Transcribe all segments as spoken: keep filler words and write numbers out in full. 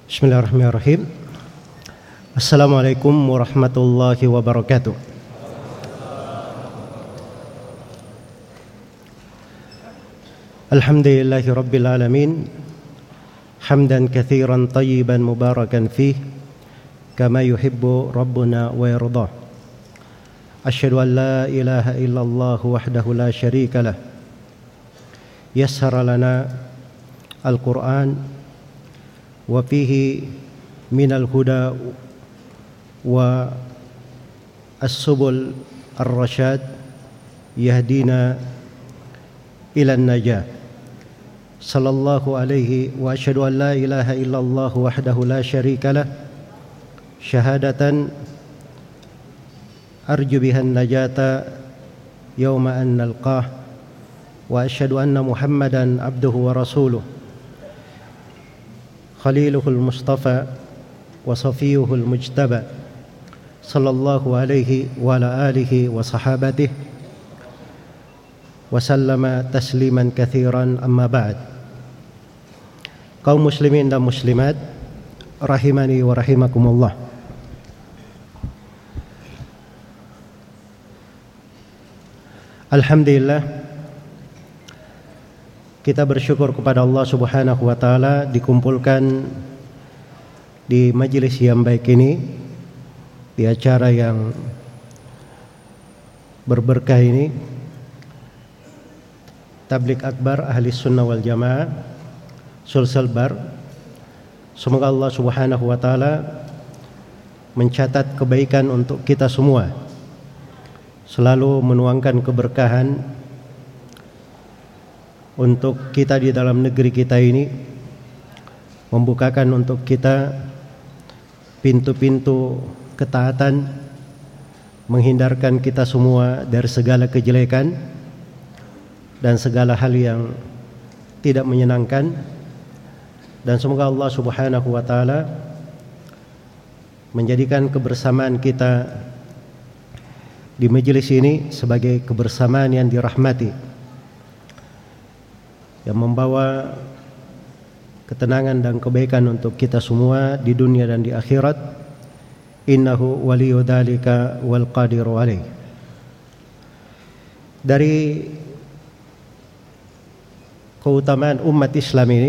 Bismillahirrahmanirrahim. Assalamualaikum warahmatullahi wabarakatuh. Alhamdulillahi rabbil alamin. Hamdan katsiran tayyiban mubarakan fih kama yuhibbu rabbuna wa yardah. Asyhadu an la ilaha illallah wahdahu la syarika lah. Yassara lana al-Qur'an wa fihi minal huda wa as-subul ar-rasyad yahdina ila an-najah. Sallallahu alaihi wa asyhadu an la ilaha illallah wahdahu la syarika lah. Syahadatan arju biha an-najata yawma an nalqah. Wa asyhadu anna Muhammadan abduhu wa rasuluh. Khaliluhul Mustafa wa safiyuhul mujtaba sallallahu alaihi wa ala alihi wa sahabatihi wa sallama tasliman katsiran amma ba'd. Kaum muslimin dan muslimat rahimani wa rahimakumullah. Alhamdulillah, kita bersyukur kepada Allah Subhanahu wa taala dikumpulkan di majelis yang baik ini, di acara yang berberkah ini, Tabligh Akbar Ahli Sunnah wal Jamaah Sulselbar. Semoga Allah Subhanahu wa taala mencatat kebaikan untuk kita semua, selalu menuangkan keberkahan untuk kita di dalam negeri kita ini, membukakan untuk kita pintu-pintu ketaatan, menghindarkan kita semua dari segala kejelekan dan segala hal yang tidak menyenangkan. Dan semoga Allah Subhanahu wa taala menjadikan kebersamaan kita di majelis ini sebagai kebersamaan yang dirahmati, yang membawa ketenangan dan kebaikan untuk kita semua di dunia dan di akhirat. Innahu waliyyu dzalika wal qadiru alaih. Dari keutamaan umat Islam ini,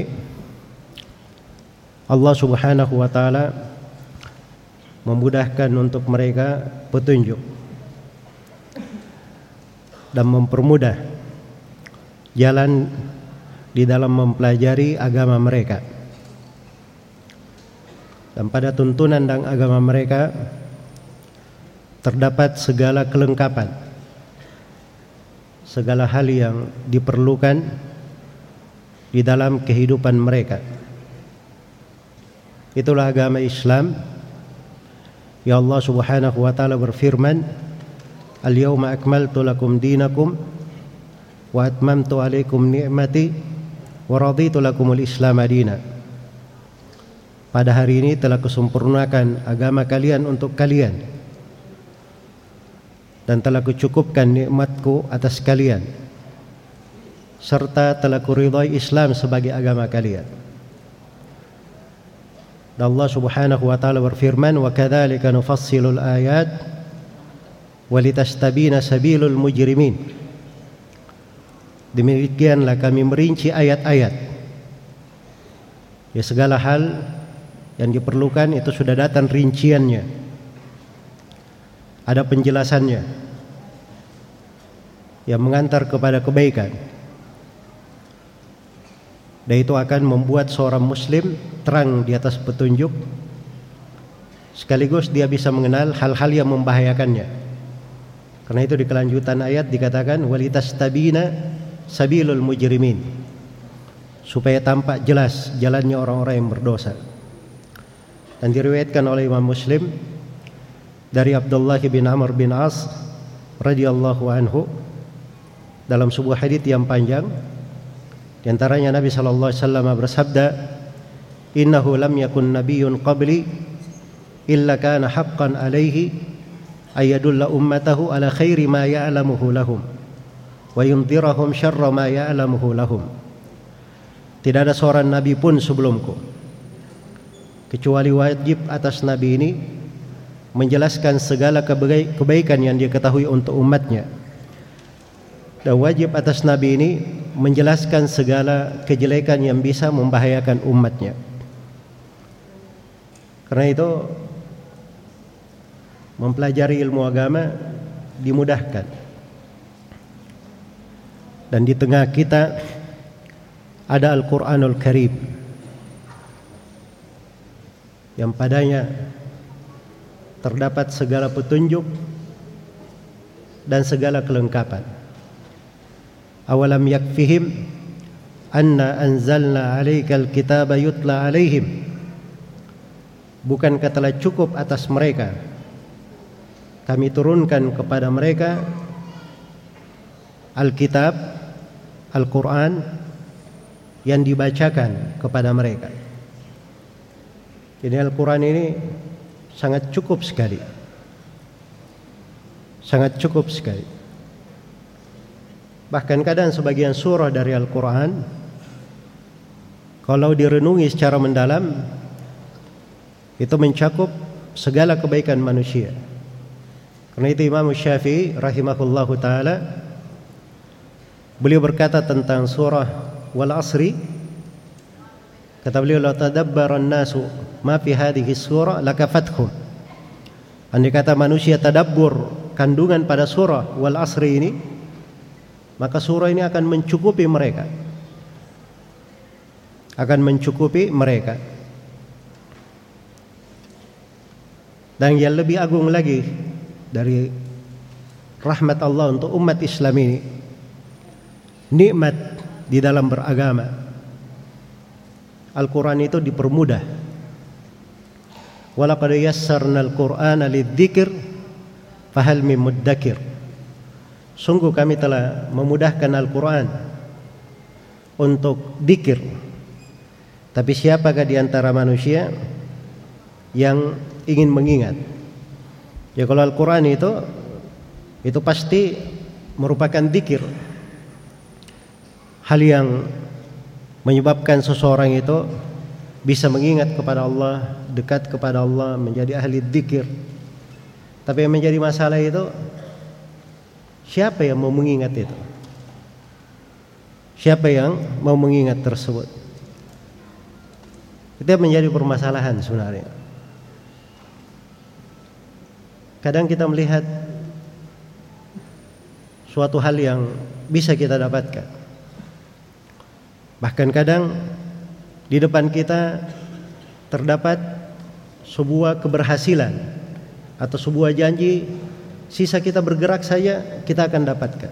Allah Subhanahu wa taala memudahkan untuk mereka petunjuk dan mempermudah jalan di dalam mempelajari agama mereka. Dan pada tuntunan dan agama mereka terdapat segala kelengkapan, segala hal yang diperlukan di dalam kehidupan mereka. Itulah agama Islam. Ya Allah Subhanahu wa taala berfirman, "Al-yawma akmaltu lakum dinakum wa atmamtu alaikum ni'mati wa raditu lakumul Islam madina." Pada hari ini telah kusempurnakan agama kalian untuk kalian dan telah kucukupkan nikmatku atas kalian, serta telah kuridhai Islam sebagai agama kalian. Dan Allah Subhanahu wa taala berfirman, "Wa kadzalika nufassilul ayat wa litastabina sabilul mujrimin." Demikianlah kami merinci ayat-ayat. Ya, segala hal yang diperlukan itu sudah datang rinciannya, ada penjelasannya yang mengantar kepada kebaikan. Dan itu akan membuat seorang muslim terang di atas petunjuk, sekaligus dia bisa mengenal hal-hal yang membahayakannya. Karena itu di kelanjutan ayat dikatakan, "Walitastabina sabilul mujrimin," supaya tampak jelas jalannya orang-orang yang berdosa. Dan diriwayatkan oleh Imam Muslim dari Abdullah bin Amr bin As radhiyallahu anhu dalam sebuah hadits yang panjang. Di antaranya Nabi sallallahu alaihi wasallam bersabda, "Innahu lam yakun nabiyyun qabli illa kana haqqan alaihi ayadulla ummatahu ala khairi ma ya'lamuhu lahum wa yundhirahum syarra ma ya'lamuhu lahum." Tidak ada seorang nabi pun sebelumku kecuali wajib atas Nabi ini menjelaskan segala kebaikan yang dia ketahui untuk umatnya, dan wajib atas Nabi ini menjelaskan segala kejelekan yang bisa membahayakan umatnya. Karena itu mempelajari ilmu agama dimudahkan. Dan di tengah kita ada Al-Quranul Karim yang padanya terdapat segala petunjuk dan segala kelengkapan. Awalam yakfihim anna anzalna alaikal kitaba yutla alaihim. Bukankah telah cukup atas mereka kami turunkan kepada mereka Alkitab, Al-Quran yang dibacakan kepada mereka. Jadi Al-Quran ini sangat cukup sekali, sangat cukup sekali. Bahkan kadang sebagian surah dari Al-Quran kalau direnungi secara mendalam itu mencakup segala kebaikan manusia. Karena itu Imam Syafi'i rahimahullahu ta'ala, beliau berkata tentang surah Wal Asri, kata beliau, la tadabbaran nasu ma fi hadhihi surah lakafathum. Andai kata manusia tadabbur kandungan pada surah Wal Asri ini, maka surah ini akan mencukupi mereka, akan mencukupi mereka. Dan yang lebih agung lagi dari rahmat Allah untuk umat Islam ini, nikmat di dalam beragama, Al-Quran itu dipermudah. Walaqad yassarna al-Qur'ana lidzikr fahal min muddakir. Sungguh kami telah memudahkan Al-Quran untuk dzikir, tapi siapakah di antara manusia yang ingin mengingat? Ya kalau Al-Quran itu itu pasti merupakan dzikir, hal yang menyebabkan seseorang itu bisa mengingat kepada Allah, dekat kepada Allah, menjadi ahli dzikir. Tapi yang menjadi masalah itu siapa yang mau mengingat itu? Siapa yang mau mengingat tersebut? Itu menjadi permasalahan sebenarnya. Kadang kita melihat suatu hal yang bisa kita dapatkan, bahkan kadang di depan kita terdapat sebuah keberhasilan atau sebuah janji, sisa kita bergerak saja kita akan dapatkan.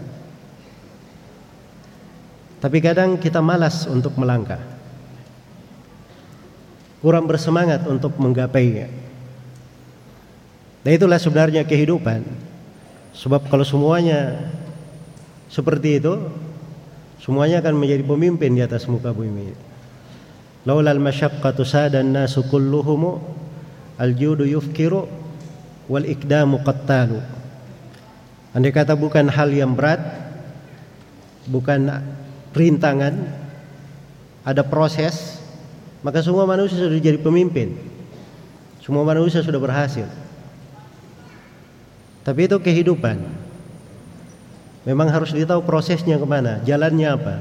Tapi kadang kita malas untuk melangkah, kurang bersemangat untuk menggapainya. Dan itulah sebenarnya kehidupan. Sebab kalau semuanya seperti itu, semuanya akan menjadi pemimpin di atas muka bumi. Laulal masyaqqatu sadan nasu kulluhum al-judu yufkiru wal ikdamu qattalu. Andai kata bukan hal yang berat, bukan rintangan, ada proses, maka semua manusia sudah jadi pemimpin, semua manusia sudah berhasil. Tapi itu kehidupan, memang harus ditahu prosesnya kemana, jalannya apa,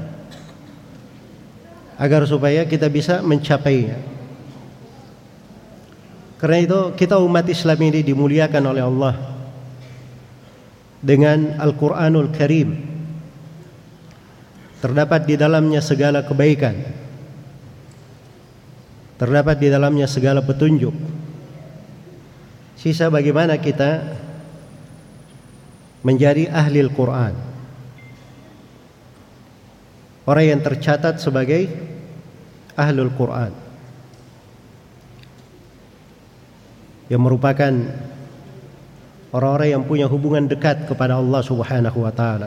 agar supaya kita bisa mencapainya. Karena itu kita umat Islam ini dimuliakan oleh Allah dengan Al-Quranul Karim. Terdapat di dalamnya segala kebaikan, terdapat di dalamnya segala petunjuk. Sisa bagaimana kita menjadi ahli Al-Quran, orang yang tercatat sebagai ahlul Quran, yang merupakan orang-orang yang punya hubungan dekat kepada Allah Subhanahu wa taala.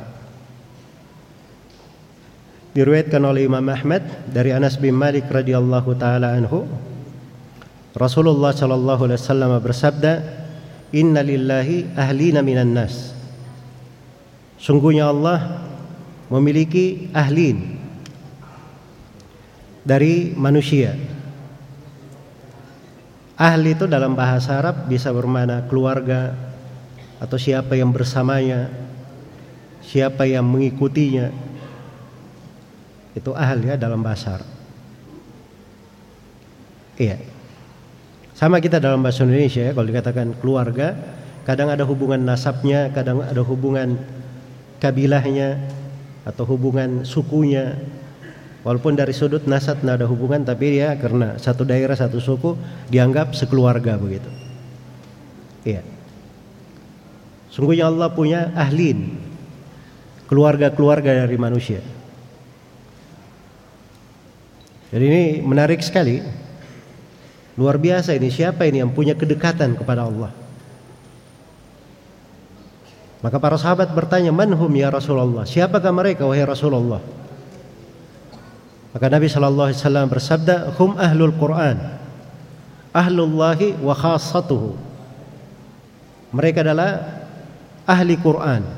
Diriwayatkan oleh Imam Ahmad dari Anas bin Malik radhiyallahu taala anhu, Rasulullah sallallahu alaihi wasallam bersabda, "Inna lillahi ahlina minan nas." Sungguhnya Allah memiliki ahlin dari manusia. Ahli itu dalam bahasa Arab bisa bermakna keluarga atau siapa yang bersamanya, siapa yang mengikutinya. Itu ahli ya dalam bahasa Arab. Iya. Sama kita dalam bahasa Indonesia ya, kalau dikatakan keluarga, kadang ada hubungan nasabnya, kadang ada hubungan kabilahnya atau hubungan sukunya. Walaupun dari sudut nasab tidak ada hubungan, tapi dia karena satu daerah satu suku dianggap sekeluarga begitu. Iya. Sungguhnya Allah punya ahlin, keluarga-keluarga dari manusia. Jadi ini menarik sekali. Luar biasa ini, siapa ini yang punya kedekatan kepada Allah? Maka para sahabat bertanya, "Man hum ya Rasulullah?" Siapakah mereka wahai Rasulullah? Maka Nabi sallallahu alaihi wasallam bersabda, "Hum ahlul Quran, ahlullahi wa khassatuhu." Mereka adalah ahli Quran,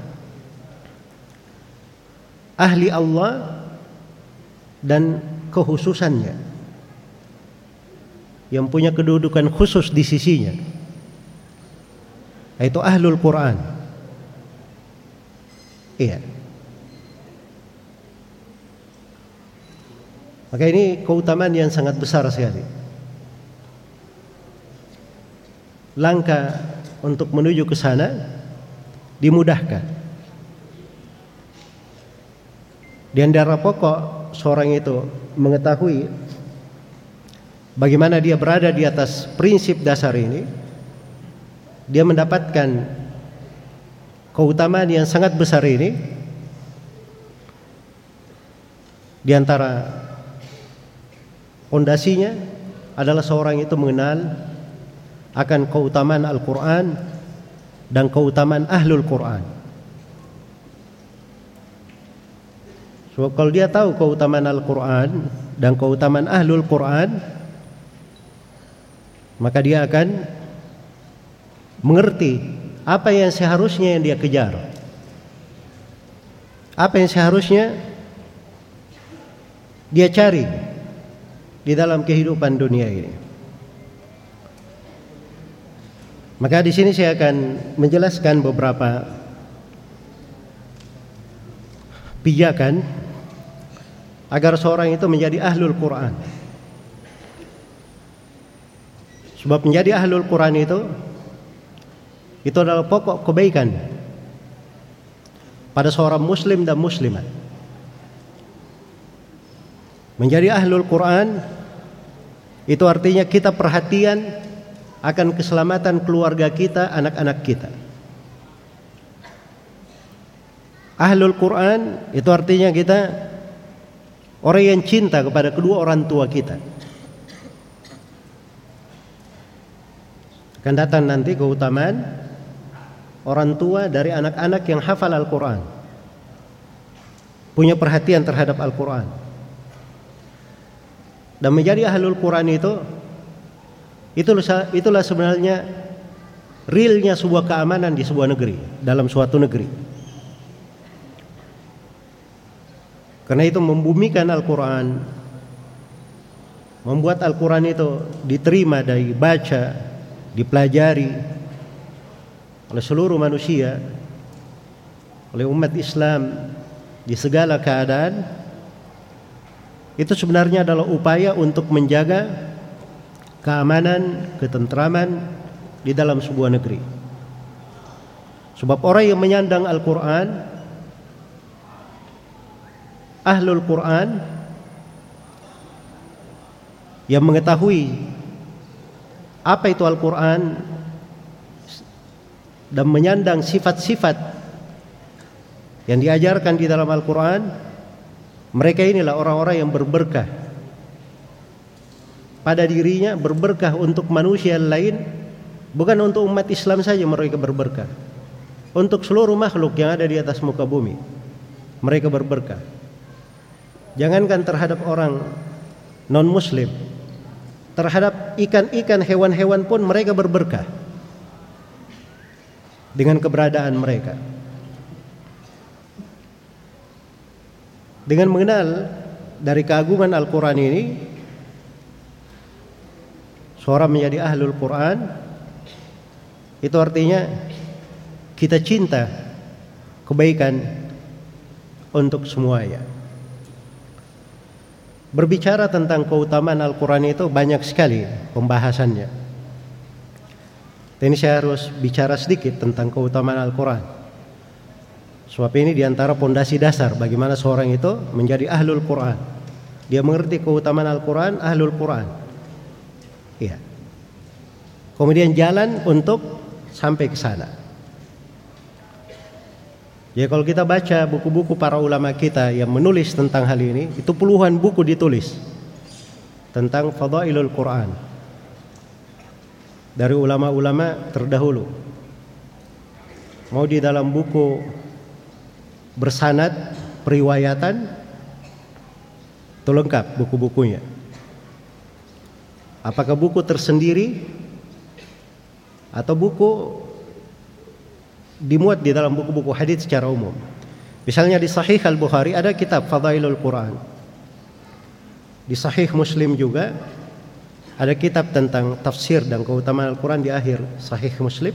ahli Allah dan kekhususannya, yang punya kedudukan khusus di sisinya, yaitu ahlul Quran. Iya. Maka ini keutamaan yang sangat besar sekali. Langkah untuk menuju ke sana dimudahkan. Di antara pokok seorang itu mengetahui bagaimana dia berada di atas prinsip dasar ini, dia mendapatkan keutamaan yang sangat besar ini. Di antara fondasinya adalah seorang itu mengenal akan keutamaan Al-Quran dan keutamaan Ahlul Quran. So, kalau dia tahu keutamaan Al-Quran dan keutamaan Ahlul Quran, maka dia akan mengerti apa yang seharusnya yang dia kejar, apa yang seharusnya dia cari di dalam kehidupan dunia ini. Maka di sini saya akan menjelaskan beberapa pijakan agar seorang itu menjadi ahlul Quran. Sebab menjadi ahlul Quran itu itu adalah pokok kebaikan pada seorang muslim dan muslimat. Menjadi ahlul Quran itu artinya kita perhatian akan keselamatan keluarga kita, anak-anak kita. Ahlul Quran itu artinya kita orang yang cinta kepada kedua orang tua kita. Akan datang nanti keutamaan orang tua dari anak-anak yang hafal Al-Quran, punya perhatian terhadap Al-Quran. Dan menjadi ahlul Quran itu itulah, itulah sebenarnya realnya sebuah keamanan di sebuah negeri, dalam suatu negeri. Karena itu membumikan Al-Quran, membuat Al-Quran itu diterima dari baca, dipelajari oleh seluruh manusia, oleh umat Islam di segala keadaan, itu sebenarnya adalah upaya untuk menjaga keamanan, ketentraman di dalam sebuah negeri. Sebab orang yang menyandang Al-Quran, ahlul Quran, yang mengetahui apa itu Al-Quran dan menyandang sifat-sifat yang diajarkan di dalam Al-Quran, mereka inilah orang-orang yang berberkah pada dirinya, berberkah untuk manusia lain. Bukan untuk umat Islam saja mereka berberkah, untuk seluruh makhluk yang ada di atas muka bumi mereka berberkah. Jangankan terhadap orang non-muslim, terhadap ikan-ikan, hewan-hewan pun mereka berberkah dengan keberadaan mereka. Dengan mengenal dari keagungan Al-Quran ini, seorang menjadi ahlul Quran, itu artinya kita cinta kebaikan untuk semuanya. Berbicara tentang keutamaan Al-Quran itu banyak sekali pembahasannya. Ini saya harus bicara sedikit tentang keutamaan Al-Quran, sebab ini diantara pondasi dasar bagaimana seorang itu menjadi ahlul Quran. Dia mengerti keutamaan Al-Quran, ahlul Quran. Iya. Kemudian jalan untuk sampai ke sana. Ya, kalau kita baca buku-buku para ulama kita yang menulis tentang hal ini, itu puluhan buku ditulis tentang fadailul Quran dari ulama-ulama terdahulu. Mau di dalam buku bersanad, periwayatan, itu lengkap buku-bukunya. Apakah buku tersendiri atau buku dimuat di dalam buku-buku hadits secara umum. Misalnya di Sahih Al-Bukhari ada kitab Fadailul Quran. Di Sahih Muslim juga ada kitab tentang tafsir dan keutamaan Al-Quran di akhir Sahih Muslim.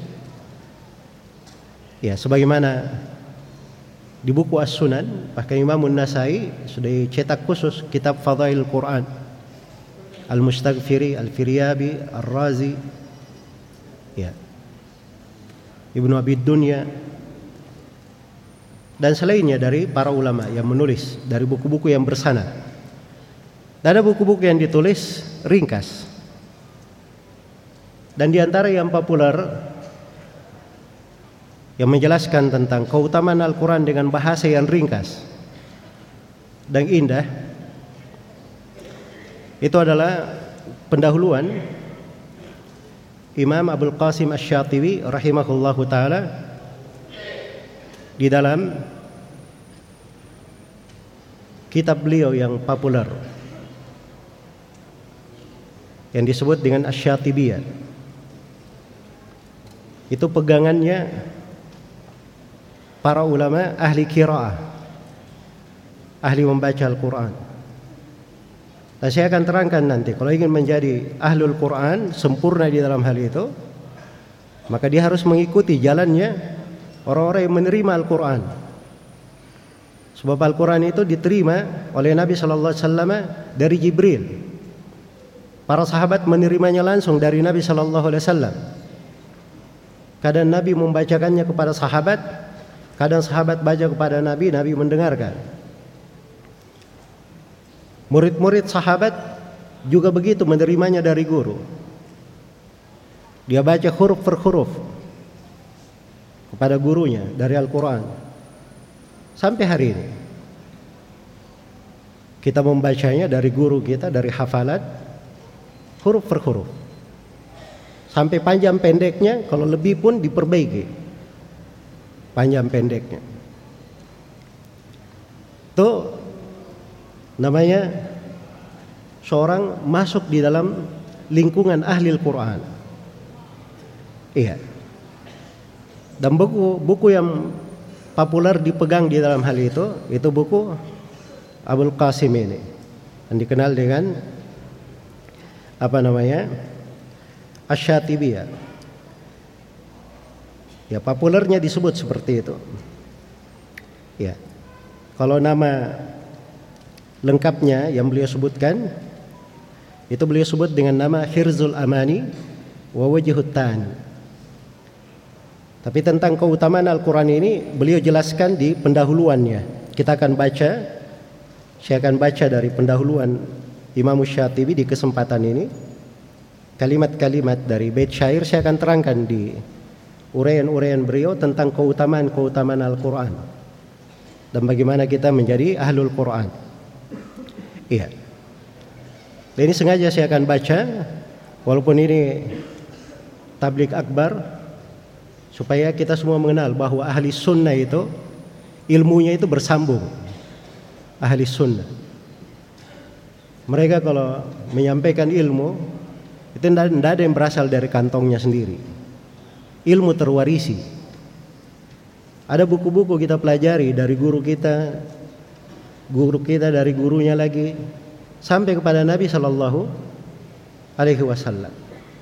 Ya, sebagaimana di buku As-Sunan, bahkan Imam An-Nasai sudah cetak khusus kitab Fadailul Quran. Al-Mustaghfiri, Al-Firyabi, Ar-Razi, ya, Ibnu Abi Dunya, dan selainnya dari para ulama yang menulis dari buku-buku yang bersanad. Dan ada buku-buku yang ditulis ringkas. Dan di antara yang populer yang menjelaskan tentang keutamaan Al-Quran dengan bahasa yang ringkas dan indah, itu adalah pendahuluan Imam Abul Qasim Asy-Syatibi rahimahullahu taala di dalam kitab beliau yang populer yang disebut dengan Asy-Syatibiyah. Itu pegangannya para ulama ahli qiraah, ahli membaca Al-Quran. Dan saya akan terangkan nanti, kalau ingin menjadi ahlul Quran sempurna di dalam hal itu, maka dia harus mengikuti jalannya orang-orang yang menerima Al-Quran. Sebab Al-Quran itu diterima oleh Nabi Sallallahu Alaihi Wasallam dari Jibril. Para sahabat menerimanya langsung dari Nabi Sallallahu Alaihi Wasallam. Kadang Nabi membacakannya kepada sahabat, kadang sahabat baca kepada Nabi, Nabi mendengarkan. Murid-murid sahabat juga begitu menerimanya dari guru. Dia baca huruf per huruf kepada gurunya dari Al-Quran. Sampai hari ini kita membacanya dari guru kita, dari hafalan, huruf per huruf. Sampai panjang pendeknya, kalau lebih pun diperbaiki panjang pendeknya. Itu namanya seorang masuk di dalam lingkungan ahli Al-Quran. Iya. Dan buku buku yang populer dipegang di dalam hal itu, itu buku Abul Qasim ini, yang dikenal dengan apa namanya, Asy-Syatibiyah. Ya, populernya disebut seperti itu. Ya. Kalau nama lengkapnya yang beliau sebutkan, itu beliau sebut dengan nama Hirzul Amani wa Wajhut Tani. Tapi tentang keutamaan Al-Quran ini beliau jelaskan di pendahuluannya. Kita akan baca, saya akan baca dari pendahuluan Imam Syatibi di kesempatan ini. Kalimat-kalimat dari bait syair saya akan terangkan di uraian-uraian beliau tentang keutamaan-keutamaan Al-Quran dan bagaimana kita menjadi ahlul Quran. Iya. Ini sengaja saya akan baca, walaupun ini tabligh akbar, supaya kita semua mengenal bahwa ahli sunnah itu ilmunya itu bersambung. Ahli sunnah, mereka kalau menyampaikan ilmu itu tidak ada yang berasal dari kantongnya sendiri. Ilmu terwarisi. Ada buku-buku kita pelajari dari guru kita, guru kita dari gurunya lagi, sampai kepada Nabi Sallallahu Alaihi Wasallam.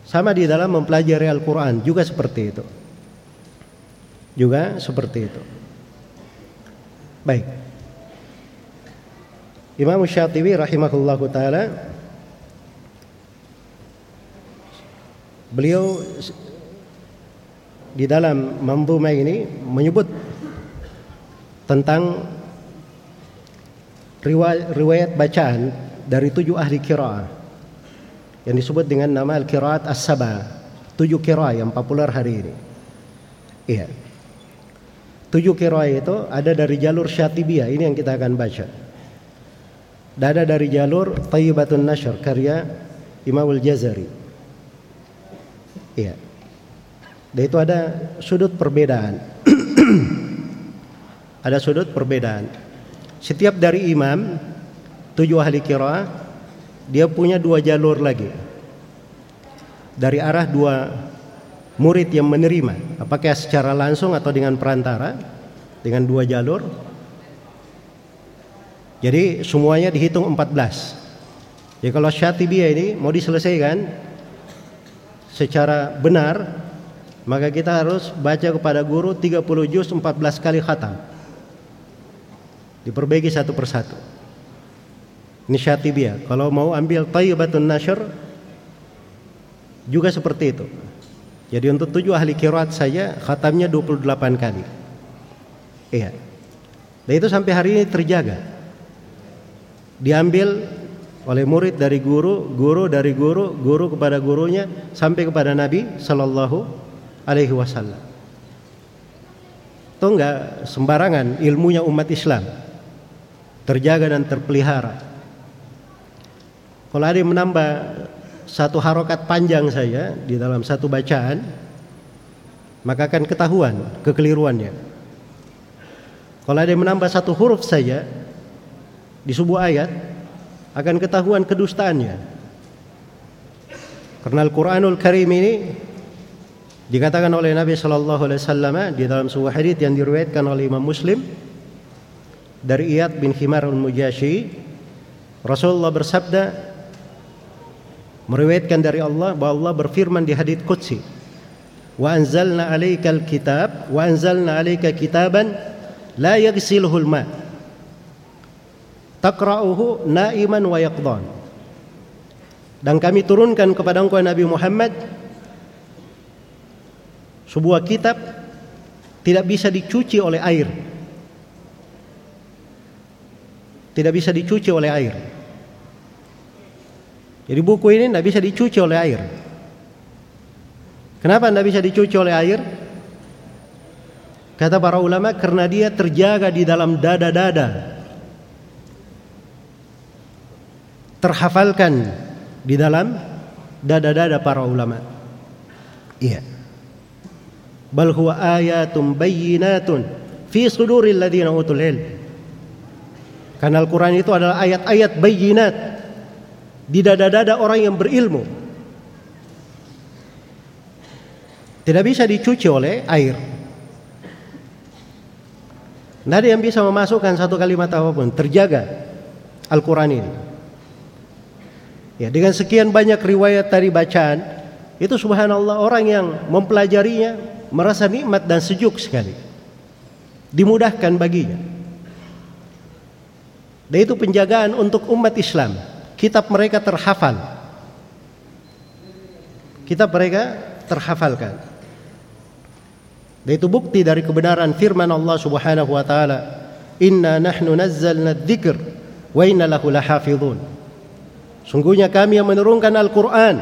Sama di dalam mempelajari Al-Quran juga seperti itu. Juga seperti itu. Baik. Imam Syatibi rahimahullahu ta'ala, beliau di dalam manzumah ini menyebut tentang riwayat, riwayat bacaan dari tujuh ahli qiraah yang disebut dengan nama al-qiraat as-saba, tujuh qiraah yang populer hari ini. Iya. Tujuh qiraah itu ada dari jalur Syatibiyah, ini yang kita akan baca. Dan ada dari jalur Thayyibatun Nashr karya Imam Al-Jazari. Iya. Dan itu ada sudut perbedaan. Ada sudut perbedaan. Setiap dari imam tujuh ahli qiraah dia punya dua jalur lagi. Dari arah dua murid yang menerima, apakah secara langsung atau dengan perantara, dengan dua jalur. Jadi semuanya dihitung empat belas. Jadi kalau Syatibiyah ini mau diselesaikan secara benar, maka kita harus baca kepada guru tiga puluh juz empat belas kali khatam. Diperbaiki satu persatu. Ini Syatibiyah. Kalau mau ambil Thayyibatun Nashr juga seperti itu. Jadi untuk tujuh ahli qiraat saja khatamnya dua puluh delapan kali. Iya. Dan itu sampai hari ini terjaga. Diambil oleh murid dari guru, guru dari guru, guru kepada gurunya sampai kepada Nabi sallallahu alaihi wasallam. Itu enggak sembarangan ilmunya umat Islam. Terjaga dan terpelihara. Kalau ada yang menambah satu harokat panjang saja di dalam satu bacaan, maka akan ketahuan kekeliruannya. Kalau ada yang menambah satu huruf saja di sebuah ayat, akan ketahuan kedustaannya. Karena Al-Quranul Karim ini dikatakan oleh Nabi sallallahu alaihi wasallam di dalam sebuah hadits yang diriwayatkan oleh Imam Muslim dari Iyad bin Himar al-Mujashi, Rasulullah bersabda, meriwayatkan dari Allah bahwa Allah berfirman di hadits qudsi, wa anzalna 'alaikal kitab wa anzalna 'alaika kitaban la yaghsiluhul ma taqra'uhu na'iman wa yaqdhan. Dan kami turunkan kepada engkau Nabi Muhammad sebuah kitab tidak bisa dicuci oleh air. Tidak bisa dicuci oleh air. Jadi buku ini tidak bisa dicuci oleh air. Kenapa tidak bisa dicuci oleh air? Kata para ulama, karena dia terjaga di dalam dada-dada, terhafalkan di dalam dada-dada para ulama. Iya. Bal huwa ayatum bayyinatun fi suduril ladzina utul ilm. Karena Al-Quran itu adalah ayat-ayat bayyinat di dada-dada orang yang berilmu. Tidak bisa dicuci oleh air. Tidak ada yang bisa memasukkan satu kalimat apapun. Terjaga Al-Quran ini. Ya, dengan sekian banyak riwayat tadi bacaan, itu subhanallah orang yang mempelajarinya merasa nikmat dan sejuk sekali. Dimudahkan baginya. Dan itu penjagaan untuk umat Islam. Kitab mereka terhafal. Kitab mereka terhafalkan. Dan itu bukti dari kebenaran firman Allah Subhanahu wa taala, "Inna nahnu nazzalna adz-dzikr wa inna lahu lahafizun." Sungguhnya kami yang menurunkan Al-Quran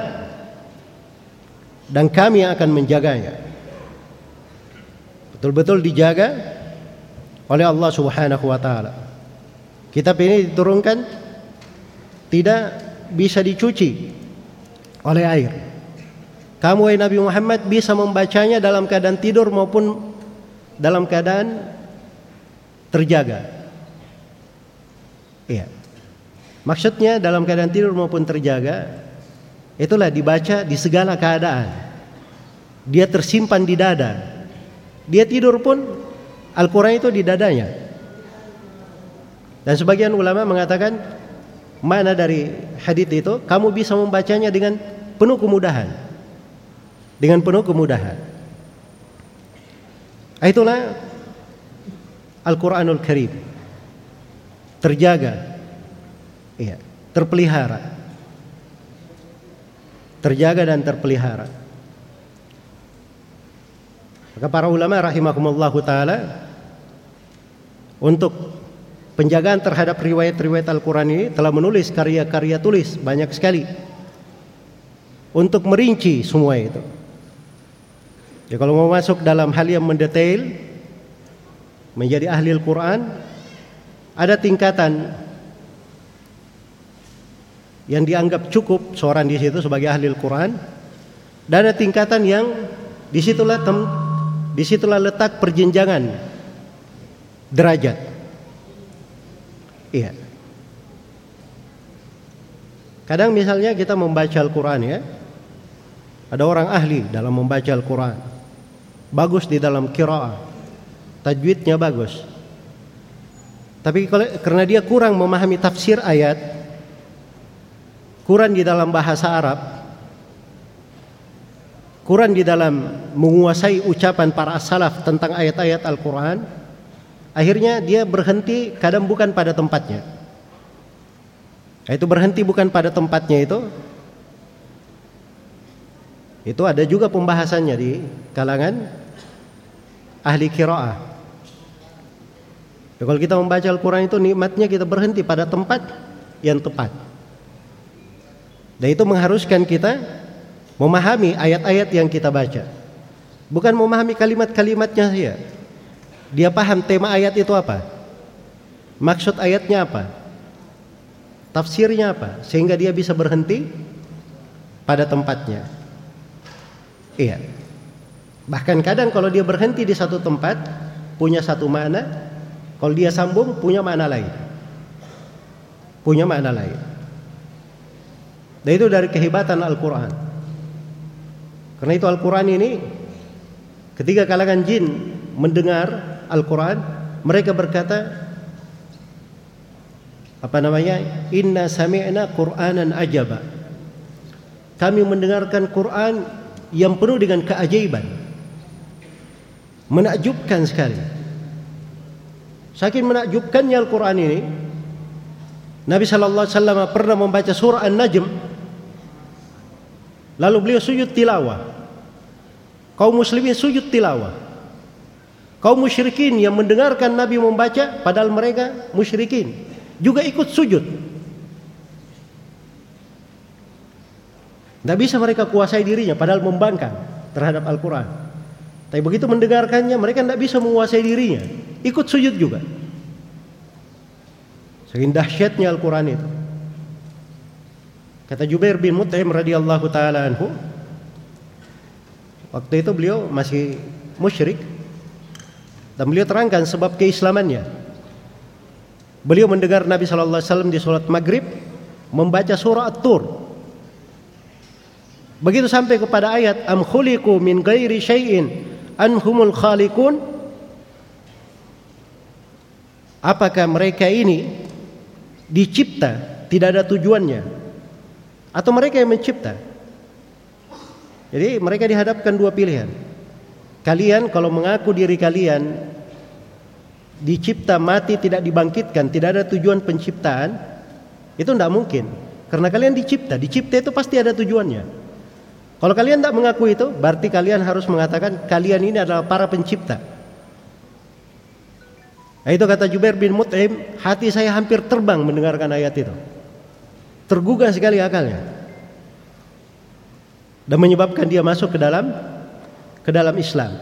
dan kami yang akan menjaganya. Betul-betul dijaga oleh Allah Subhanahu wa taala. Kitab ini diturunkan tidak bisa dicuci oleh air. Kamu wahai Nabi Muhammad bisa membacanya dalam keadaan tidur maupun dalam keadaan terjaga. Iya. Maksudnya dalam keadaan tidur maupun terjaga, itulah dibaca di segala keadaan. Dia tersimpan di dada. Dia tidur pun Al-Quran itu di dadanya. Dan sebagian ulama mengatakan mana dari hadits itu kamu bisa membacanya dengan penuh kemudahan. dengan penuh kemudahan. Itulah Al-Quranul Karim, terjaga, iya, terpelihara, terjaga dan terpelihara. Maka para ulama rahimahumullahu ta'ala untuk penjagaan terhadap riwayat-riwayat Al-Quran ini telah menulis karya-karya tulis banyak sekali untuk merinci semua itu. Ya, kalau mau masuk dalam hal yang mendetail menjadi ahli Al-Quran, ada tingkatan yang dianggap cukup seorang di situ sebagai ahli Al-Quran, dan ada tingkatan yang disitulah tem, disitulah letak perjenjangan derajat. Iya. Kadang misalnya kita membaca Al-Quran, ya, ada orang ahli dalam membaca Al-Quran, bagus di dalam qiraah, tajwidnya bagus, tapi kalau, karena dia kurang memahami tafsir ayat, kurang di dalam bahasa Arab, kurang di dalam menguasai ucapan para salaf tentang ayat-ayat Al-Quran, akhirnya dia berhenti kadang bukan pada tempatnya. Itu berhenti bukan pada tempatnya itu Itu ada juga pembahasannya di kalangan ahli qiraah. Ya, kalau kita membaca Al-Quran itu nikmatnya kita berhenti pada tempat yang tepat. Dan itu mengharuskan kita memahami ayat-ayat yang kita baca, bukan memahami kalimat-kalimatnya saja. Dia paham tema ayat itu apa, maksud ayatnya apa, tafsirnya apa, sehingga dia bisa berhenti pada tempatnya. Iya. Bahkan kadang kalau dia berhenti di satu tempat punya satu makna, kalau dia sambung punya makna lain. Punya makna lain. Dan itu dari kehebatan Al-Quran. Karena itu Al-Quran ini, ketika kalangan jin mendengar Al-Quran, mereka berkata, apa namanya? Inna sami'na Qur'anan ajaba. Kami mendengarkan Quran yang penuh dengan keajaiban, menakjubkan sekali. Saking menakjubkannya Al-Quran ini, Nabi Sallallahu Alaihi Wasallam pernah membaca surah An-Najm, lalu beliau sujud tilawah. Kaum muslimin sujud tilawah. Kaum musyrikin yang mendengarkan Nabi membaca, padahal mereka musyrikin, juga ikut sujud. Tidak bisa mereka kuasai dirinya, padahal membangkang terhadap Al-Quran. Tapi begitu mendengarkannya, mereka tidak bisa menguasai dirinya, ikut sujud juga. Saking dahsyatnya Al-Quran itu. Kata Jubair bin Mut'im radhiyallahu taala anhu, waktu itu beliau masih musyrik, dan beliau terangkan sebab keislamannya. Beliau mendengar Nabi Sallallahu Alaihi Wasallam di sholat maghrib membaca surah At-Tur. Begitu sampai kepada ayat am khuliqu min ghairi syai'in anhumul khaliqun, apakah mereka ini dicipta tidak ada tujuannya, atau mereka yang mencipta? Jadi mereka dihadapkan dua pilihan. Kalian kalau mengaku diri kalian dicipta, mati, tidak dibangkitkan, tidak ada tujuan penciptaan, itu tidak mungkin. Karena kalian dicipta, dicipta itu pasti ada tujuannya. Kalau kalian tidak mengaku itu, berarti kalian harus mengatakan kalian ini adalah para pencipta. Nah, itu kata Jubair bin Mut'im, hati saya hampir terbang mendengarkan ayat itu. Tergugah sekali akalnya. Dan menyebabkan dia masuk ke dalam ke dalam Islam.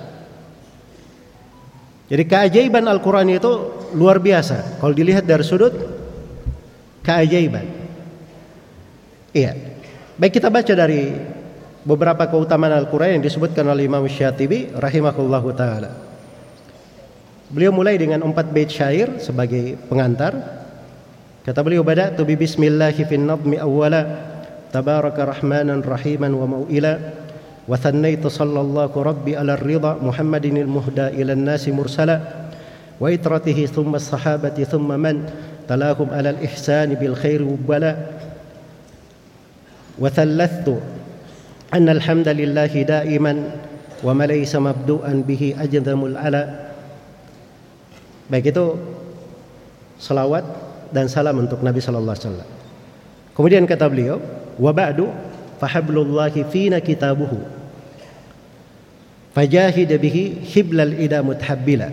Jadi keajaiban Al-Quran itu luar biasa kalau dilihat dari sudut keajaiban. Iya. Baik, kita baca dari beberapa keutamaan Al-Quran yang disebutkan oleh Imam Syatibi rahimahullahu ta'ala. Beliau mulai dengan empat bait syair sebagai pengantar. Kata beliau, bada'tu bi bismillahi fin nadmi awwala tabaraka rahmanan rahiman wa mau'ila wa thannaitu sallallahu rabbi ala ridha muhammadin al-muhda ila an-nasi mursala wa itratihi thumma as-sahabati thumma man talahum ala al-ihsani bil khairi wa bala wa thallathtu Annal hamdalillahi daiman wa ma laysa mabdu'an bihi ajdamul ala. Baik, itu salawat dan salam untuk Nabi sallallahu alaihi wasallam. Kemudian kata beliau, wa ba'du fahablullahi fina kitabuhu fajahid bihi hiblal ida mutahabbila.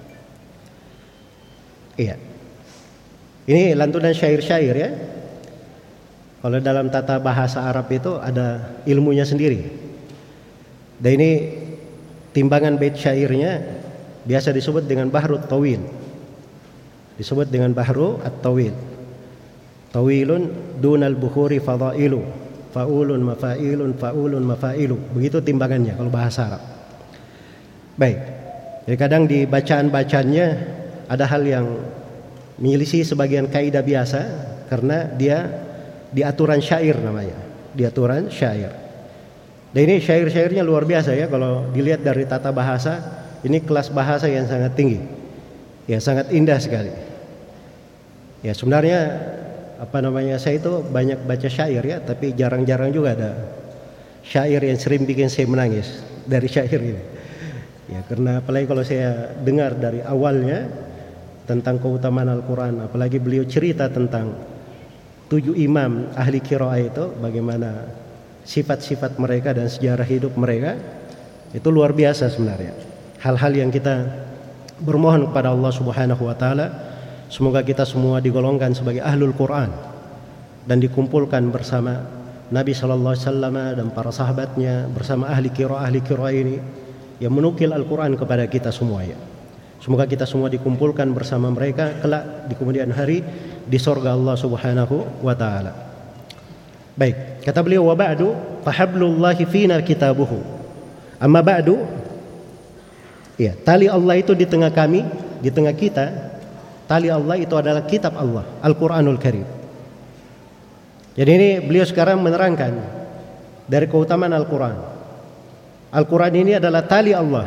Iya. Ini lantunan syair-syair ya. Kalau dalam tata bahasa Arab itu ada ilmunya sendiri. Dan ini timbangan bait syairnya biasa disebut dengan bahrut tawil. Disebut dengan bahru at-tawil. Tawilun dunal bukhuri fadailu, faulun mafailun faulun mafailu. Begitu timbangannya kalau bahasa Arab. Baik. Jadi kadang di bacaan-bacaannya ada hal yang menyelisih sebagian kaidah biasa karena dia di aturan syair namanya, di aturan syair. Dan ini syair-syairnya luar biasa ya, kalau dilihat dari tata bahasa, ini kelas bahasa yang sangat tinggi. Ya, sangat indah sekali. Ya, sebenarnya apa namanya, saya itu banyak baca syair ya, tapi jarang-jarang juga ada syair yang sering bikin saya menangis dari syair ini. Ya, karena apalagi kalau saya dengar dari awalnya tentang keutamaan Al-Quran, apalagi beliau cerita tentang tujuh imam ahli qiraah itu, bagaimana sifat-sifat mereka dan sejarah hidup mereka, itu luar biasa sebenarnya. Hal-hal yang kita bermohon kepada Allah Subhanahu wa taala, semoga kita semua digolongkan sebagai ahlul Quran dan dikumpulkan bersama Nabi sallallahu alaihi wasallam dan para sahabatnya, bersama ahli qiraah ahli qiraah ini yang menukil Al-Quran kepada kita semua ya. Semoga kita semua dikumpulkan bersama mereka kelak di kemudian hari di surga Allah Subhanahu wa taala. Baik, kata beliau, wa ba'du fahablullahi fina kitabuhu. Amma ba'du, ya, tali Allah itu di tengah kami, di tengah kita. Tali Allah itu adalah kitab Allah, Al-Qur'anul Karim. Jadi ini beliau sekarang menerangkan dari keutamaan Al-Qur'an. Al-Qur'an ini adalah tali Allah.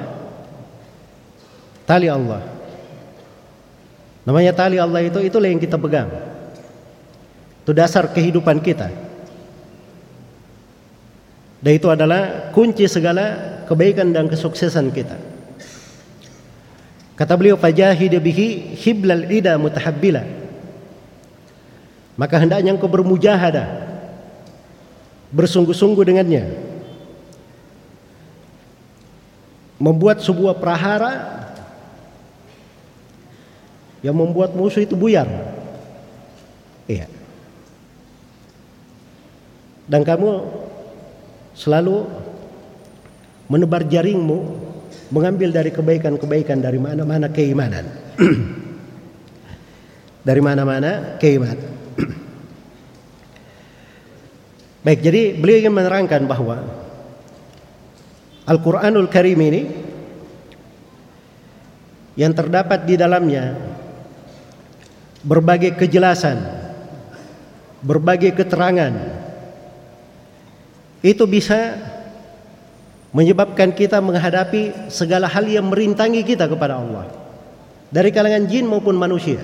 Tali Allah. Namanya tali Allah itu, itulah yang kita pegang. Itu dasar kehidupan kita. Dan itu adalah kunci segala kebaikan dan kesuksesan kita. Kata beliau, fajahid bihi hiblal ida mutahabbila. Maka hendaknya engkau bermujahadah, bersungguh-sungguh dengannya, membuat sebuah prahara yang membuat musuh itu buyar. Iya. Dan kamu selalu menebar jaringmu, mengambil dari kebaikan-kebaikan dari mana-mana keimanan. Dari mana-mana keimanan. Baik, jadi beliau ingin menerangkan bahwa Al-Quranul Karim ini yang terdapat di dalamnya berbagai kejelasan, berbagai keterangan, itu bisa menyebabkan kita menghadapi segala hal yang merintangi kita kepada Allah, dari kalangan jin maupun manusia.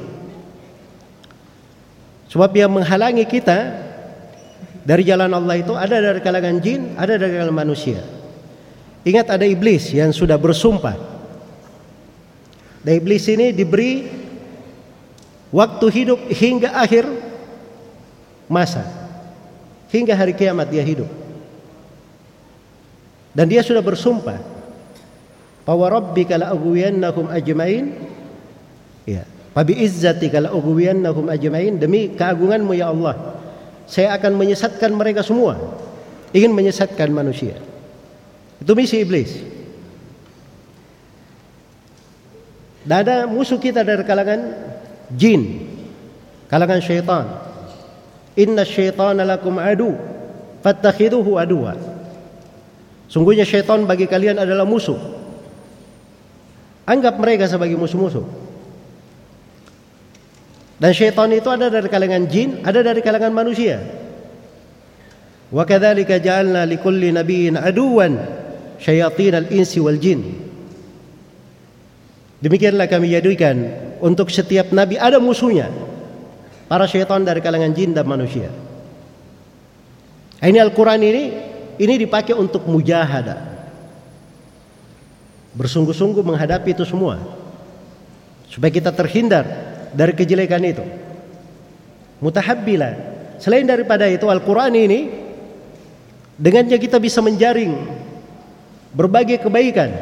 Sebab yang menghalangi kita dari jalan Allah itu ada dari kalangan jin, ada dari kalangan manusia. Ingat, ada iblis yang sudah bersumpah. Dan iblis ini diberi waktu hidup hingga akhir masa, hingga hari kiamat dia hidup. Dan dia sudah bersumpah, "Fa rabbika la aghwiyannahum ajmain." Ya, "Fa bi izzatika la aghwiyannahum ajmain." Demi keagunganmu ya Allah, saya akan menyesatkan mereka semua. Ingin menyesatkan manusia. Itu misi iblis. Dan ada musuh kita dari kalangan jin, kalangan syaitan. Inna syaitana lakum adu fattakhiduhu aduwa. Sungguhnya syaitan bagi kalian adalah musuh. Anggap mereka sebagai musuh-musuh. Dan syaitan itu ada dari kalangan jin, ada dari kalangan manusia. Wa kadzalika ja'alna likulli nabiyyin aduwan syayatinal insi wal jin. Demikianlah kami jadikan untuk setiap nabi ada musuhnya, para syaitan dari kalangan jin dan manusia. Ini Al-Quran ini ini dipakai untuk mujahadah, bersungguh-sungguh menghadapi itu semua, supaya kita terhindar dari kejelekan itu. Mutahabbila, selain daripada itu Al-Quran ini dengannya kita bisa menjaring berbagai kebaikan,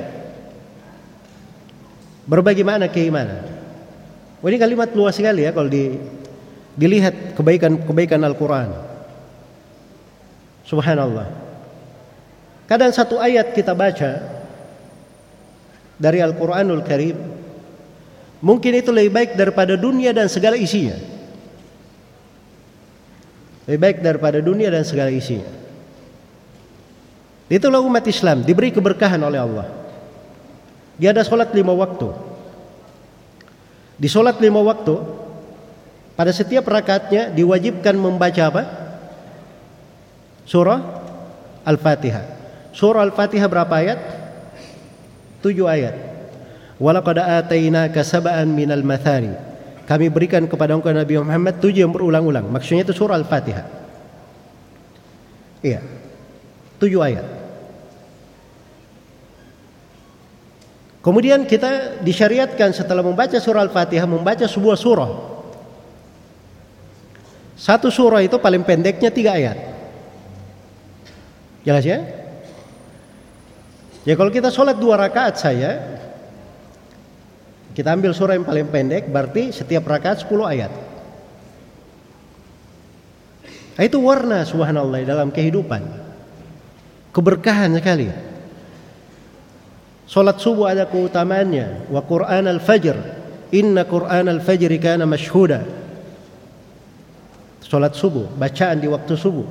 berbagai makna keimanan. Wah, ini kalimat luas sekali ya kalau di, dilihat kebaikan-kebaikan Al-Quran. Subhanallah. Kadang satu ayat kita baca dari Al-Quranul Karim, mungkin itu lebih baik daripada dunia dan segala isinya. Lebih baik daripada dunia dan segala isinya. Itulah umat Islam diberi keberkahan oleh Allah. Dia ada sholat lima waktu. Di sholat lima waktu, pada setiap rakaatnya diwajibkan membaca apa? Surah Al-Fatihah. Surah Al-Fatihah berapa ayat? Tujuh ayat. Walaqad atainaka sab'an minal mathani. Kami berikan kepada engkau Nabi Muhammad tujuh yang berulang-ulang. Maksudnya itu surah Al-Fatihah. Iya. Tujuh ayat. Kemudian kita disyariatkan setelah membaca surah Al-Fatihah membaca sebuah surah. Satu surah itu paling pendeknya tiga ayat. Jelas ya? Ya kalau kita sholat dua rakaat saya, kita ambil surah yang paling pendek, berarti setiap rakaat sepuluh ayat. Nah, itu warna subhanallah dalam kehidupan. Keberkahan sekali. Salat subuh ada keutamaannya. Wa Qur'an al-fajr, inna Qur'an al-fajri kana mashhuda. Salat subuh, bacaan di waktu subuh.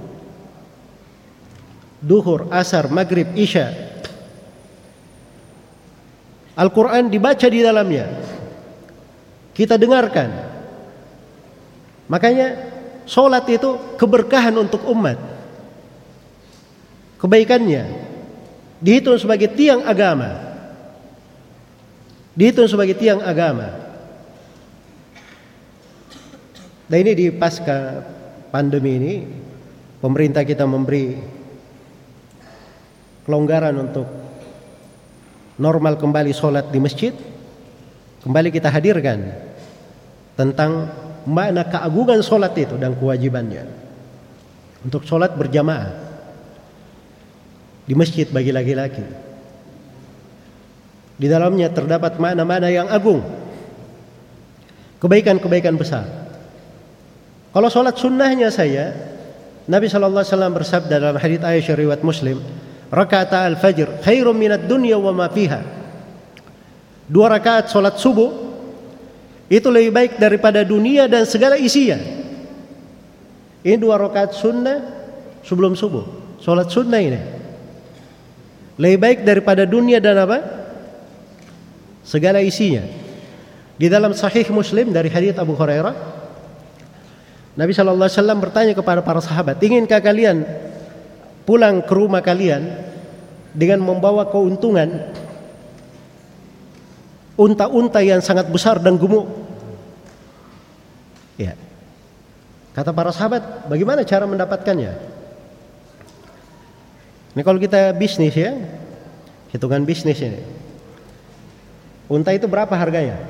Duhur, asar, maghrib, isya. Al-Quran dibaca di dalamnya, kita dengarkan. Makanya solat itu keberkahan untuk umat. Kebaikannya dihitung sebagai tiang agama. Dihitung sebagai tiang agama. Dan ini di pasca pandemi ini, pemerintah kita memberi kelonggaran untuk normal kembali sholat di masjid. Kembali kita hadirkan tentang makna keagungan sholat itu dan kewajibannya untuk sholat berjamaah di masjid bagi laki-laki. Di dalamnya terdapat makna-makna yang agung, kebaikan-kebaikan besar. Kalau sholat sunnahnya saya, Nabi shallallahu alaihi wasallam bersabda dalam hadits Aisyah riwayat Muslim, rakaat al-fajr khairum minad dunya wa ma fiha. Dua rakaat salat subuh itu lebih baik daripada dunia dan segala isinya. Ini dua rakaat sunnah sebelum subuh. Salat sunnah ini lebih baik daripada dunia dan apa? Segala isinya. Di dalam Sahih Muslim dari hadits Abu Hurairah, Nabi shallallahu alaihi wasallam bertanya kepada para sahabat, inginkah kalian pulang ke rumah kalian dengan membawa keuntungan unta-unta yang sangat besar dan gemuk? Ya. Kata para sahabat, bagaimana cara mendapatkannya? Ini kalau kita bisnis ya, hitungan bisnis ini. Unta itu berapa harganya?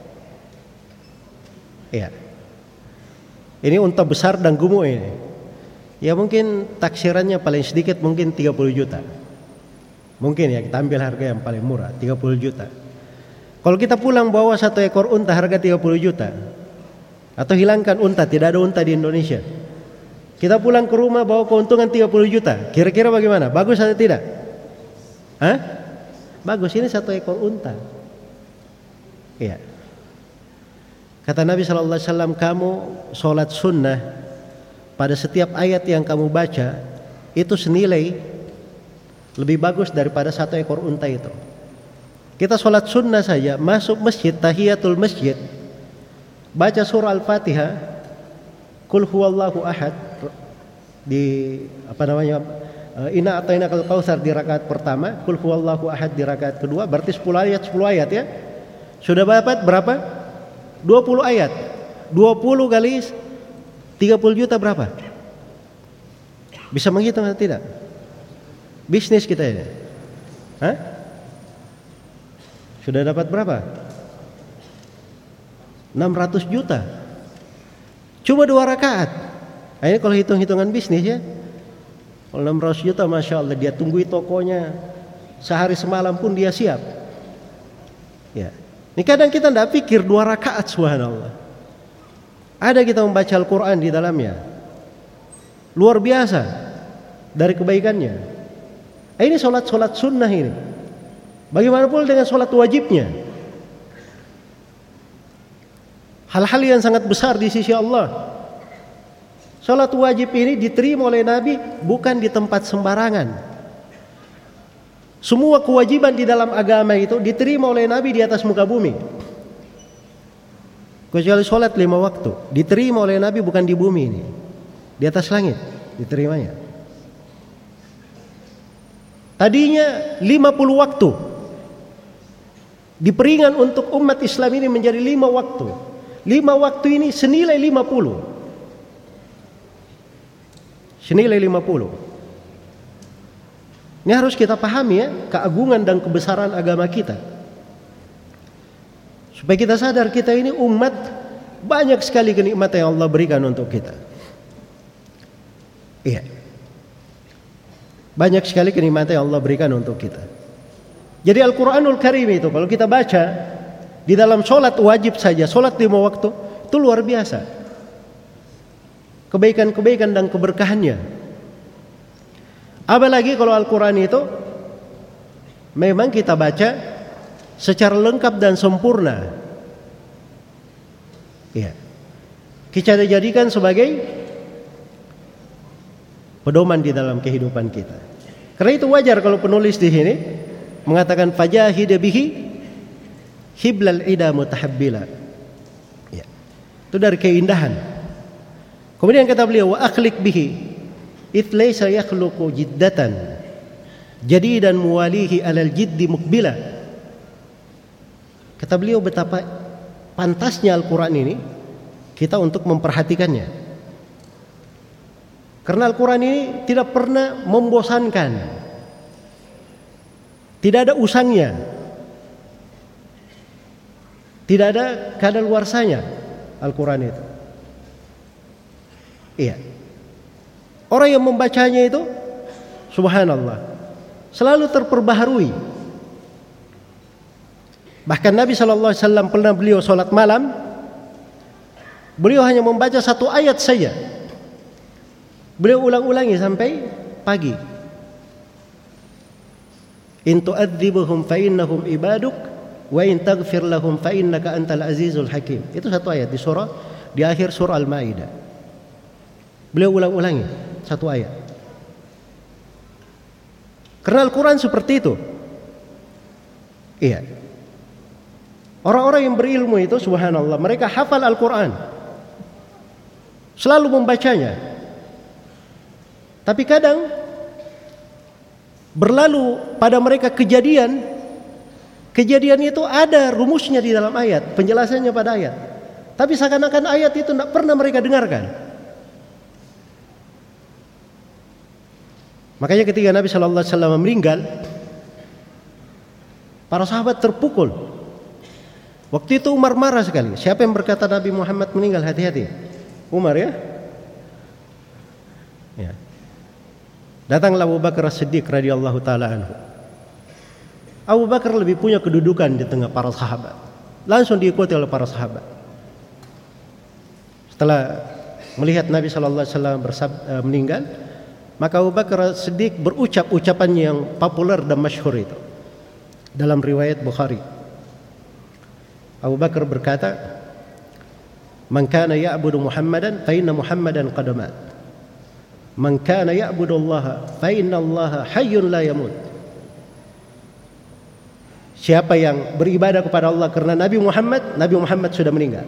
Ya. Ini unta besar dan gemuk ini. Ya mungkin taksirannya paling sedikit mungkin tiga puluh juta. Mungkin ya kita ambil harga yang paling murah, tiga puluh juta. Kalau kita pulang bawa satu ekor unta harga tiga puluh juta, atau hilangkan unta, tidak ada unta di Indonesia, kita pulang ke rumah bawa keuntungan tiga puluh juta, kira-kira bagaimana? Bagus atau tidak? Hah? Bagus, ini satu ekor unta. Iya. Kata Nabi shallallahu alaihi wasallam, kamu sholat sunnah pada setiap ayat yang kamu baca itu senilai lebih bagus daripada satu ekor unta itu. Kita sholat sunnah saja, masuk masjid, tahiyatul masjid, baca surah Al-Fatihah, Qul huwallahu ahad di apa namanya, Inna atainakal kautsar di rakaat pertama, Qul huwallahu ahad di rakaat kedua, berarti sepuluh ayat, sepuluh ayat ya. Sudah dapat berapa? dua puluh ayat. dua puluh kali tiga puluh juta berapa? Bisa menghitung atau tidak? Bisnis kita ini. Hah? Sudah dapat berapa? enam ratus juta. Cuma dua rakaat. Nah, ini kalau hitung-hitungan bisnis ya. Kalau enam ratus juta, Masya Allah, dia tunggui tokonya sehari semalam pun dia siap. Ya. Ini kadang kita tidak pikir dua rakaat, subhanallah. Ada kita membaca Al-Quran di dalamnya. Luar biasa dari kebaikannya. Nah, ini sholat-sholat sunnah ini. Bagaimana pula dengan sholat wajibnya? Hal-hal yang sangat besar di sisi Allah. Sholat wajib ini diterima oleh Nabi bukan di tempat sembarangan. Semua kewajiban di dalam agama itu diterima oleh Nabi di atas muka bumi. Kecuali sholat lima waktu, diterima oleh Nabi bukan di bumi ini, di atas langit diterimanya. Tadinya lima puluh waktu, diperingan untuk umat Islam ini menjadi lima waktu. Lima waktu ini senilai lima puluh. Senilai lima puluh. Ini harus kita pahami ya, keagungan dan kebesaran agama kita. Supaya kita sadar kita ini umat, banyak sekali kenikmatan yang Allah berikan untuk kita. Iya. Banyak sekali kenikmatan yang Allah berikan untuk kita. Jadi Al-Quranul Karim itu kalau kita baca di dalam sholat wajib saja, sholat lima waktu, itu luar biasa. Kebaikan-kebaikan dan keberkahannya. Apalagi kalau Al-Quran itu memang kita baca secara lengkap dan sempurna. Ya. Kita jadikan sebagai pedoman di dalam kehidupan kita. Karena itu wajar kalau penulis di sini mengatakan fajahid bihi hiblal ida mutahabbila. Ya. Itu dari keindahan. Kemudian kata beliau wa akhliq bihi id laysa yakhluqu jiddatan jadidan muwalihi alal jiddi mukbila. Kata beliau betapa pantasnya Al-Quran ini kita untuk memperhatikannya. Karena Al-Quran ini tidak pernah membosankan. Tidak ada usangnya. Tidak ada kadaluarsanya Al-Quran itu. Iya. Orang yang membacanya itu subhanallah selalu terperbaharui. Bahkan Nabi shallallahu alaihi wasallam pernah beliau sholat malam, beliau hanya membaca satu ayat saja. Beliau ulang-ulangi sampai pagi. In tu'adzibuhum fa innahum ibaduk wa in taghfir lahum fa innaka antal azizul hakim. Itu satu ayat di surah di akhir surah Al-Maidah. Beliau ulang-ulangi satu ayat. Karena Al-Quran seperti itu. Iya. Orang-orang yang berilmu itu subhanallah, mereka hafal Al-Quran, selalu membacanya. Tapi kadang berlalu pada mereka kejadian, kejadian itu ada rumusnya di dalam ayat, penjelasannya pada ayat. Tapi seakan-akan ayat itu tidak pernah mereka dengarkan. Makanya ketika Nabi shallallahu alaihi wasallam meninggal, para sahabat terpukul. Waktu itu Umar marah sekali. Siapa yang berkata Nabi Muhammad meninggal? Hati-hati. Umar ya. Ya. Datanglah Abu Bakar As-Siddiq radhiyallahu taala anhu. Abu Bakar lebih punya kedudukan di tengah para sahabat. Langsung diikuti oleh para sahabat. Setelah melihat Nabi sallallahu alaihi wasallam bersab- meninggal, maka Abu Bakar As-Siddiq berucap ucapan yang populer dan masyhur itu dalam riwayat Bukhari. Abu Bakar berkata, "Man kana ya'budu Muhammadan fa inna Muhammadan qad mat. Man kana ya'budu Allah fa inna Allah hayyun la yamut." Siapa yang beribadah kepada Allah karena Nabi Muhammad, Nabi Muhammad sudah meninggal.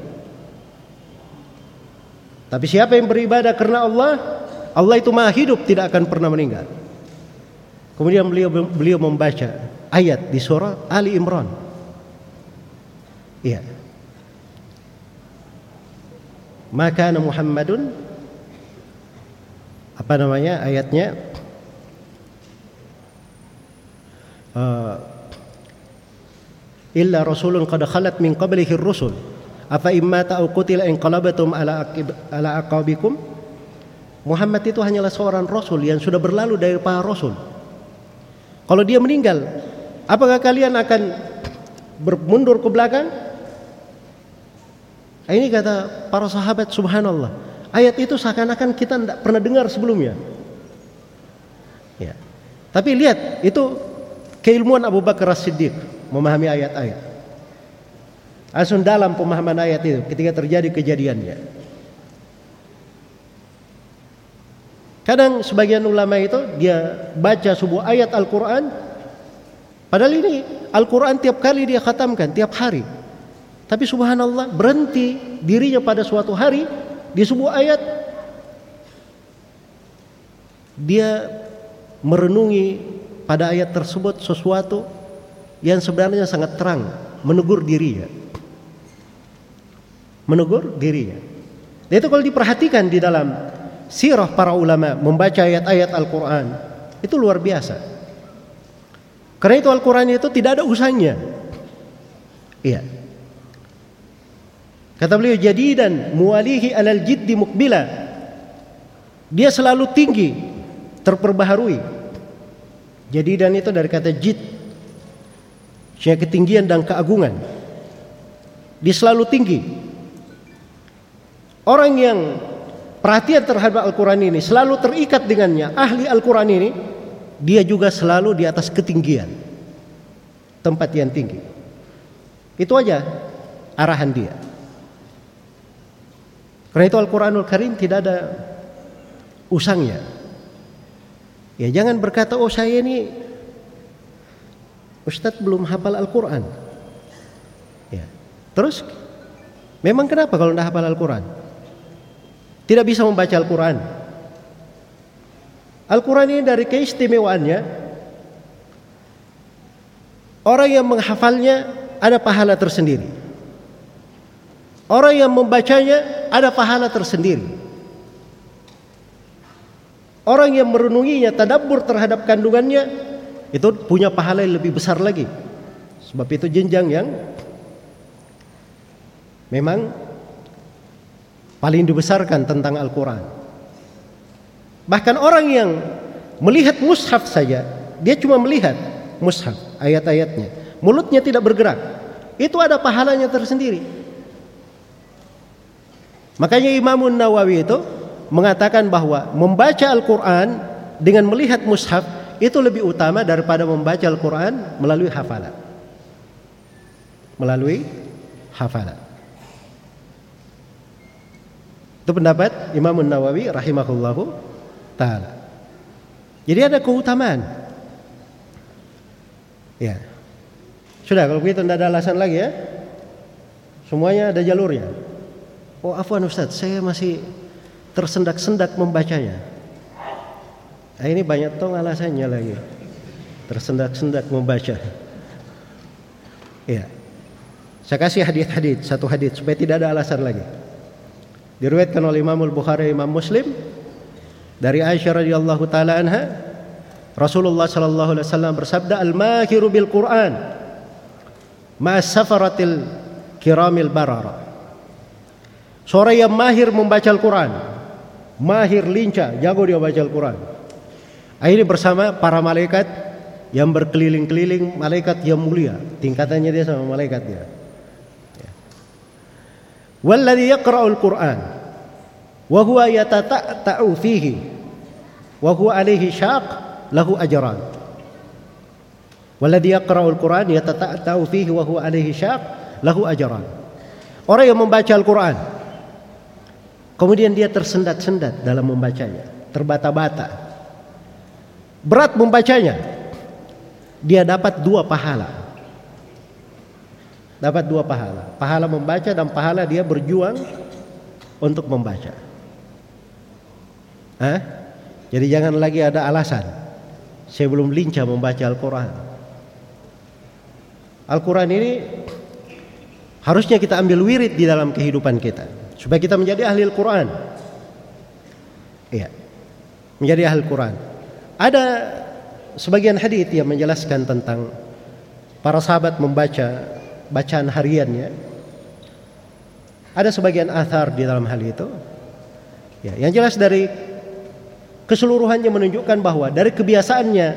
Tapi siapa yang beribadah karena Allah, Allah itu maha hidup, tidak akan pernah meninggal. Kemudian beliau beliau membaca ayat di surah Ali Imran. Iya. Maka Muhammadun, apa namanya ayatnya? uh, illa rasulun qad khalat min qablihi ar-rusul afa imma ta'u qutila inqalabatum ala aqib, ala aqabikum. Muhammad itu hanyalah seorang rasul yang sudah berlalu dari para rasul. Kalau dia meninggal, apakah kalian akan bermundur ke belakang? Ini kata para sahabat, subhanallah. Ayat itu seakan-akan kita tidak pernah dengar sebelumnya. Ya. Tapi lihat, itu keilmuan Abu Bakar As-Siddiq memahami ayat-ayat. Langsung dalam pemahaman ayat itu ketika terjadi kejadiannya. Kadang sebagian ulama itu dia baca sebuah ayat Al-Quran, padahal ini Al-Quran tiap kali dia khatamkan, tiap hari. Tapi subhanallah berhenti dirinya pada suatu hari di sebuah ayat, dia merenungi pada ayat tersebut sesuatu yang sebenarnya sangat terang, menegur dirinya. Menegur dirinya. Dan itu kalau diperhatikan di dalam sirah para ulama membaca ayat-ayat Al-Quran, itu luar biasa. Karena itu Al-Quran itu tidak ada usahanya. Iya. Kata beliau, jadidan muwalihi alal jiddi mukbila. Dia selalu tinggi, terperbaharui. Jadidan itu dari kata jid, ketinggian dan keagungan. Dia selalu tinggi. Orang yang perhatian terhadap Al-Quran ini selalu terikat dengannya, ahli Al-Quran ini, dia juga selalu di atas ketinggian, tempat yang tinggi. Itu aja arahan dia. Karena itu Al-Quranul Karim tidak ada usangnya. Ya jangan berkata, oh saya ini Ustadz belum hafal Al-Quran. Ya. Terus memang kenapa kalau tidak hafal Al-Quran? Tidak bisa membaca Al-Quran. Al-Quran ini dari keistimewaannya, orang yang menghafalnya ada pahala tersendiri. Orang yang membacanya ada pahala tersendiri. Orang yang merenunginya, tadabbur terhadap kandungannya, itu punya pahala yang lebih besar lagi. Sebab itu jenjang yang memang paling dibesarkan tentang Al-Quran. Bahkan orang yang melihat mushaf saja, dia cuma melihat mushaf, ayat-ayatnya, mulutnya tidak bergerak, itu ada pahalanya tersendiri. Makanya Imam Nawawi itu mengatakan bahwa membaca Al-Quran dengan melihat mushaf itu lebih utama daripada membaca Al-Quran melalui hafalan. Melalui hafalan. Itu pendapat Imam Nawawi rahimahullahu ta'ala. Jadi ada keutamaan. Ya. Sudah, kalau begitu tidak ada alasan lagi ya. Semuanya ada jalurnya. Oh afwan Ustaz, saya masih tersendak-sendak membacanya. Nah, ini banyak tong alasannya lagi. Tersendak-sendak membaca. Ya. Saya kasih hadits-hadits, satu hadits supaya tidak ada alasan lagi. Diriwayatkan oleh Imam Al-Bukhari, Imam Muslim dari Aisyah radhiyallahu taala anha, Rasulullah sallallahu alaihi wasallam bersabda, "Al-mahiru bil Qur'an ma'as safaratil kiramil barara." Seorang yang mahir membaca Al-Quran, mahir, lincah, jago dia baca Al-Quran. Ini bersama para malaikat yang berkeliling-keliling, malaikat yang mulia, tingkatannya dia sama malaikat dia. Walladhi yaqra'ul Qur'an wa huwa yatata'u fihi wa huwa alaihi syaq lahu ajran. Walladhi yaqra'ul Qur'an yatata'u fihi wa huwa alaihi syaq lahu ajran. Orang yang membaca Al-Quran kemudian dia tersendat-sendat dalam membacanya, terbata-bata, berat membacanya, dia dapat dua pahala. Dapat dua pahala. Pahala membaca dan pahala dia berjuang untuk membaca. Hah? Jadi jangan lagi ada alasan, saya belum lincah membaca Al-Quran. Al-Quran ini harusnya kita ambil wirid di dalam kehidupan kita, supaya kita menjadi ahli Al-Quran. Iya, menjadi ahli Al-Quran. Ada sebagian hadits yang menjelaskan tentang para sahabat membaca bacaan hariannya. Ada sebagian athar di dalam hal itu. Ya, yang jelas dari keseluruhannya menunjukkan bahwa dari kebiasaannya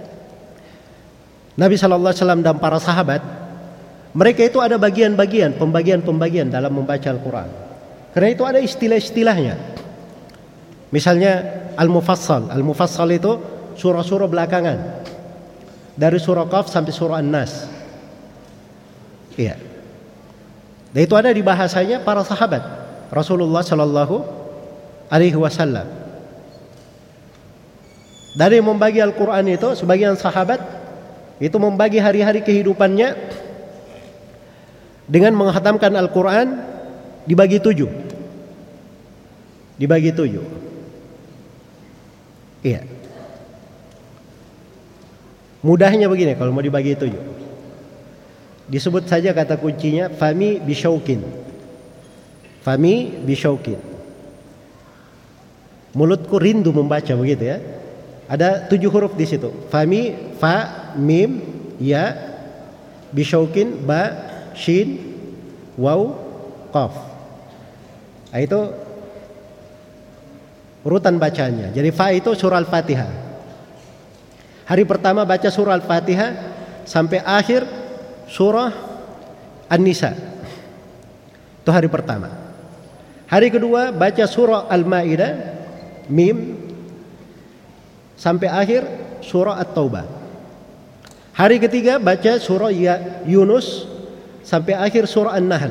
Nabi Shallallahu Alaihi Wasallam dan para sahabat, mereka itu ada bagian-bagian, pembagian-pembagian dalam membaca Al-Quran. Karena itu ada istilah-istilahnya. Misalnya Al-Mufassal. Al-Mufassal itu surah-surah belakangan, dari surah Qaf sampai surah An-Nas. Iya. Dan itu ada di bahasanya para sahabat Rasulullah Shallallahu Alaihi Wasallam. Dari membagi Al-Quran itu, sebagian sahabat itu membagi hari-hari kehidupannya dengan menghatamkan Al-Quran dibagi tujuh. Dibagi tujuh. Iya. Mudahnya begini kalau mau dibagi tujuh. Disebut saja kata kuncinya fami bisyaukin. Fami bisyaukin. Mulutku rindu membaca, begitu ya. Ada tujuh huruf di situ. Fami, fa, mim, ya, bisyaukin, ba, shin, waw, qaf. Nah, itu urutan bacanya. Jadi fa itu surah Al-Fatihah. Hari pertama baca surah Al-Fatihah sampai akhir surah An-Nisa. Itu hari pertama. Hari kedua baca surah Al-Maidah, mim, sampai akhir surah At-Taubah. Hari ketiga baca surah Yunus sampai akhir surah An-Nahl.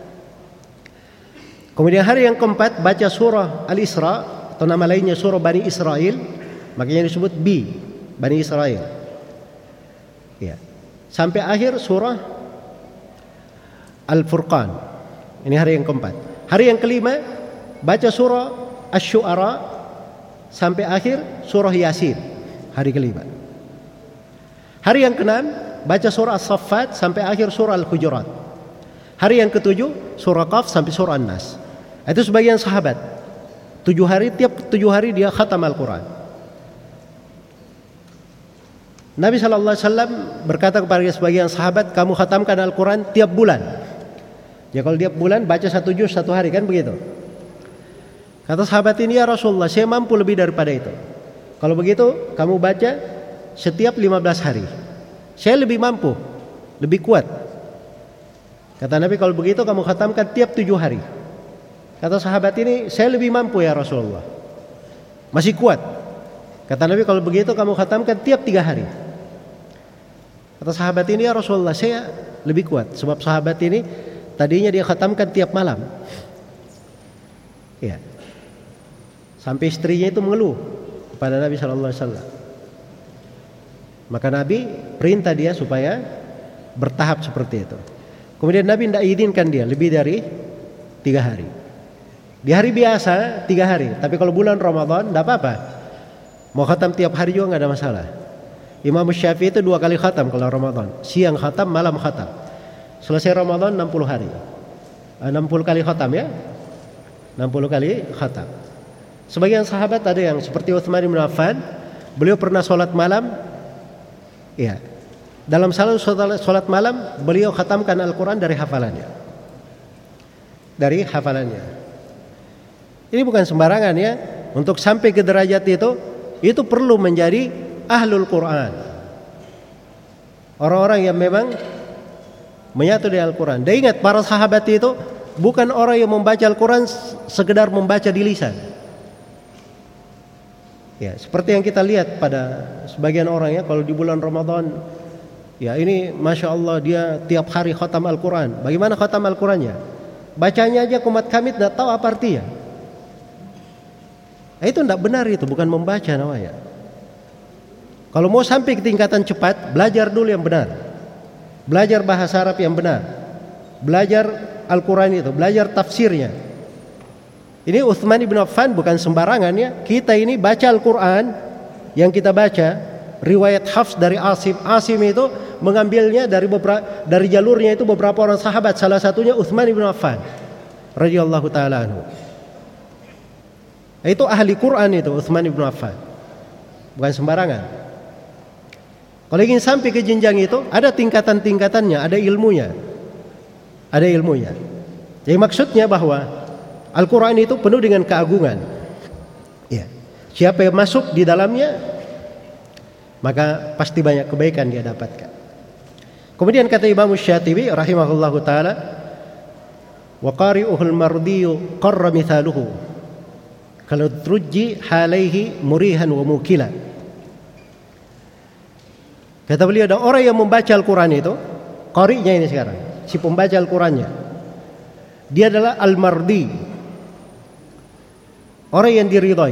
Kemudian hari yang keempat baca surah Al-Isra, atau nama lainnya surah Bani Israel, makanya disebut Bi, Bani Israel. Ya. Sampai akhir surah Al-Furqan. Ini hari yang keempat. Hari yang kelima baca surah Asy-Syu'ara sampai akhir surah Yasin, hari kelima. Hari yang keenam baca surah As-Saffat sampai akhir surah Al-Hujurat. Hari yang ketujuh surah Qaf sampai surah An-Nas. Itu sebagian sahabat. Tujuh hari, tiap tujuh hari dia khatam Al-Quran. Nabi Shallallahu Alaihi Wasallam berkata kepada sebagian sahabat, kamu khatamkan Al-Quran tiap bulan. Ya kalau tiap bulan baca satu juz satu hari, kan begitu. Kata sahabat ini, ya Rasulullah, saya mampu lebih daripada itu. Kalau begitu kamu baca setiap lima belas hari. Saya lebih mampu, lebih kuat. Kata Nabi, kalau begitu kamu khatamkan tiap tujuh hari. Kata sahabat ini, saya lebih mampu ya Rasulullah, masih kuat. Kata Nabi, kalau begitu kamu khatamkan tiap tiga hari. Kata sahabat ini, ya Rasulullah, saya lebih kuat. Sebab sahabat ini tadinya dia khatamkan tiap malam. Ya. Sampai istrinya itu mengeluh kepada Nabi Shallallahu Alaihi Wasallam. Maka Nabi perintah dia supaya bertahap seperti itu. Kemudian Nabi tidak izinkan dia lebih dari tiga hari. Di hari biasa tiga hari, tapi kalau bulan Ramadan tidak apa-apa. Mau khatam tiap hari juga nggak ada masalah. Imam Syafi'i itu dua kali khatam kalau Ramadan, siang khatam, malam khatam. Selesai Ramadan enam puluh hari, enam puluh kali khatam ya, enam puluh kali khatam. Sebagian sahabat ada yang seperti Utsman bin Affan, beliau pernah sholat malam, ya, dalam salah sholat malam beliau khatamkan Al-Quran dari hafalannya, dari hafalannya. Ini bukan sembarangan ya, untuk sampai ke derajat itu, itu perlu menjadi ahlul Quran, orang-orang yang memang menyatu dengan Al-Quran. Dan ingat, para sahabat itu bukan orang yang membaca Al-Quran sekedar membaca di lisan. Ya, seperti yang kita lihat pada sebagian orang ya, kalau di bulan Ramadan, ya ini Masya Allah dia tiap hari khatam Al-Quran. Bagaimana khatam Al-Qurannya? Bacanya aja umat kami tidak tahu apa artinya. Nah, itu tidak benar, itu bukan membaca namanya. Kalau mau sampai ke tingkatan cepat, belajar dulu yang benar. Belajar bahasa Arab yang benar. Belajar Al-Quran itu, belajar tafsirnya. Ini Utsman bin Affan bukan sembarangan ya. Kita ini baca Al-Quran, yang kita baca riwayat Hafs dari Asim. Asim itu mengambilnya dari beberapa, dari jalurnya itu beberapa orang sahabat. Salah satunya Utsman bin Affan radhiyallahu taala anhu. Itu ahli Quran itu Utsman bin Affan, bukan sembarangan. Kalau ingin sampai ke jenjang itu, ada tingkatan-tingkatannya, ada ilmunya. Ada ilmunya. Jadi maksudnya bahwa Al-Quran itu penuh dengan keagungan. Ya. Siapa yang masuk di dalamnya, maka pasti banyak kebaikan dia dapatkan. Kemudian kata Imam Syatibi rahimahullahu taala, wa qari'uhul mardiyu qarra mithaluhu kalau trujji halaihi murihan wa mukila. Kata beliau, ada orang yang membaca Al-Quran itu, qari'nya ini sekarang, si pembaca Al-Qurannya, dia adalah al-mardi, orang yang diridhai.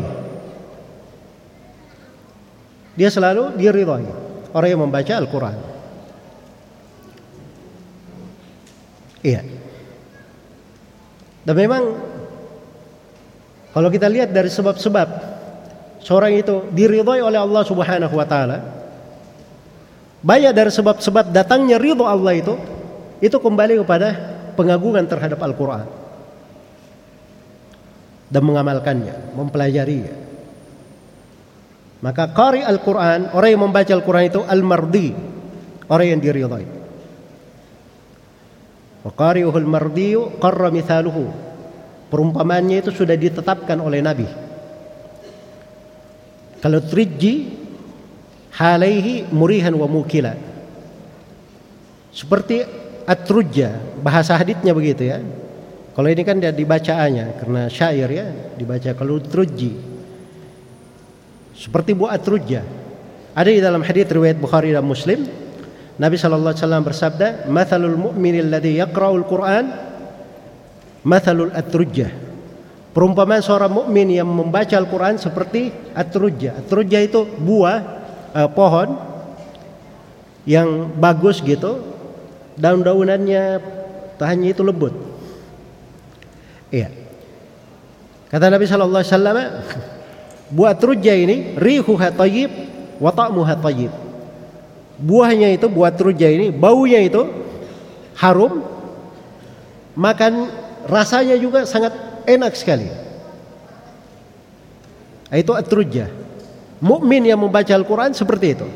Dia selalu diridhai, orang yang membaca Al-Quran. Iya. Dan memang kalau kita lihat dari sebab-sebab seorang itu diridhai oleh Allah Subhanahu wa taala, banyak dari sebab-sebab datangnya ridho Allah itu itu kembali kepada pengagungan terhadap Al-Quran dan mengamalkannya, mempelajarinya. Maka qari Al-Quran, orang yang membaca Al-Quran itu al-mardi, orang yang diridhai. Wa qari'uhul mardiyu qarra mithaluhu, perumpamannya itu sudah ditetapkan oleh Nabi. Kalau trijji halaihi murihan wa mukila, seperti at-trujja, bahasa haditsnya begitu ya. Kalau ini kan dia dibacaannya karena syair ya, dibaca kalau trujji seperti buah at-trujja. Ada di dalam hadits riwayat Bukhari dan Muslim, Nabi sallallahu alaihi wasallam bersabda, "Mathalul mu'minil ladzi yaqra'ul Qur'an mathalul at-trujja." Perumpamaan seorang mukmin yang membaca Al-Qur'an seperti at-trujja. At-trujja itu buah Uh, pohon yang bagus gitu, daun-daunannya tahannya itu lembut. Iya. Kata Nabi sallallahu alaihi wasallam, buah trujja ini rihuha thayyib wa ta'muha thayyib. Buahnya itu, buah trujja ini baunya itu harum, makan rasanya juga sangat enak sekali. Itu at-trujja. Mukmin yang membaca Al-Quran seperti itu.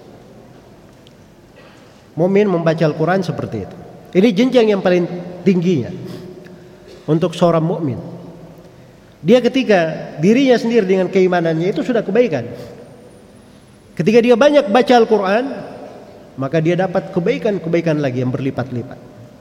Mukmin membaca Al-Quran seperti itu. Ini jenjang yang paling tingginya untuk seorang mukmin. Dia ketika dirinya sendiri dengan keimanannya itu sudah kebaikan. Ketika dia banyak baca Al-Quran, maka dia dapat kebaikan-kebaikan lagi yang berlipat-lipat.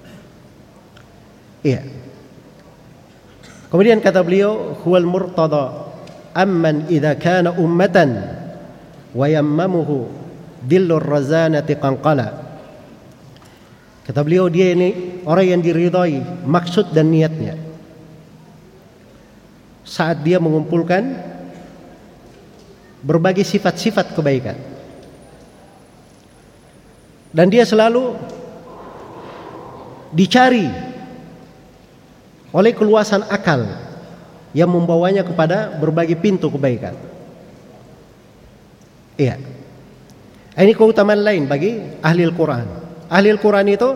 Iya. Kemudian kata beliau, huwal murtada amman idza kana ummatan wa yammamuhu dillur razanati qanqala. Kata beliau, dia ini orang yang diridhai maksud dan niatnya saat dia mengumpulkan berbagai sifat-sifat kebaikan, dan dia selalu dicari oleh keluasan akal yang membawanya kepada berbagai pintu kebaikan. Iya. Ini keutamaan lain bagi ahli Al-Quran. Ahli Al-Quran itu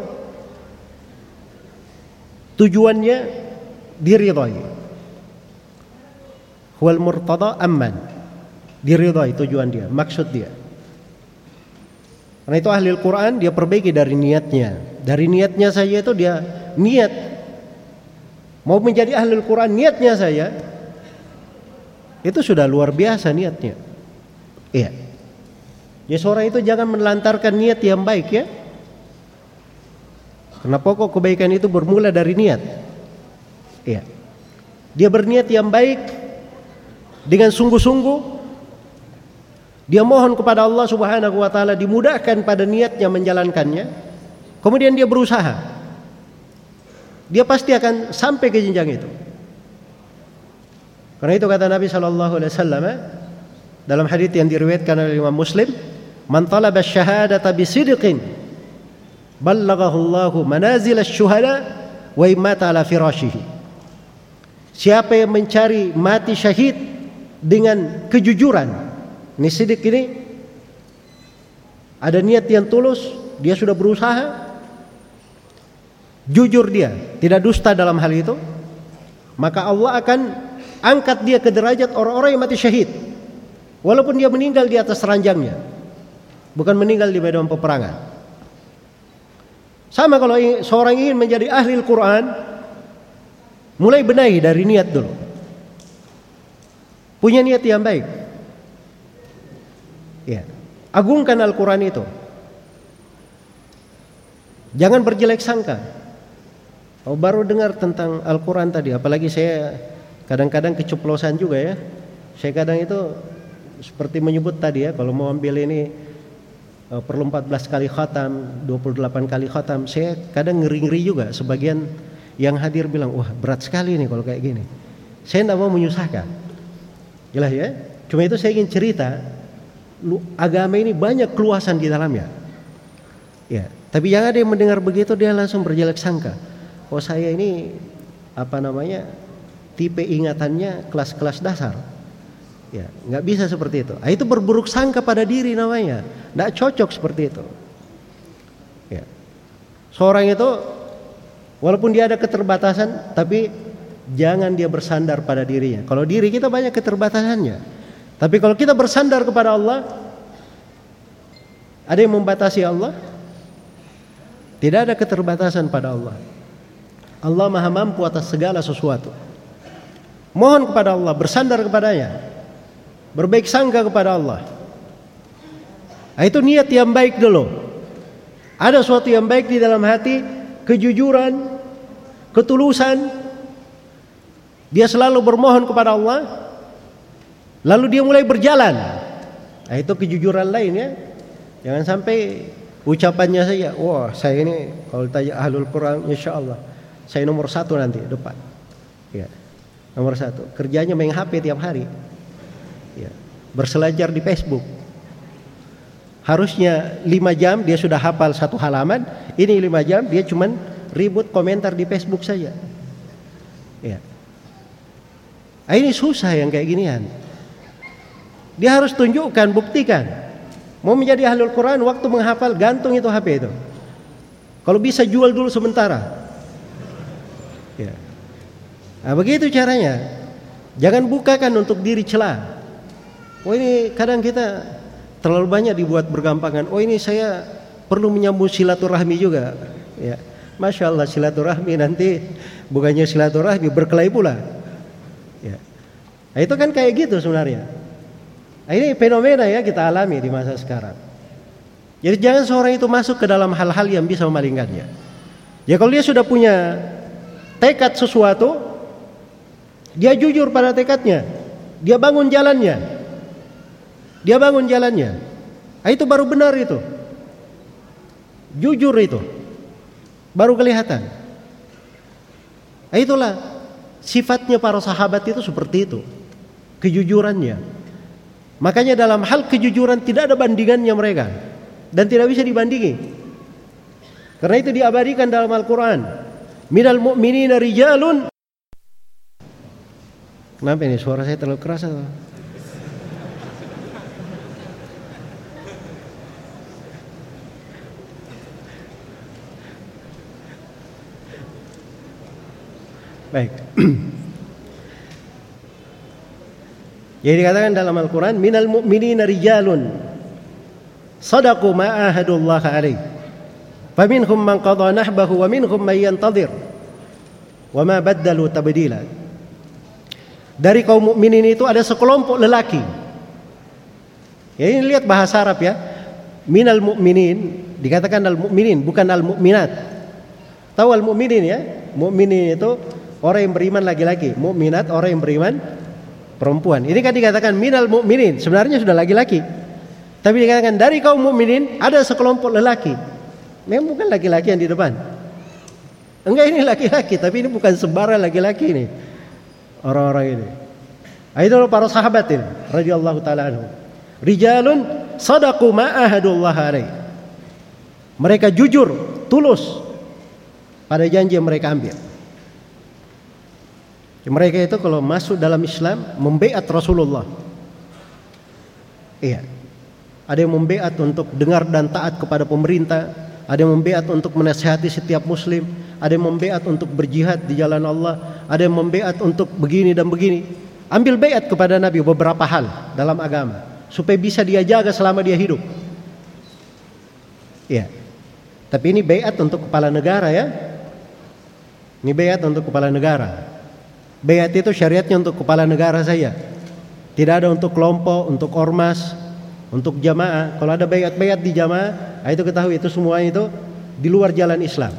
tujuannya diridhai. Huwal murtada amman, diridhai tujuan dia, maksud dia. Karena itu ahli Al-Quran dia perbaiki dari niatnya. Dari niatnya saja itu dia niat mau menjadi ahli Al-Quran, niatnya saya itu sudah luar biasa niatnya. Iya. Ya, seorang itu jangan melantarkan niat yang baik ya. Karena pokok kebaikan itu bermula dari niat. Iya. Dia berniat yang baik dengan sungguh-sungguh. Dia mohon kepada Allah Subhanahu wa taala dimudahkan pada niatnya menjalankannya. Kemudian dia berusaha. Dia pasti akan sampai ke jenjang itu. Karena itu kata Nabi sallallahu alaihi wasallam dalam hadits yang diriwayatkan oleh Imam Muslim, "Man talaba asy-syahadata bisidqin ballaghahu Allahu manazil asy-syuhada wa imata ala firashihi." Siapa yang mencari mati syahid dengan kejujuran, ini sidik ini ada niat yang tulus, dia sudah berusaha, jujur dia, tidak dusta dalam hal itu, maka Allah akan angkat dia ke derajat orang-orang yang mati syahid, walaupun dia meninggal di atas ranjangnya. bukan meninggal di medan peperangan. Sama kalau seorang ingin menjadi ahli Al-Quran, mulai benahi dari niat dulu. Punya niat yang baik. Ya, agungkan Al-Quran itu. Jangan berjelek sangka. Oh, baru dengar tentang Al-Quran tadi, apalagi saya kadang-kadang keceplosan juga ya. Saya kadang itu seperti menyebut tadi ya, kalau mau ambil ini uh, perlu empat belas kali khatam, dua puluh delapan kali khatam. Saya kadang ngeri-ngeri juga. Sebagian yang hadir bilang, wah berat sekali nih kalau kayak gini. Saya tidak mau menyusahkan. Jelas ya. Cuma itu saya ingin cerita, agama ini banyak keluasan di dalamnya. Ya. Tapi yang ada yang mendengar begitu dia langsung berjelek sangka. Oh saya ini apa namanya tipe ingatannya kelas-kelas dasar. Ya, nggak bisa seperti itu. Ah, itu berburuk sangka pada diri namanya. Nggak cocok seperti itu. Ya. Seorang itu walaupun dia ada keterbatasan, tapi jangan dia bersandar pada dirinya. Kalau diri kita banyak keterbatasannya. Tapi kalau kita bersandar kepada Allah, ada yang membatasi Allah? Tidak ada keterbatasan pada Allah. Allah Maha mampu atas segala sesuatu. Mohon kepada Allah, bersandar kepadanya, berbaik sangka kepada Allah. Nah, itu niat yang baik dulu. Ada sesuatu yang baik di dalam hati, kejujuran, ketulusan. Dia selalu bermohon kepada Allah, lalu dia mulai berjalan. Nah, itu kejujuran lainnya. Jangan sampai ucapannya saja, wah saya ini kalau ditanya ahlul Quran, insya Allah saya nomor satu nanti depan. Ya, nomor satu. Kerjanya main H P tiap hari. Ya, berselancar di Facebook. Harusnya lima jam dia sudah hafal satu halaman. Ini lima jam dia cuman ribut komentar di Facebook saja. Ya. Nah, ini susah yang kayak ginian. Dia harus tunjukkan, buktikan. Mau menjadi ahlul Quran, waktu menghafal gantung itu H P itu. Kalau bisa jual dulu sementara. Ya. Nah, begitu caranya. Jangan bukakan untuk diri celah. Oh ini kadang kita terlalu banyak dibuat bergampangan. Oh ini saya perlu menyambung silaturahmi juga. Ya. Masya Allah silaturahmi nanti bukannya silaturahmi berkelahi pula. Ya. Nah, itu kan kayak gitu sebenarnya. Nah, ini fenomena ya kita alami di masa sekarang. Jadi jangan seorang itu masuk ke dalam hal-hal yang bisa memalingkannya. Ya kalau dia sudah punya tekad sesuatu, dia jujur pada tekadnya, dia bangun jalannya, dia bangun jalannya. Nah, itu baru benar itu, jujur itu, baru kelihatan. Nah, itulah sifatnya para sahabat itu seperti itu, kejujurannya. Makanya dalam hal kejujuran tidak ada bandingannya mereka dan tidak bisa dibandingi. Karena itu diabadikan dalam Al-Quran. Minal mu'minina rijalun. Kenapa ini suara saya terlalu keras atau? Baik. Jadi dikatakan dalam Al-Quran, minal mu'minina rijalun sadaqu ma ahadullah alaih faminhum man qadha nahbahu wa minhum man yantadhir wa ma baddalu tabdila. Dari kaum mukminin itu ada sekelompok lelaki. Ya ini lihat bahasa Arab ya. Minal mu'minin dikatakan al-mu'minin bukan al-mu'minat. Tahu al-mu'minin ya? Mu'minin itu orang yang beriman laki-laki, mu'minat orang yang beriman perempuan. Ini kan dikatakan minal mu'minin, sebenarnya sudah laki-laki. Tapi dikatakan dari kaum mukminin ada sekelompok lelaki. Memang bukan laki-laki yang di depan. Enggak, ini laki-laki, tapi ini bukan sembarang laki-laki ini. Orang-orang ini. Nah, itu para sahabat ini radhiyallahu taala anhum. Rijalun sadaqu ma ahadullah alaih. Mereka jujur, tulus pada janji yang mereka ambil. Mereka itu kalau masuk dalam Islam membaiat Rasulullah. Iya. Ada yang membaiat untuk dengar dan taat kepada pemerintah, ada yang membaiat untuk menasihati setiap muslim, ada yang membaiat untuk berjihad di jalan Allah, ada yang membaiat untuk begini dan begini. Ambil baiat kepada Nabi beberapa hal dalam agama supaya bisa dia jaga selama dia hidup. Ya. Tapi ini baiat untuk kepala negara ya. Ini baiat untuk kepala negara. Baiat itu syariatnya untuk kepala negara saja. Tidak ada untuk kelompok, untuk ormas, untuk jamaah. Kalau ada baiat-baiat di jamaah, itu ketahui itu semua itu di luar jalan Islam.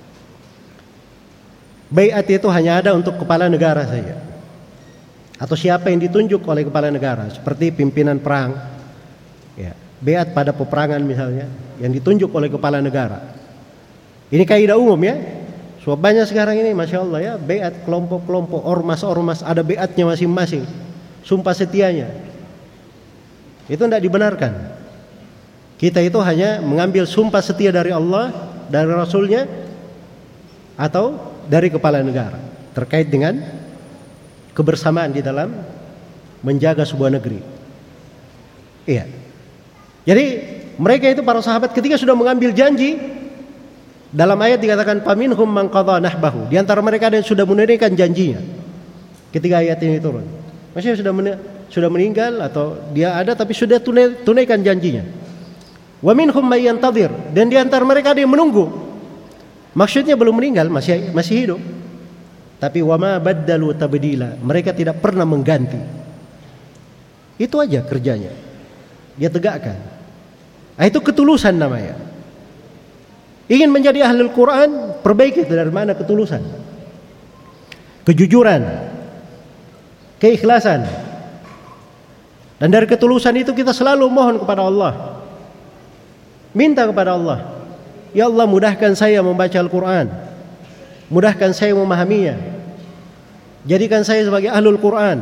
Baiat itu hanya ada untuk kepala negara saja. Atau siapa yang ditunjuk oleh kepala negara, seperti pimpinan perang. Ya, baiat pada peperangan misalnya yang ditunjuk oleh kepala negara. Ini kaidah umum ya. Sebab banyak sekarang ini Masya Allah ya, baiat kelompok-kelompok, ormas-ormas, ada baiatnya masing-masing, sumpah setianya. Itu tidak dibenarkan. Kita itu hanya mengambil sumpah setia dari Allah, dari Rasulnya, atau dari kepala negara terkait dengan kebersamaan di dalam menjaga sebuah negeri. Iya. Jadi mereka itu para sahabat ketika sudah mengambil janji, dalam ayat dikatakan faminhum man qadha nahbahu, di antara mereka ada yang sudah menunaikan janjinya. Ketika ayat ini turun, maksudnya sudah men- sudah meninggal atau dia ada tapi sudah tunai, tunaikan janjinya. Wa minhum may yantadhir, dan di antara mereka ada yang menunggu. Maksudnya belum meninggal, masih masih hidup. Tapi wa ma baddalu tabdila, mereka tidak pernah mengganti. Itu aja kerjanya. Dia tegakkan. Nah, itu ketulusan namanya. Ingin menjadi ahlul Quran, perbaiki itu dari mana ketulusan, kejujuran, keikhlasan. Dan dari ketulusan itu kita selalu mohon kepada Allah, minta kepada Allah, ya Allah mudahkan saya membaca Al-Quran, mudahkan saya memahaminya, jadikan saya sebagai ahlul Quran.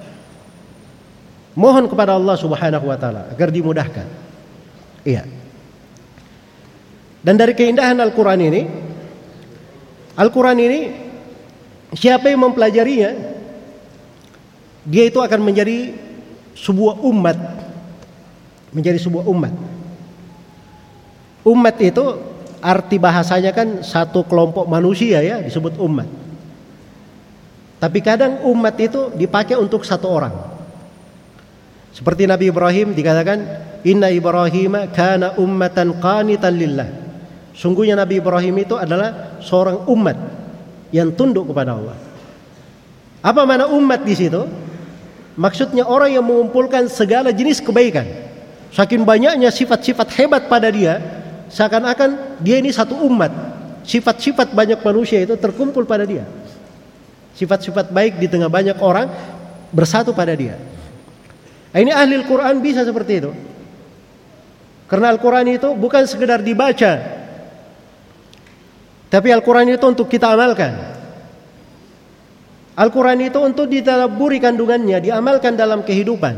Mohon kepada Allah Subhanahu wa taala agar dimudahkan. Iya. Dan dari keindahan Al-Quran ini, Al-Quran ini siapa yang mempelajarinya, dia itu akan menjadi sebuah umat, menjadi sebuah umat. Umat itu arti bahasanya kan satu kelompok manusia ya, disebut umat. Tapi kadang umat itu dipakai untuk satu orang. Seperti Nabi Ibrahim dikatakan, Inna Ibrahim kana ummatan qanitan lillah. Sungguhnya Nabi Ibrahim itu adalah seorang umat yang tunduk kepada Allah. Apa makna umat di situ? Maksudnya orang yang mengumpulkan segala jenis kebaikan. Saking banyaknya sifat-sifat hebat pada dia, seakan-akan dia ini satu umat. Sifat-sifat banyak manusia itu terkumpul pada dia. Sifat-sifat baik di tengah banyak orang bersatu pada dia. Ini ahli Al-Quran bisa seperti itu. Karena Al-Quran itu bukan sekedar dibaca, tapi Al-Quran itu untuk kita amalkan. Al-Quran itu untuk ditadabburi kandungannya, diamalkan dalam kehidupan.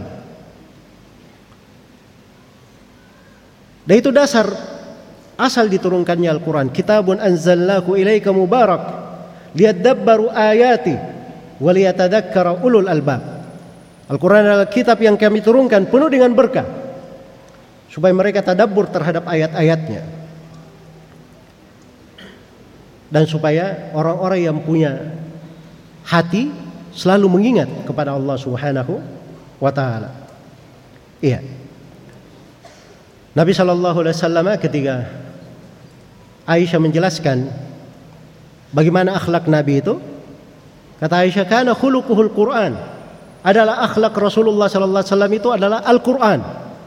Dan itu dasar asal diturunkannya Al-Quran. Kitabun anzalnahu ilaika mubarak liyadabbaru ayati wa liyatadzakkara ulul albab. Al-Quran adalah kitab yang kami turunkan penuh dengan berkah, supaya mereka tadabbur terhadap ayat-ayatnya, dan supaya orang-orang yang punya hati selalu mengingat kepada Allah Subhanahu wa taala. Iya. Nabi sallallahu alaihi wasallam ketika Aisyah menjelaskan bagaimana akhlak Nabi itu, kata Aisyah, kana khuluquhul Quran, adalah akhlak Rasulullah sallallahu alaihi wasallam itu adalah Al-Quran.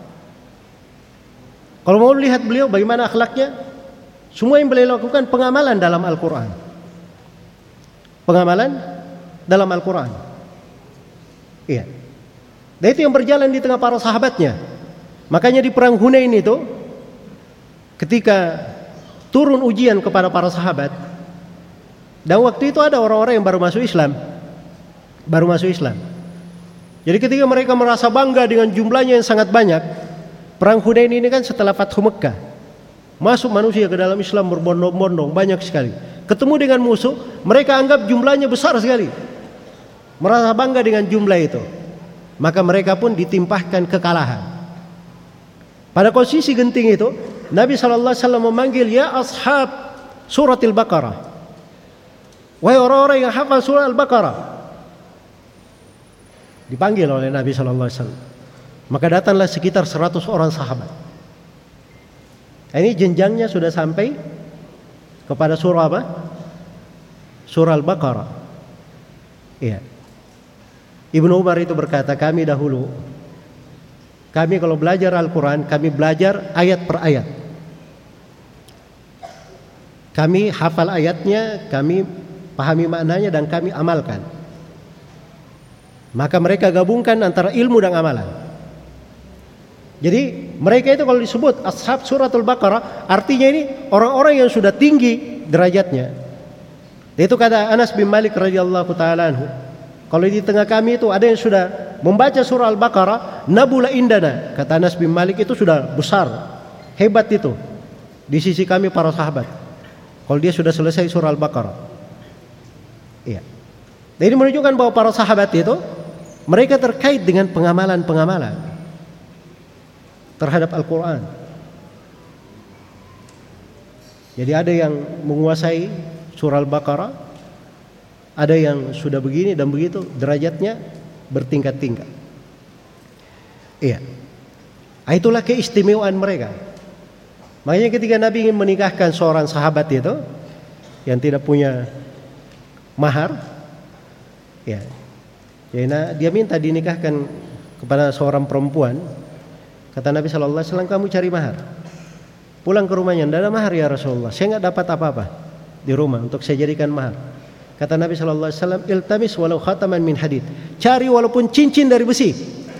Kalau mau lihat beliau bagaimana akhlaknya, semua yang beliau lakukan pengamalan dalam Al-Quran. Pengamalan dalam Al-Quran. Iya. Dan itu yang berjalan di tengah para sahabatnya. Makanya di perang Hunain itu, ketika turun ujian kepada para sahabat, dan waktu itu ada orang-orang yang baru masuk Islam, baru masuk Islam. Jadi ketika mereka merasa bangga dengan jumlahnya yang sangat banyak, perang Hunain ini kan setelah Fathu Mekkah, masuk manusia ke dalam Islam berbondong-bondong, banyak sekali. Ketemu dengan musuh, mereka anggap jumlahnya besar sekali, merasa bangga dengan jumlah itu. Maka mereka pun ditimpahkan kekalahan. Pada posisi genting itu, Nabi sallallahu alaihi wasallam memanggil, ya ashab surat Al-Baqarah, wahai orang-orang yang hafal surah Al-Baqarah. Dipanggil oleh Nabi sallallahu alaihi wasallam. Maka datanglah sekitar seratus orang sahabat. Ini jenjangnya sudah sampai kepada surah apa? Surah Al-Baqarah. Iya. Ibnu Umar itu berkata, kami dahulu, kami kalau belajar Al-Quran, kami belajar ayat per ayat. Kami hafal ayatnya, kami pahami maknanya dan kami amalkan. Maka mereka gabungkan antara ilmu dan amalan. Jadi mereka itu kalau disebut ashab suratul Baqarah, artinya ini orang-orang yang sudah tinggi derajatnya. Itu kata Anas bin Malik radhiyallahu taala anhu, kalau di tengah kami itu ada yang sudah membaca surah Al-Baqarah, nabula indana, kata Anas bin Malik, itu sudah besar, hebat itu di sisi kami para sahabat. Kalau dia sudah selesai surah Al-Baqarah. Iya. Jadi menunjukkan bahwa para sahabat itu mereka terkait dengan pengamalan-pengamalan terhadap Al-Quran. Jadi ada yang menguasai surah Al-Baqarah, ada yang sudah begini dan begitu, derajatnya bertingkat-tingkat. Iya. Itulah keistimewaan mereka. Makanya ketika Nabi ingin menikahkan seorang sahabat itu yang tidak punya mahar, ya, jadi dia minta dinikahkan kepada seorang perempuan. Kata Nabi Shallallahu Alaihi Wasallam, kamu cari mahar. Pulang ke rumahnya, tidak ada mahar ya Rasulullah. Saya nggak dapat apa-apa di rumah untuk saya jadikan mahar. Kata Nabi Shallallahu Alaihi Wasallam, iltamis walau khataman min hadid. Cari walaupun cincin dari besi.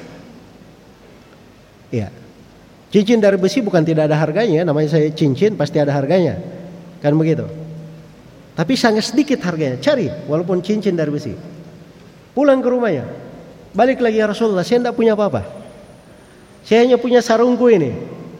Ya, cincin dari besi bukan tidak ada harganya. Namanya saya cincin pasti ada harganya, kan begitu. Tapi sangat sedikit harganya. Cari walaupun cincin dari besi. Pulang ke rumahnya, balik lagi ya Rasulullah, saya tidak punya apa-apa. Saya hanya punya sarungku ini.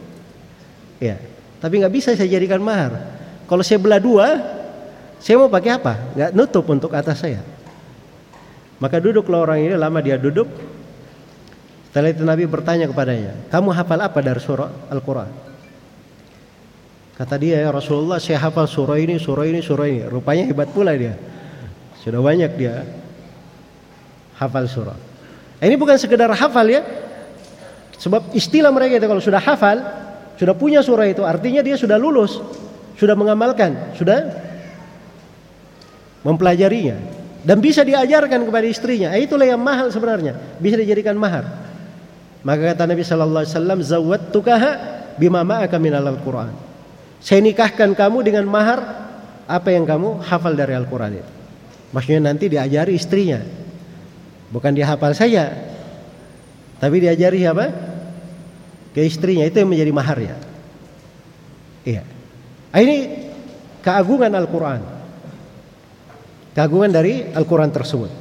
Ya, tapi nggak bisa saya jadikan mahar. Kalau saya belah dua, saya mau pakai apa? Nggak nutup untuk atas saya. Maka duduklah orang ini, lama dia duduk. Setelah itu Nabi bertanya kepadanya, kamu hafal apa dari surah Al-Quran? Kata dia, ya Rasulullah, saya hafal surah ini, surah ini, surah ini. Rupanya hebat pula dia. Sudah banyak dia hafal surah. Ini bukan sekedar hafal ya. Sebab istilah mereka itu kalau sudah hafal, sudah punya surah itu, artinya dia sudah lulus, sudah mengamalkan, sudah mempelajarinya, dan bisa diajarkan kepada istrinya. Itulah yang mahal sebenarnya, bisa dijadikan mahar. Maka kata Nabi Sallallahu Alaihi Wasallam, zawwattukaha bima ma'aka minal Al-Quran. Saya nikahkan kamu dengan mahar apa yang kamu hafal dari Al-Quran itu. Maksudnya nanti diajari istrinya, bukan dia hafal saja, tapi diajari apa? Ke istrinya, itu yang menjadi maharnya. Iya. Ini keagungan Al-Quran, keagungan dari Al-Quran tersebut.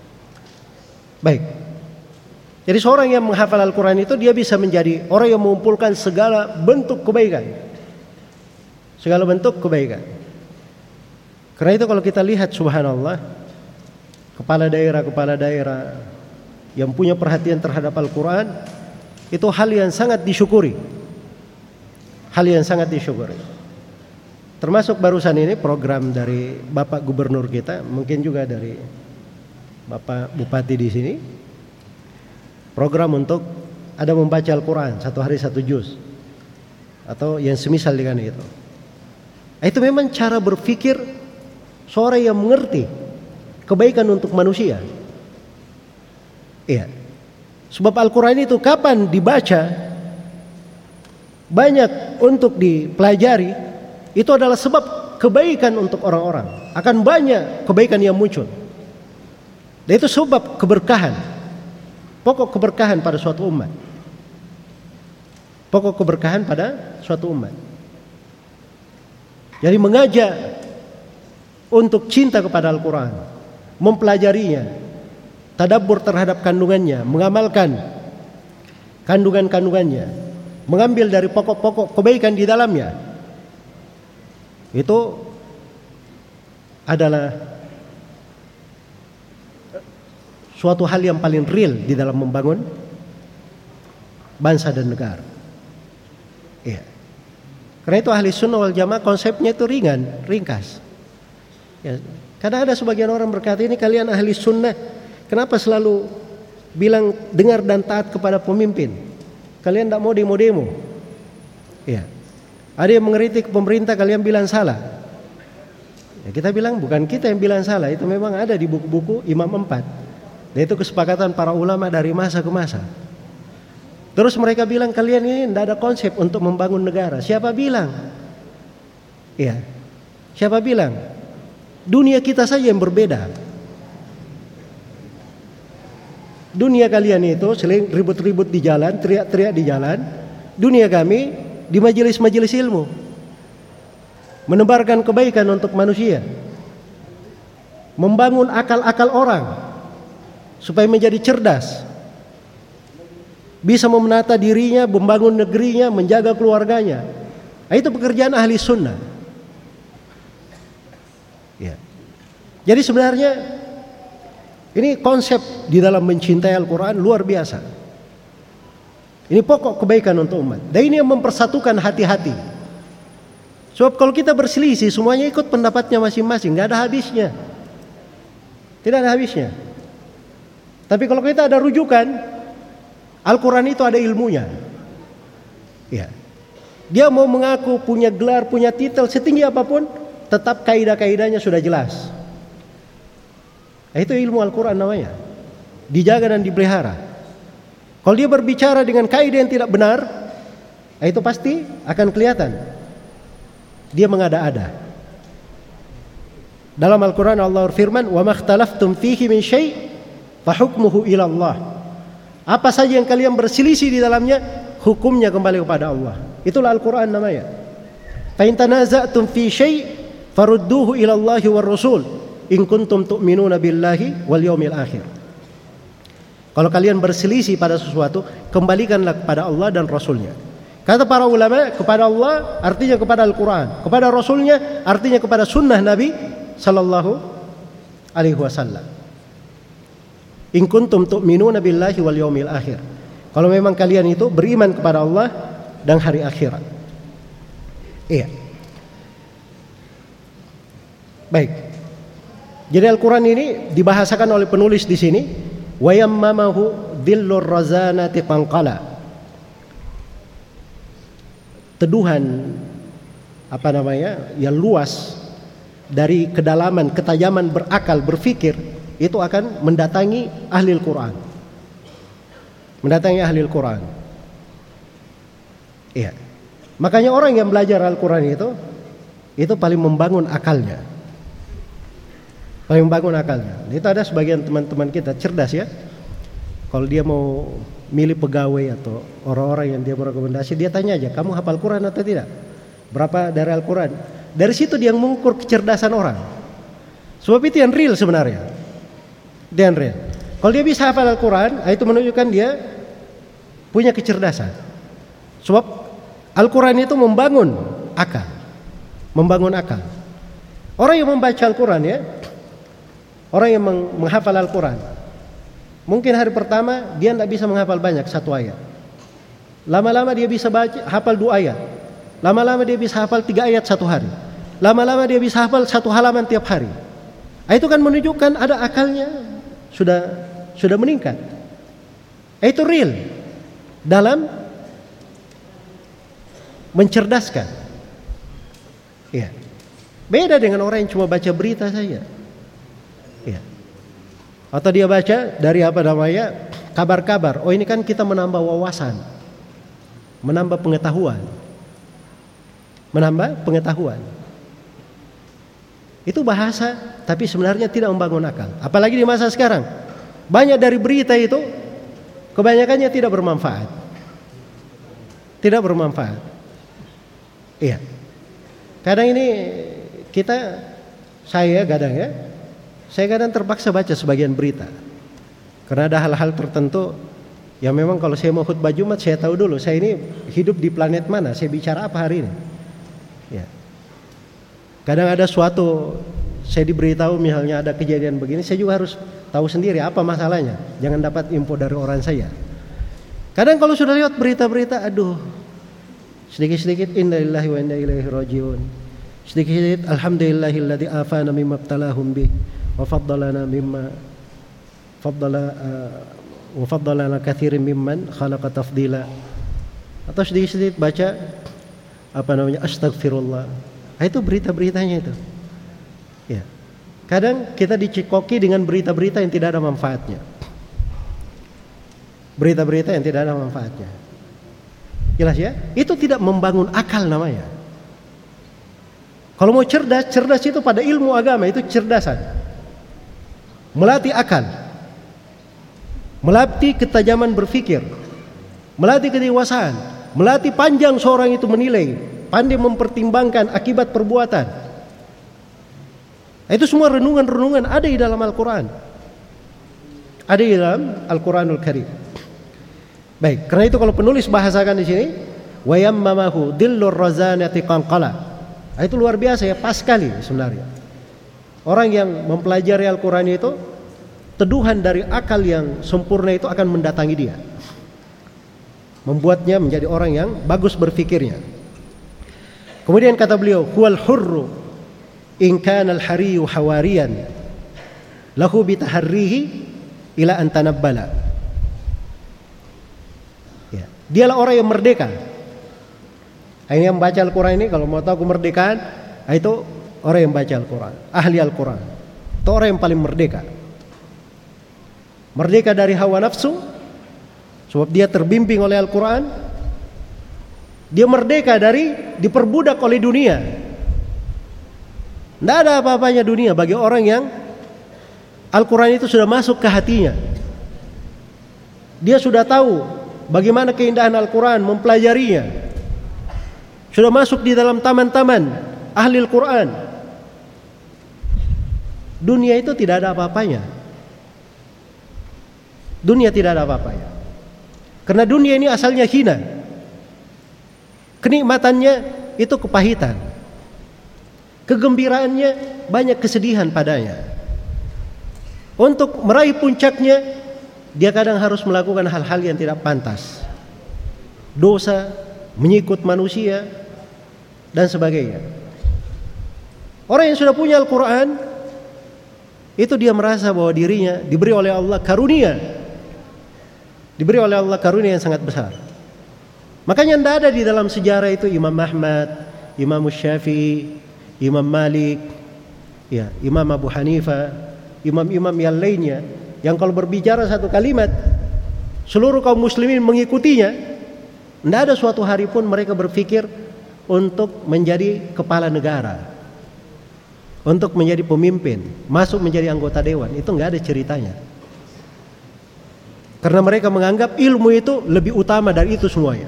Baik. Jadi seorang yang menghafal Al-Quran itu dia bisa menjadi orang yang mengumpulkan segala bentuk kebaikan, segala bentuk kebaikan. Karena itu kalau kita lihat, subhanallah, kepala daerah-kepala daerah yang punya perhatian terhadap Al-Quran, itu hal yang sangat disyukuri. Hal yang sangat disyukuri. Termasuk barusan ini program dari Bapak Gubernur kita, mungkin juga dari Bapak Bupati di sini. Program untuk ada membaca Al-Quran satu hari satu juz, atau yang semisal dengan itu. Itu memang cara berpikir seorang yang mengerti kebaikan untuk manusia. Iya. Sebab Al-Quran itu kapan dibaca, banyak untuk dipelajari, itu adalah sebab kebaikan untuk orang-orang. Akan banyak kebaikan yang muncul. Dan itu sebab keberkahan, pokok keberkahan pada suatu umat. Pokok keberkahan pada suatu umat. Jadi mengajak untuk cinta kepada Al-Quran, mempelajarinya, tadabbur terhadap kandungannya, mengamalkan kandungan-kandungannya, mengambil dari pokok-pokok kebaikan di dalamnya. Itu adalah suatu hal yang paling real di dalam membangun bangsa dan negara. Iya. Karena itu ahli sunnah wal jamaah konsepnya itu ringan, ringkas. Ya, karena ada sebagian orang berkata, ini kalian ahli sunnah, kenapa selalu bilang dengar dan taat kepada pemimpin? Kalian tidak mau demo-demo. Ya. Ada yang mengkritik pemerintah, kalian bilang salah. Ya, kita bilang bukan kita yang bilang salah, itu memang ada di buku-buku Imam Empat. Dan itu kesepakatan para ulama dari masa ke masa. Terus mereka bilang kalian ini tidak ada konsep untuk membangun negara. Siapa bilang? Ya, siapa bilang? Dunia kita saja yang berbeda. Dunia kalian itu sering ribut-ribut di jalan, teriak-teriak di jalan. Dunia kami di majelis-majelis ilmu, menebarkan kebaikan untuk manusia, membangun akal-akal orang supaya menjadi cerdas, bisa menata dirinya, membangun negerinya, menjaga keluarganya. Nah, itu pekerjaan ahli sunnah. Ya. Jadi sebenarnya ini konsep di dalam mencintai Al-Quran luar biasa. Ini pokok kebaikan untuk umat. Dan ini yang mempersatukan hati-hati. Sebab kalau kita berselisih, semuanya ikut pendapatnya masing-masing, nggak ada habisnya. Tidak ada habisnya. Tapi kalau kita ada rujukan, Al-Quran itu ada ilmunya. Ya. Dia mau mengaku punya gelar, punya titel setinggi apapun, tetap kaidah-kaidahnya sudah jelas. Nah, itu ilmu Al-Quran namanya. Dijaga dan dipelihara. Kalau dia berbicara dengan kaidah yang tidak benar, nah itu pasti akan kelihatan dia mengada-ada. Dalam Al-Quran Allah berfirman, "Wa makhtalaftum fihi min syai' fa hukmuhu ila Allah." Apa saja yang kalian berselisih di dalamnya, hukumnya kembali kepada Allah. Itulah Al-Quran namanya. Fa in tanaza'tum fi syai' farudduhu ila Allahi war Rasul in kuntum tu'minuna billahi wal yawmil akhir. Kalau kalian berselisih pada sesuatu, kembalikanlah kepada Allah dan Rasulnya. Kata para ulama, kepada Allah artinya kepada Al-Quran, kepada Rasulnya artinya kepada sunnah Nabi Sallallahu Alaihi Wasallam. In kuntum tu'minuna billahi wal yawmil akhir. Kalau memang kalian itu beriman kepada Allah dan hari akhirat. Iya. Baik. Jadi Al-Quran ini dibahasakan oleh penulis di sini. Wayammamahu dhillur razanati qanqala. Teduhan apa namanya yang luas dari kedalaman, ketajaman berakal, berfikir itu akan mendatangi ahli Al-Quran. Mendatangi ahli Al-Quran. Iya. Makanya orang yang belajar Al-Quran itu itu paling membangun akalnya. Paling membangun akalnya. Itu ada sebagian teman-teman kita cerdas ya. Kalau dia mau milih pegawai atau orang-orang yang dia merekomendasi, dia tanya aja, kamu hafal Quran atau tidak? Berapa dari Al-Quran? Dari situ dia mengukur kecerdasan orang. Sebab itu yang real sebenarnya. Itu yang real. Kalau dia bisa hafal Al-Quran, itu menunjukkan dia punya kecerdasan. Sebab Al-Quran itu membangun akal. Membangun akal. Orang yang membaca Al-Quran ya, orang yang menghafal Al-Quran, mungkin hari pertama dia tidak bisa menghafal banyak satu ayat. Lama-lama dia bisa baca, hafal dua ayat. Lama-lama dia bisa hafal tiga ayat satu hari. Lama-lama dia bisa hafal satu halaman tiap hari. Itu kan menunjukkan ada akalnya sudah sudah meningkat. Itu real dalam mencerdaskan. Ya. Beda dengan orang yang cuma baca berita saja. Ya. Atau dia baca dari apa namanya kabar-kabar. Oh ini kan kita menambah wawasan, menambah pengetahuan, menambah pengetahuan. Itu bahasa, tapi sebenarnya tidak membangun akal. Apalagi di masa sekarang, banyak dari berita itu kebanyakannya tidak bermanfaat, tidak bermanfaat. Iya. Kadang ini kita, saya kadang ya. Saya kadang terpaksa baca sebagian berita karena ada hal-hal tertentu yang memang kalau saya mau khutbah Jumat saya tahu dulu saya ini hidup di planet mana, saya bicara apa hari ini. Ya. Kadang ada suatu saya diberitahu misalnya ada kejadian begini, saya juga harus tahu sendiri apa masalahnya. Jangan dapat info dari orang saya. Kadang kalau sudah lihat berita-berita, aduh, sedikit-sedikit inna lillahi wa inna ilaihi rajiun. Sedikit-sedikit alhamdulillahilladzi afana mimma ibtalahum bih. Wa faddalana mimma faddala uh, wa faddalana katsirin mimman khalaqa tafdila. Atau sedikit-sedikit baca apa namanya, astagfirullah. Nah, itu berita-beritanya itu. Ya. Kadang kita dicekoki dengan berita-berita yang tidak ada manfaatnya. Berita-berita yang tidak ada manfaatnya. Jelas ya? Itu tidak membangun akal namanya. Kalau mau cerdas, cerdas itu pada ilmu agama, itu cerdasan. Melatih akal. Melatih ketajaman berpikir. Melatih kedewasaan. Melatih panjang seorang itu menilai, pandai mempertimbangkan akibat perbuatan. Itu semua renungan-renungan ada di dalam Al-Quran. Ada di dalam Al-Quranul Karim. Baik, karena itu kalau penulis bahasakan di sini, wa yammamahu dillur razanati qanqala. Itu luar biasa ya, pas sekali sebenarnya. Orang yang mempelajari Al-Quran itu, teduhan dari akal yang sempurna itu akan mendatangi dia, membuatnya menjadi orang yang bagus berfikirnya. Kemudian kata beliau, huwal hurru in kana al-hariyu hawariyan lahu bitaharrihi ila an tanabbala. Ya, dialah orang yang merdeka. Ini yang baca Al-Quran ini, kalau mau tahu kemerdekaan, itu orang yang baca Al-Quran, ahli Al-Quran. Itu orang yang paling merdeka. Merdeka dari hawa nafsu, sebab dia terbimbing oleh Al-Quran. Dia merdeka dari diperbudak oleh dunia. Tidak ada apa-apanya dunia bagi orang yang Al-Quran itu sudah masuk ke hatinya. Dia sudah tahu bagaimana keindahan Al-Quran, mempelajarinya. Sudah masuk di dalam taman-taman ahli Al-Quran. Dunia itu tidak ada apa-apanya. Dunia tidak ada apa-apanya. Karena dunia ini asalnya hina. Kenikmatannya itu kepahitan. Kegembiraannya banyak kesedihan padanya. Untuk meraih puncaknya, dia kadang harus melakukan hal-hal yang tidak pantas. Dosa, menyikut manusia, dan sebagainya. Orang yang sudah punya Al-Quran, itu dia merasa bahwa dirinya diberi oleh Allah karunia. Diberi oleh Allah karunia yang sangat besar. Makanya tidak ada di dalam sejarah itu Imam Ahmad, Imam Syafi'i, Imam Malik, ya, Imam Abu Hanifah, imam-imam yang lainnya, yang kalau berbicara satu kalimat, seluruh kaum muslimin mengikutinya. Tidak ada suatu hari pun mereka berpikir untuk menjadi kepala negara, untuk menjadi pemimpin, masuk menjadi anggota dewan. Itu nggak ada ceritanya. Karena mereka menganggap ilmu itu lebih utama dari itu semuanya.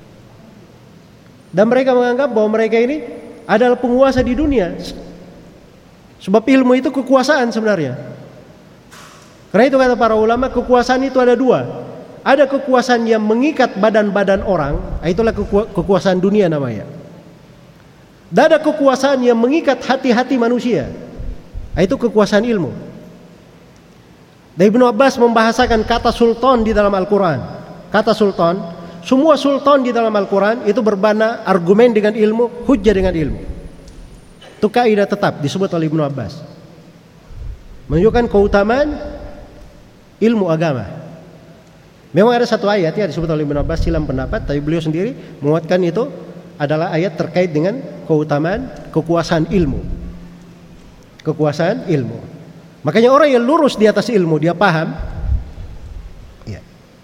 Dan mereka menganggap bahwa mereka ini adalah penguasa di dunia. Sebab ilmu itu kekuasaan sebenarnya. Karena itu kata para ulama, kekuasaan itu ada dua. Ada kekuasaan yang mengikat badan-badan orang, itulah kekuasaan dunia namanya. Dan ada kekuasaan yang mengikat hati-hati manusia, itu kekuasaan ilmu. Dan Ibnu Abbas membahasakan kata sultan di dalam Al-Quran. Kata sultan, semua sultan di dalam Al-Quran itu berbana argumen dengan ilmu, hujjah dengan ilmu. Itu kaidah tetap disebut oleh Ibnu Abbas, menunjukkan keutamaan ilmu agama. Memang ada satu ayat ya disebut oleh Ibnu Abbas silam pendapat, tapi beliau sendiri menguatkan itu adalah ayat terkait dengan keutamaan kekuasaan ilmu. Kekuasaan ilmu. Makanya orang yang lurus di atas ilmu, dia paham, ya,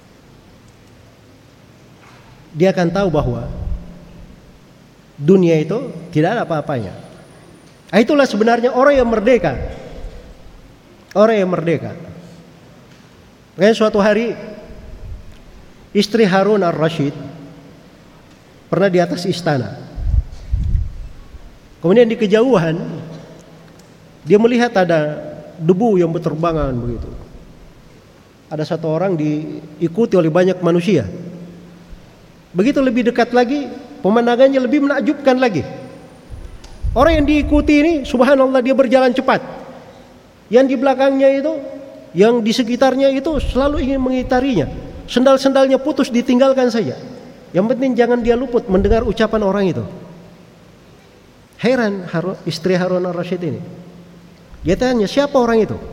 dia akan tahu bahwa dunia itu tidak ada apa-apanya. Itulah sebenarnya orang yang merdeka. Orang yang merdeka. Makanya suatu hari istri Harun ar-Rasyid pernah di atas istana. Kemudian di kejauhan dia melihat ada debu yang berterbangan begitu. Ada satu orang diikuti oleh banyak manusia. Begitu lebih dekat lagi, pemandangannya lebih menakjubkan lagi. Orang yang diikuti ini, subhanallah, dia berjalan cepat. Yang di belakangnya itu, yang di sekitarnya itu selalu ingin mengitarinya. Sendal-sendalnya putus, ditinggalkan saja. Yang penting jangan dia luput mendengar ucapan orang itu. Heran Harun, istri Harun ar-Rasyid ini. Dia tanya, siapa orang itu?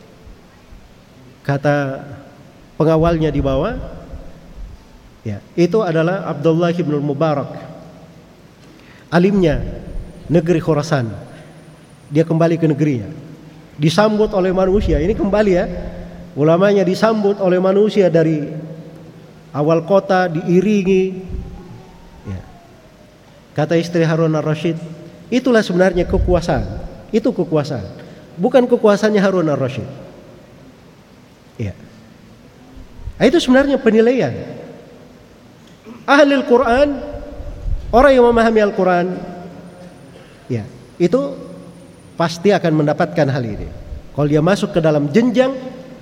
Kata pengawalnya di bawah, ya, itu adalah Abdullah ibn Mubarak. alimnya negeri Khurasan. Dia kembali ke negerinya, disambut oleh manusia. Ini kembali ya, ulamanya disambut oleh manusia dari awal kota, diiringi ya. Kata istri Harun ar-Rasyid, itulah sebenarnya kekuasaan. Itu kekuasaan, bukan kekuasaannya Harun ar-Rasyid ya. Itu sebenarnya penilaian ahli Al-Quran, orang yang memahami Al-Quran ya, itu pasti akan mendapatkan hal ini. Kalau dia masuk ke dalam jenjang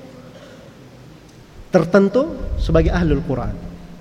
tertentu sebagai ahli Al-Quran,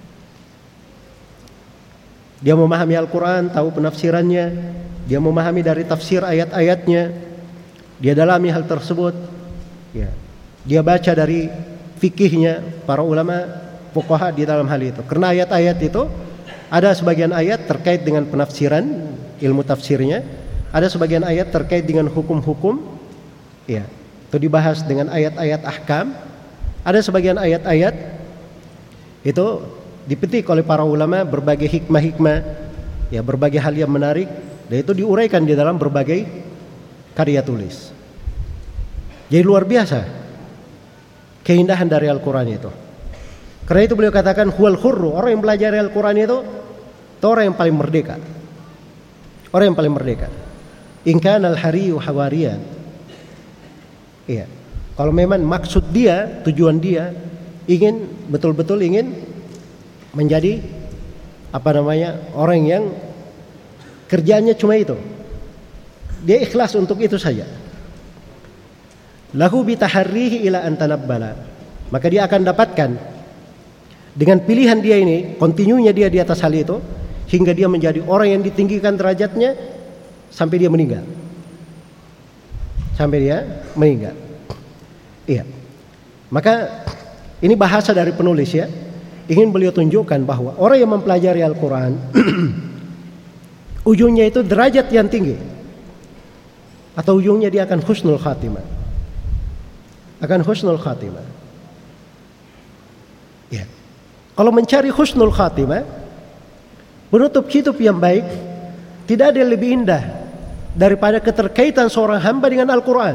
dia memahami Al-Quran, tahu penafsirannya, dia memahami dari tafsir ayat-ayatnya, dia dalami hal tersebut ya. Dia baca dari fikihnya para ulama fuqaha di dalam hal itu. Karena ayat-ayat itu ada sebagian ayat terkait dengan penafsiran, ilmu tafsirnya, ada sebagian ayat terkait dengan hukum-hukum ya, itu dibahas dengan ayat-ayat ahkam. Ada sebagian ayat-ayat itu dipetik oleh para ulama berbagai hikmah-hikmah ya, berbagai hal yang menarik, dan itu diuraikan di dalam berbagai karya tulis. Jadi luar biasa keindahan dari Al-Quran itu. Karena itu beliau katakan huwal khurru, orang yang belajar Al-Quran itu, itu orang yang paling merdeka. Orang yang paling merdeka. In kana al-hariyu hawariyan. Iya. Kalau memang maksud dia, tujuan dia ingin betul-betul ingin menjadi apa namanya, orang yang kerjaannya cuma itu. Dia ikhlas untuk itu saja. Lahu bitaharrihi ila an tanabbala. Maka dia akan dapatkan dengan pilihan dia ini, kontinunya dia di atas hal itu, hingga dia menjadi orang yang ditinggikan derajatnya sampai dia meninggal. Sampai dia meninggal. Iya. Maka ini bahasa dari penulis ya. Ingin beliau tunjukkan bahwa orang yang mempelajari Al-Quran ujungnya itu derajat yang tinggi, atau ujungnya dia akan husnul khatimah. Akan husnul khatimah ya. Kalau mencari husnul khatimah, menutup hidup yang baik, tidak ada yang lebih indah daripada keterkaitan seorang hamba dengan Al-Quran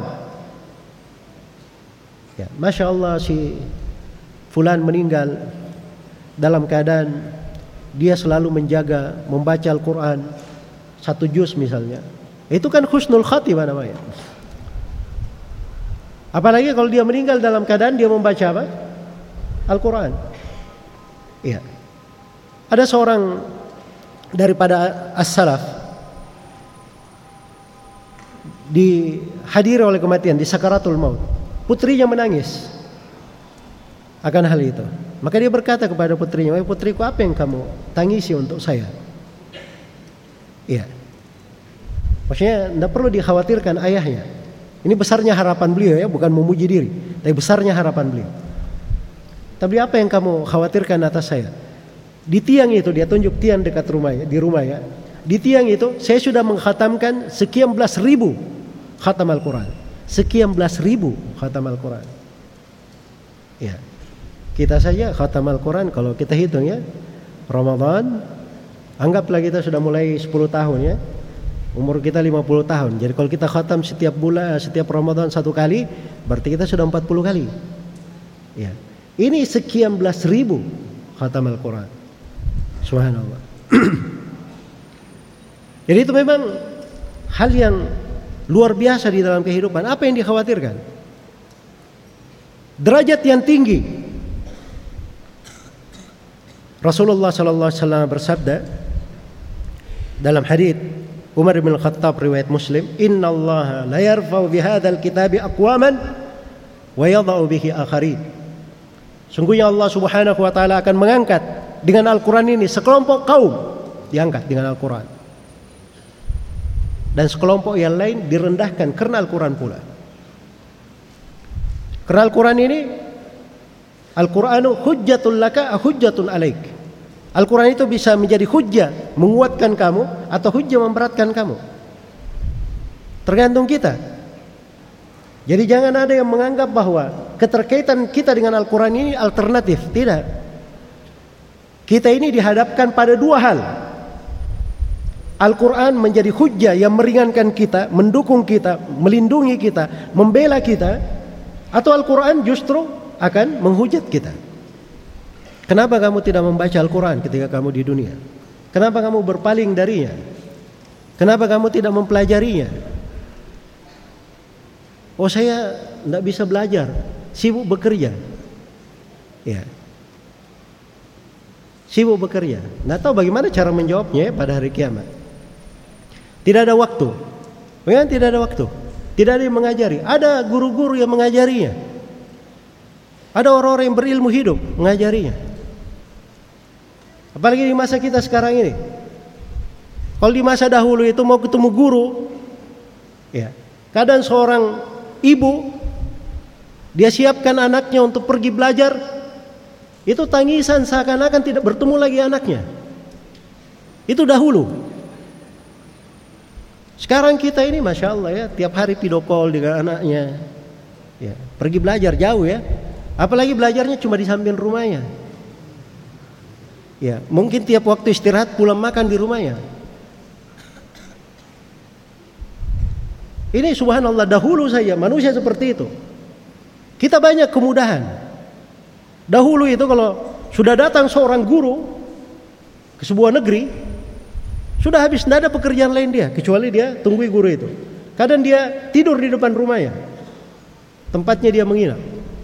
ya. Masya Allah, si fulan meninggal dalam keadaan dia selalu menjaga membaca Al-Quran satu juz misalnya, itu kan husnul khatimah namanya. Apalagi kalau dia meninggal dalam keadaan dia membaca apa? Al-Quran. Iya. Ada seorang daripada as-salaf dihadiri oleh kematian, di sakaratul maut. Putrinya menangis akan hal itu. Maka dia berkata kepada putrinya, "Wahai putriku, apa yang kamu tangisi untuk saya?" Iya. Maksudnya tidak perlu dikhawatirkan ayahnya. Ini besarnya harapan beliau ya, bukan memuji diri, tapi besarnya harapan beliau. Tapi apa yang kamu khawatirkan atas saya? Di tiang itu, dia tunjuk tiang dekat rumah ya, di rumah ya. Di tiang itu saya sudah mengkhatamkan sekian belas ribu khatam Al-Quran. Sekian belas ribu khatam Al-Quran. Ya. Kita saja khatam Al-Quran kalau kita hitung ya, Ramadan, anggaplah kita sudah mulai sepuluh tahun ya. Umur kita lima puluh tahun. Jadi kalau kita khatam setiap bulan, setiap Ramadan satu kali, berarti kita sudah empat puluh kali. Ya. Ini sekian belas ribu khatam Al-Quran. Subhanallah. Jadi itu memang hal yang luar biasa di dalam kehidupan. Apa yang dikhawatirkan? Derajat yang tinggi. Rasulullah sallallahu alaihi wasallam bersabda dalam hadits Umar bin Khattab riwayat Muslim, "Innallaha la yarfa'u bihadzal kitabi aqwaman wa yadha'u bihi akharin." Sungguhnya Allah Subhanahu wa taala akan mengangkat dengan Al-Qur'an ini sekelompok kaum, diangkat dengan Al-Qur'an. Dan sekelompok yang lain direndahkan karena Al-Qur'an pula. Karena Al-Qur'an ini, Al-Qur'anu hujjatul laka hujjatun alaik. Al-Quran itu bisa menjadi hujjah menguatkan kamu atau hujjah memberatkan kamu. Tergantung kita. Jadi jangan ada yang menganggap bahwa keterkaitan kita dengan Al-Quran ini alternatif. Tidak. Kita ini dihadapkan pada dua hal. Al-Quran menjadi hujjah yang meringankan kita, mendukung kita, melindungi kita, membela kita, atau Al-Quran justru akan menghujat kita. Kenapa kamu tidak membaca Al-Quran ketika kamu di dunia? Kenapa kamu berpaling darinya? Kenapa kamu tidak mempelajarinya? Oh, saya tidak bisa belajar, sibuk bekerja. Ya, sibuk bekerja. Tidak tahu bagaimana cara menjawabnya pada hari kiamat. Tidak ada waktu. Memang tidak ada waktu. Tidak ada yang mengajari. Ada guru-guru yang mengajarinya. Ada orang-orang yang berilmu hidup mengajarinya. Apalagi di masa kita sekarang ini. Kalau di masa dahulu itu mau ketemu guru, ya, kadang seorang ibu dia siapkan anaknya untuk pergi belajar, itu tangisan seakan-akan tidak bertemu lagi anaknya. Itu dahulu. Sekarang kita ini Masya Allah ya, tiap hari video call dengan anaknya, ya, pergi belajar jauh ya. Apalagi belajarnya cuma di samping rumahnya. Ya, mungkin tiap waktu istirahat pulang makan di rumahnya. Ini subhanallah, dahulu saja manusia seperti itu. Kita banyak kemudahan. Dahulu itu kalau sudah datang seorang guru ke sebuah negeri, sudah habis, tidak ada pekerjaan lain dia kecuali dia tunggui guru itu. Kadang dia tidur di depan rumahnya, tempatnya dia menginap.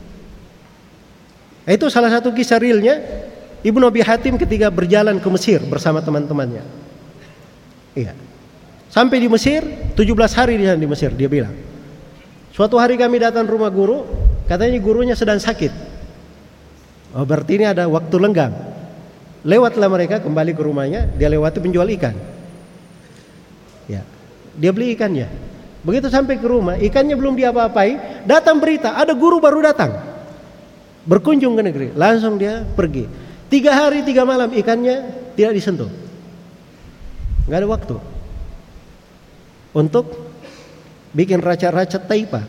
Itu salah satu kisah realnya Ibnu Abi Hatim ketika berjalan ke Mesir bersama teman-temannya. Iya. Sampai di Mesir, tujuh belas hari di sana di Mesir, dia bilang. Suatu hari kami datang rumah guru, katanya gurunya sedang sakit. Oh, berarti ini ada waktu lenggang. Lewatlah mereka kembali ke rumahnya, dia lewati penjual ikan. Ya, dia beli ikannya. Begitu sampai ke rumah, ikannya belum diapa-apai, datang berita, ada guru baru datang. Berkunjung ke negeri, langsung dia pergi. Tiga hari tiga malam ikannya tidak disentuh. Nggak ada waktu untuk bikin raca-raca taipa.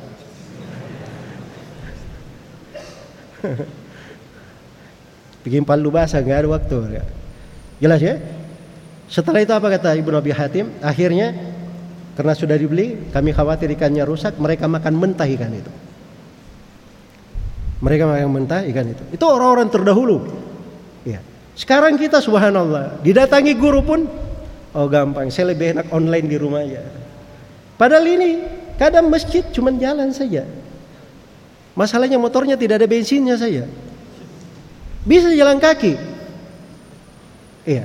Bikin palu basah, nggak ada waktu. Jelas ya? Setelah itu apa kata Ibnu Abi Hatim? Akhirnya karena sudah dibeli, kami khawatir ikannya rusak, mereka makan mentah ikan itu. Mereka makan mentah ikan itu. Itu orang-orang terdahulu. Ya. Sekarang kita subhanallah, didatangi guru pun, oh gampang, saya lebih enak online di rumah aja. Padahal ini kadang masjid cuma jalan saja. Masalahnya motornya tidak ada bensinnya saja. Bisa jalan kaki. Iya.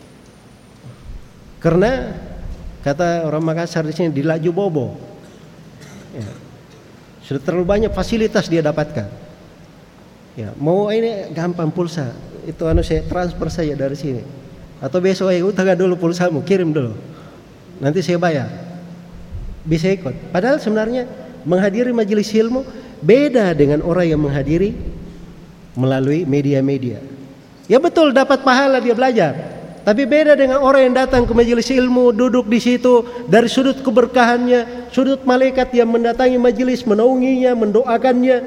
Karena kata orang Makassar di sini dilaju bobo. Ya. Sudah terlalu banyak fasilitas dia dapatkan. Ya, mau ini gampang pulsa. Itu anu saya transfer saja dari sini. Atau besok ayo utang dulu pulsamu, kirim dulu. Nanti saya bayar. Bisa ikut. Padahal sebenarnya menghadiri majelis ilmu beda dengan orang yang menghadiri melalui media-media. Ya betul dapat pahala dia belajar. Tapi beda dengan orang yang datang ke majelis ilmu, duduk di situ dari sudut keberkahannya, sudut malaikat yang mendatangi majelis, menaunginya, mendoakannya.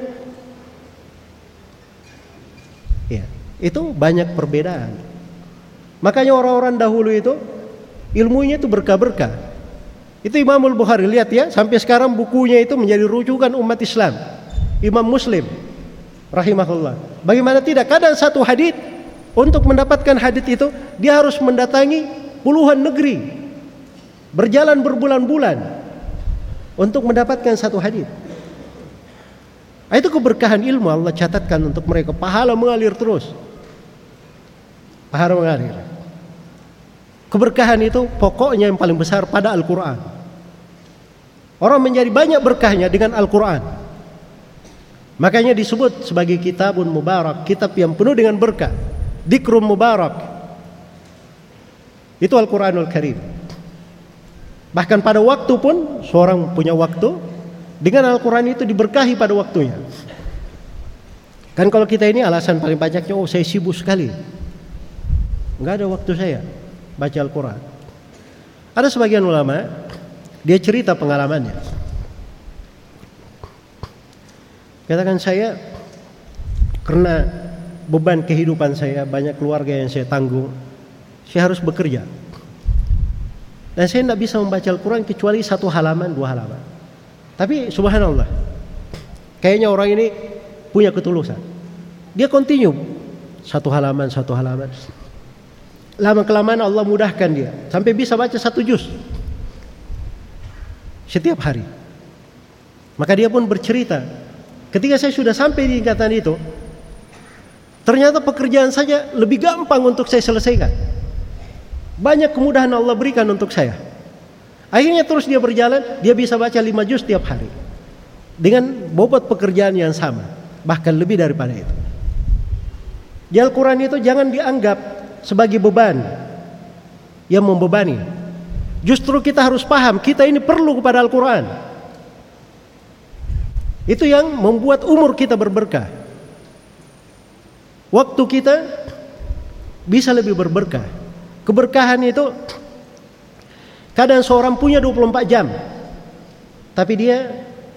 Ya, itu banyak perbedaan. Makanya orang-orang dahulu itu ilmunya itu berkah-berkah. Itu Imamul Bukhari, lihat ya, sampai sekarang bukunya itu menjadi rujukan umat Islam. Imam Muslim rahimahullah. Bagaimana tidak? Kadang satu hadits, untuk mendapatkan hadits itu dia harus mendatangi puluhan negeri, berjalan berbulan-bulan untuk mendapatkan satu hadits. Itu keberkahan ilmu Allah catatkan untuk mereka. Pahala mengalir terus. Pahala mengalir. Keberkahan itu pokoknya yang paling besar pada Al-Quran. Orang menjadi banyak berkahnya dengan Al-Quran. Makanya disebut sebagai kitabun mubarak, kitab yang penuh dengan berkah. Dikrum mubarak. Itu Al-Quranul Karim. Bahkan pada waktu pun seorang punya waktu, dengan Al-Quran itu diberkahi pada waktunya. Kan kalau kita ini alasan paling banyaknya, oh saya sibuk sekali, nggak ada waktu saya baca Al-Quran. Ada sebagian ulama, dia cerita pengalamannya. Katakan saya, karena beban kehidupan saya, banyak keluarga yang saya tanggung, saya harus bekerja. Dan saya tidak bisa membaca Al-Quran kecuali satu halaman, dua halaman. Tapi subhanallah, kayaknya orang ini punya ketulusan. Dia continue satu halaman, satu halaman. Lama-kelamaan Allah mudahkan dia sampai bisa baca satu juz setiap hari. Maka dia pun bercerita, ketika saya sudah sampai di tingkatan itu, ternyata pekerjaan saja lebih gampang untuk saya selesaikan. Banyak kemudahan Allah berikan untuk saya. Akhirnya terus dia berjalan, dia bisa baca lima juz setiap hari dengan bobot pekerjaan yang sama, bahkan lebih daripada itu. Di Al-Quran itu jangan dianggap sebagai beban yang membebani. Justru kita harus paham, kita ini perlu kepada Al-Quran. Itu yang membuat umur kita berberkah. Waktu kita bisa lebih berberkah. Keberkahan itu kadang seorang punya dua puluh empat jam, tapi dia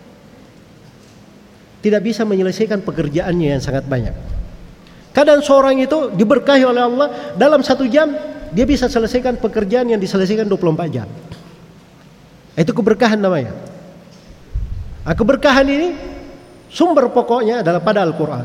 tidak bisa menyelesaikan pekerjaannya yang sangat banyak. Kadang seorang itu diberkahi oleh Allah, dalam satu jam dia bisa selesaikan pekerjaan yang diselesaikan dua puluh empat jam. Itu keberkahan namanya. Nah, keberkahan ini sumber pokoknya adalah pada Al-Quran,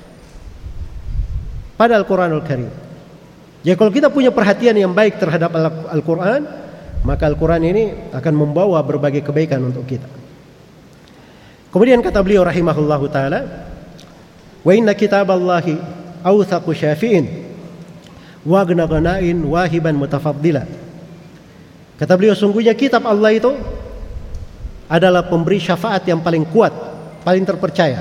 pada Al-Quranul Karim. Jadi kalau kita punya perhatian yang baik terhadap Al-Quran, maka Al-Quran ini akan membawa berbagai kebaikan untuk kita. Kemudian kata beliau rahimahullahu ta'ala, wa inna kitaballahi awthaqu syafi'in wa agna ghana'in wahiban mutafaddila. Kata beliau, sungguhnya kitab Allah itu adalah pemberi syafaat yang paling kuat, paling terpercaya.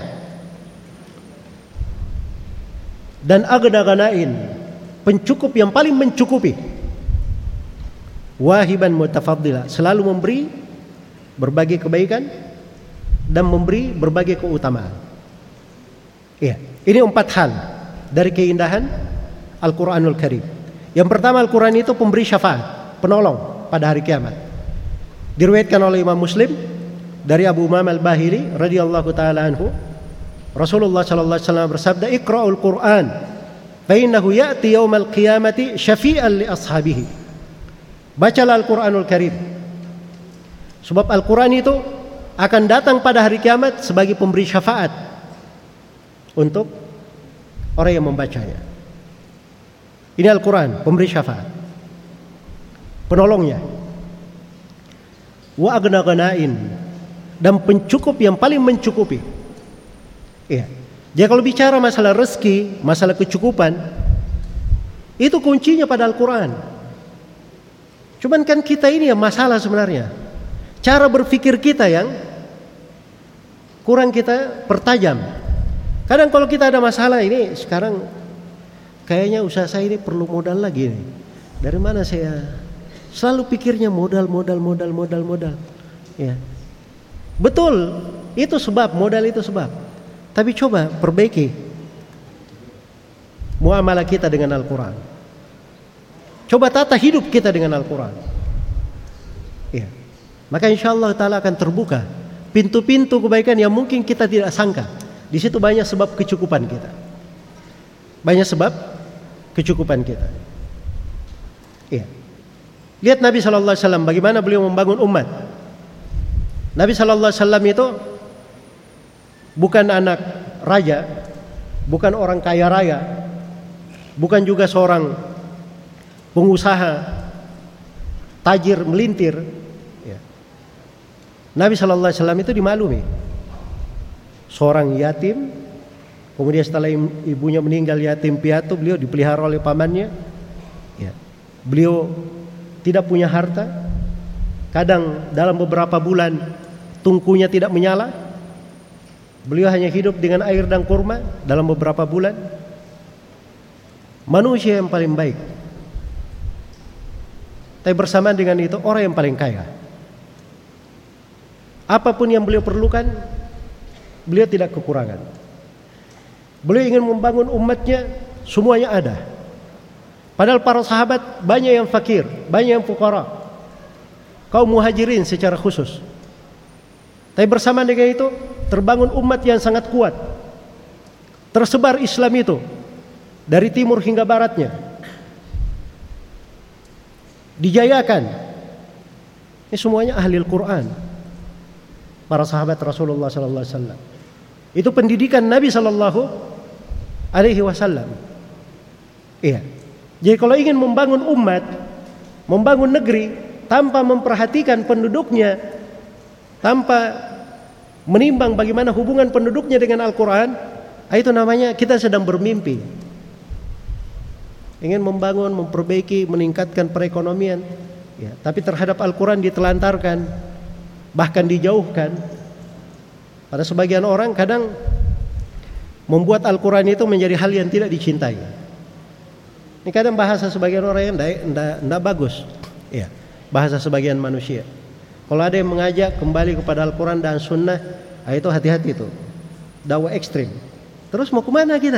Dan agna ghana'in, pencukup yang paling mencukupi. Wahiban mutafaddila, selalu memberi berbagai kebaikan dan memberi berbagai keutamaan. Iya, ini empat hal dari keindahan Al-Quranul Karim. Yang pertama, Al-Quran itu pemberi syafaat, penolong pada hari kiamat. Diriwayatkan oleh Imam Muslim dari Abu Umamah Al-Bahili radhiyallahu taala anhu, Rasulullah sallallahu alaihi wasallam bersabda, "Iqra'ul Qur'an fa innahu ya'ti yaumal qiyamati syafi'an li ashabihi." Bacalah Al-Quranul Karim, sebab Al-Quran itu akan datang pada hari kiamat sebagai pemberi syafaat untuk orang yang membacanya. Ini Al-Quran, pemberi syafaat, penolongnya. Wa agna ghana'in, dan pencukup yang paling mencukupi. Iya. Jadi kalau bicara masalah rezeki, masalah kecukupan, itu kuncinya pada Al-Quran. Cuman kan kita ini yang masalah sebenarnya. Cara berpikir kita yang kurang kita pertajam. Kadang kalau kita ada masalah ini, sekarang kayaknya usaha saya ini perlu modal lagi nih. Dari mana saya? Selalu pikirnya modal, modal, modal, modal, modal. Ya. Betul, itu sebab, modal itu sebab. Tapi coba perbaiki muamalah kita dengan Al-Quran. Coba tata hidup kita dengan Al-Quran. Ya. Maka insya Allah Ta'ala akan terbuka pintu-pintu kebaikan yang mungkin kita tidak sangka. Di situ banyak sebab kecukupan kita. Banyak sebab kecukupan kita. Ya. Lihat Nabi shallallahu alaihi wasallam bagaimana beliau membangun umat. Nabi shallallahu alaihi wasallam itu bukan anak raja, bukan orang kaya raya, bukan juga seorang pengusaha tajir melintir. Ya. Nabi shallallahu alaihi wasallam itu dimaklumi seorang yatim, kemudian setelah ibunya meninggal yatim piatu, beliau dipelihara oleh pamannya. Ya. Beliau tidak punya harta, kadang dalam beberapa bulan tungkunya tidak menyala. Beliau hanya hidup dengan air dan kurma dalam beberapa bulan. Manusia yang paling baik. Tapi bersamaan dengan itu orang yang paling kaya. Apapun yang beliau perlukan, beliau tidak kekurangan. Beliau ingin membangun umatnya, semuanya ada. Padahal para sahabat banyak yang fakir, banyak yang fuqara, kaum muhajirin secara khusus. Tapi bersamaan dengan itu terbangun umat yang sangat kuat. Tersebar Islam itu dari timur hingga baratnya. Dijayakan Ini semuanya ahli Al-Quran, para sahabat Rasulullah sallallahu alaihi wasallam. Itu pendidikan Nabi sallallahu alaihi wasallam. Iya. Jadi kalau ingin membangun umat, membangun negeri tanpa memperhatikan penduduknya, tanpa menimbang bagaimana hubungan penduduknya dengan Al-Quran, itu namanya kita sedang bermimpi. Ingin membangun, memperbaiki, meningkatkan perekonomian, ya, tapi terhadap Al-Quran ditelantarkan, bahkan dijauhkan. Pada sebagian orang kadang membuat Al-Quran itu menjadi hal yang tidak dicintai. Ini kadang bahasa sebagian orang yang tidak bagus, ya, bahasa sebagian manusia. Kalau ada yang mengajak kembali kepada Al-Quran dan Sunnah, itu hati-hati itu, dakwah ekstrim. Terus mau kemana kita?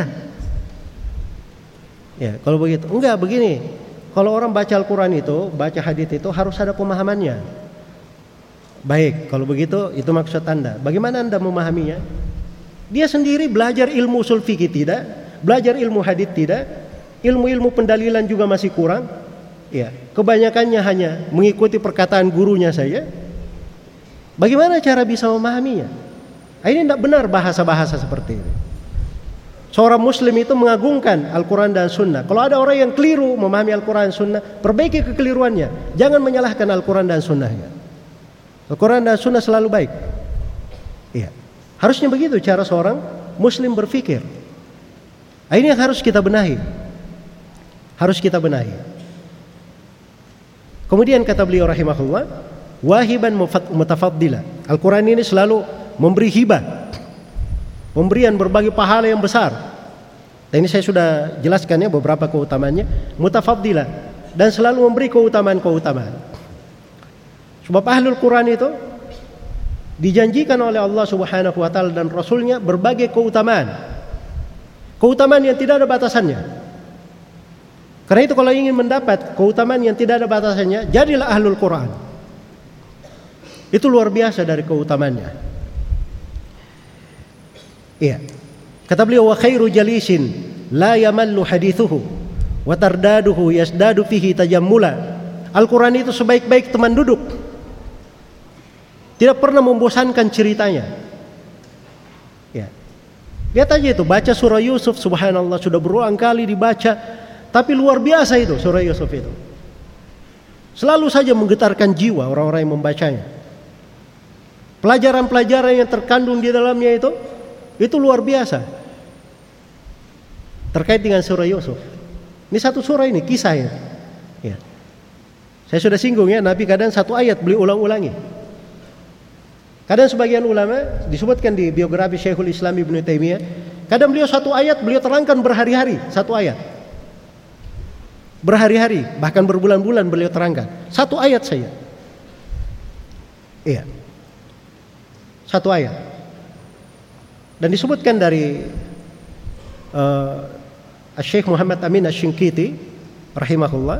Ya, kalau begitu, enggak begini. Kalau orang baca Al-Quran itu, baca hadits itu harus ada pemahamannya. Baik, kalau begitu itu maksud Anda. Bagaimana Anda memahaminya? Dia sendiri belajar ilmu usul fikih tidak, belajar ilmu hadits tidak, ilmu-ilmu pendalilan juga masih kurang. Ya, kebanyakannya hanya mengikuti perkataan gurunya saja. Bagaimana cara bisa memahaminya? Ini tidak benar bahasa-bahasa seperti ini. Seorang muslim itu mengagungkan Al-Quran dan Sunnah. Kalau ada orang yang keliru memahami Al-Quran dan Sunnah, perbaiki kekeliruannya. Jangan menyalahkan Al-Quran dan Sunnahnya. Al-Quran dan Sunnah selalu baik. Iya. Harusnya begitu cara seorang muslim berpikir. Ini yang harus kita benahi. Harus kita benahi. Kemudian kata beliau rahimahullah, wahiban mutafaddila. Al-Quran ini selalu memberi hibah, pemberian berbagai pahala yang besar. Dan ini saya sudah jelaskan ya beberapa keutamaannya. Mutafaddila, dan selalu memberi keutamaan-keutamaan. Sebab ahlul Quran itu dijanjikan oleh Allah Subhanahu wa taala dan Rasulnya berbagai keutamaan. Keutamaan yang tidak ada batasannya. Karena itu kalau ingin mendapat keutamaan yang tidak ada batasannya, jadilah ahlul Quran. Itu luar biasa dari keutamaannya. Iya. Kata beliau, wa khairu jalisin la yamallu hadithuhu wa tardaduhu yasdadu fihi tajammula. Al-Quran itu sebaik-baik teman duduk, tidak pernah membosankan ceritanya. Ya. Lihat aja itu, baca surah Yusuf, subhanallah, sudah berulang kali dibaca, tapi luar biasa itu surah Yusuf itu. Selalu saja menggetarkan jiwa orang-orang yang membacanya. Pelajaran-pelajaran yang terkandung di dalamnya itu, itu luar biasa. Terkait dengan surah Yusuf. Ini satu surah ini, kisahnya. Ya. Saya sudah singgung ya, Nabi kadang satu ayat beliau ulang-ulangi. Kadang sebagian ulama disebutkan di biografi Syekhul Islam Ibnu Taimiyah, kadang beliau satu ayat beliau terangkan berhari-hari, satu ayat. Berhari-hari, bahkan berbulan-bulan beliau terangkan. Satu ayat saja. Iya. Satu ayat. Dan disebutkan dari uh, Syekh Muhammad Amin Asy-Syinkiti rahimahullah.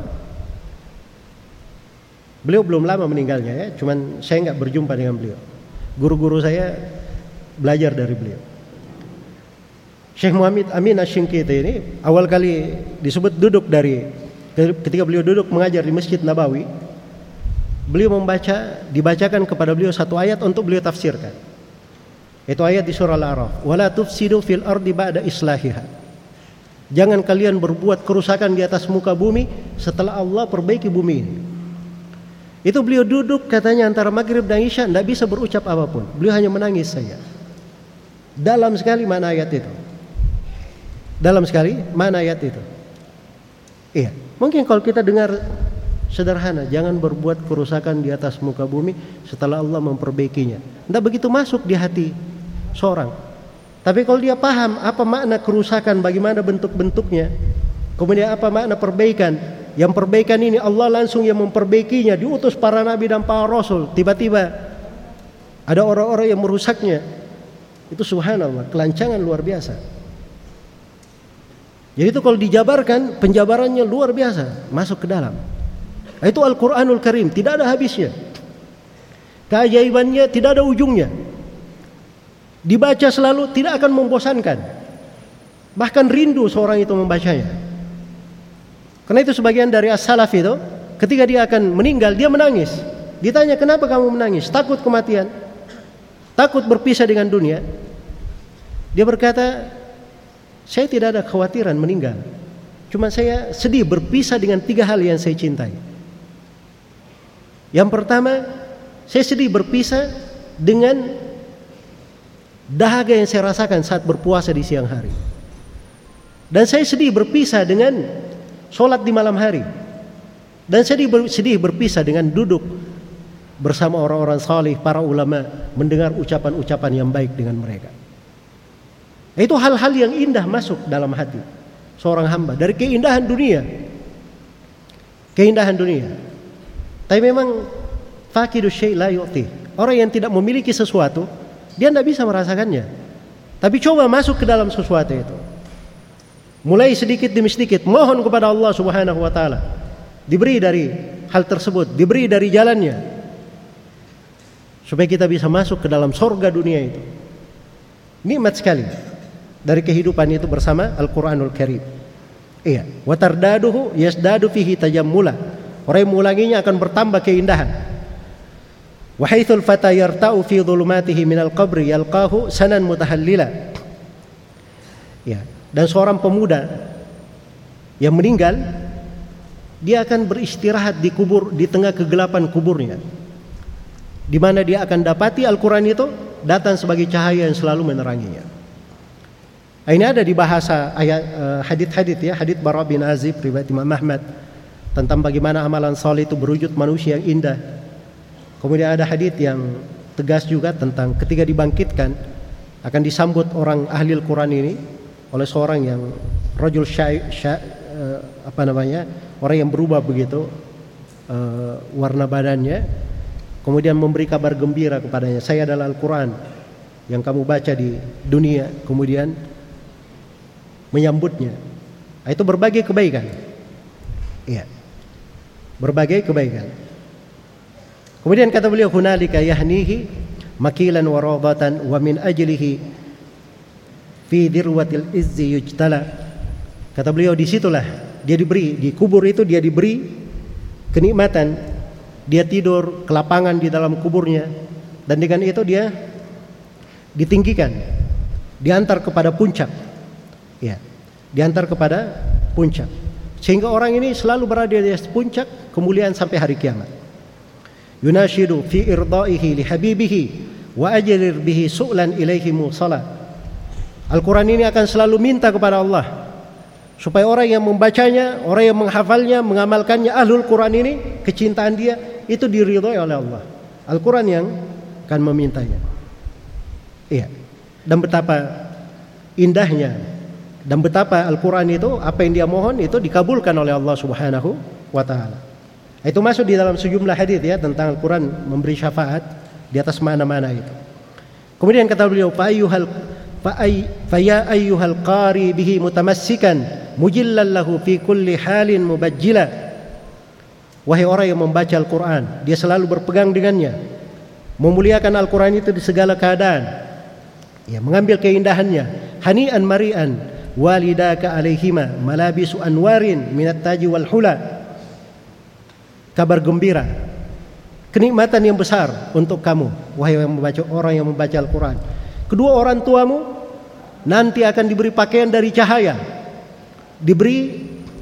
Beliau belum lama meninggalnya ya, cuman saya enggak berjumpa dengan beliau. Guru-guru saya belajar dari beliau. Syekh Muhammad Amin Asy-Syinkiti ini awal kali disebut duduk dari ketika beliau duduk mengajar di Masjid Nabawi, beliau membaca, dibacakan kepada beliau satu ayat untuk beliau tafsirkan. Itu ayat di surah Al-A'raf, wala tufsidu fil ardi ba'da islahiha. Jangan kalian berbuat kerusakan di atas muka bumi setelah Allah perbaiki bumi ini. Itu beliau duduk katanya antara maghrib dan isya, tidak bisa berucap apapun. Beliau hanya menangis saja. Dalam sekali mana ayat itu. Dalam sekali mana ayat itu. Iya. Mungkin kalau kita dengar sederhana, jangan berbuat kerusakan di atas muka bumi setelah Allah memperbaikinya. Tidak begitu masuk di hati seorang. Tapi kalau dia paham apa makna kerusakan, bagaimana bentuk-bentuknya, kemudian apa makna perbaikan, yang perbaikan ini Allah langsung yang memperbaikinya, diutus para nabi dan para rasul, tiba-tiba ada orang-orang yang merusaknya, itu subhanallah, kelancangan luar biasa. Jadi itu kalau dijabarkan, penjabarannya luar biasa, masuk ke dalam. Itu Al-Quranul Karim, tidak ada habisnya. Keajaibannya tidak ada ujungnya. Dibaca selalu tidak akan membosankan. Bahkan rindu seorang itu membacanya. Karena itu sebagian dari as-salaf itu, ketika dia akan meninggal, dia menangis. Ditanya, kenapa kamu menangis? Takut kematian? Takut berpisah dengan dunia? Dia berkata, saya tidak ada kekhawatiran meninggal. Cuma saya sedih berpisah dengan tiga hal yang saya cintai. Yang pertama, saya sedih berpisah dengan dahaga yang saya rasakan saat berpuasa di siang hari. Dan saya sedih berpisah dengan sholat di malam hari. Dan saya sedih berpisah dengan duduk bersama orang-orang salih, para ulama, mendengar ucapan-ucapan yang baik dengan mereka. Itu hal-hal yang indah masuk dalam hati seorang hamba dari keindahan dunia. Keindahan dunia. Tapi memang faqidu syai' la yu'ti. Orang yang tidak memiliki sesuatu, dia tidak bisa merasakannya. Tapi coba masuk ke dalam sesuatu itu. Mulai sedikit demi sedikit mohon kepada Allah Subhanahu wa taala. Diberi dari hal tersebut, diberi dari jalannya. Supaya kita bisa masuk ke dalam surga dunia itu. Nikmat sekali dari kehidupan itu bersama Al-Qur'anul Karim. Iya, wa tardaduhu yasdadu fihi tajammula. Orang yang mengulanginya akan bertambah keindahan. Wa haitsul fata yarta'u fi dhulumatihi minal qabri yalqahu sanan mutahallila. Ya, dan seorang pemuda yang meninggal, dia akan beristirahat di kubur, di tengah kegelapan kuburnya, di mana dia akan dapati Al-Quran itu datang sebagai cahaya yang selalu meneranginya. Ini ada di bahasa ayat uh, hadits-hadits ya, hadits Bara bin Azib riwayat Imam Ahmad tentang bagaimana amalan saleh itu berwujud manusia yang indah. Kemudian ada hadits yang tegas juga tentang ketika dibangkitkan akan disambut orang ahli Al-Quran ini oleh seorang yang rajul syai, syai uh, apa namanya, orang yang berubah begitu uh, warna badannya, kemudian memberi kabar gembira kepadanya, saya adalah Al-Quran yang kamu baca di dunia, kemudian menyambutnya. Itu berbagai kebaikan. Iya, berbagai kebaikan. Kemudian kata beliau, hunalika yahnihi makilan wa radatan wa min ajlihi fi dirwatil izzi yujtala. Kata beliau, disitulah dia diberi, di kubur itu dia diberi kenikmatan. Dia tidur kelapangan di dalam kuburnya, dan dengan itu dia ditinggikan, diantar kepada puncak. Ya, diantar kepada puncak, sehingga orang ini selalu berada di atas puncak kemuliaan sampai hari kiamat. Yunashidu fi irdaihi li habibihi wa ajlir bihi su'lan ilaihi musala. Al-Quran ini akan selalu minta kepada Allah supaya orang yang membacanya, orang yang menghafalnya, mengamalkannya, ahlul Quran ini, kecintaan dia itu diridhai oleh Allah. Al-Quran yang akan memintanya. Iya. Dan betapa indahnya, dan betapa Al-Quran itu, apa yang dia mohon itu dikabulkan oleh Allah Subhanahu wa taala. Itu masuk di dalam sejumlah hadis ya tentang Al-Quran memberi syafaat di atas mana-mana itu. Kemudian kata beliau, fa ayyuhal fa ay fa ya ayyuhal qari bihi mutamassikan mujillan lahu fi kulli halin mubajjila. Wahai orang yang membaca Al-Quran, dia selalu berpegang dengannya, memuliakan Al-Quran itu di segala keadaan, ya, mengambil keindahannya. Hani'an mari'an walidaka alaihima malabisu anwarin minat taji wal hula. Kabar gembira, kenikmatan yang besar untuk kamu, wahai yang membaca, orang yang membaca Al-Quran. Kedua orang tuamu nanti akan diberi pakaian dari cahaya, diberi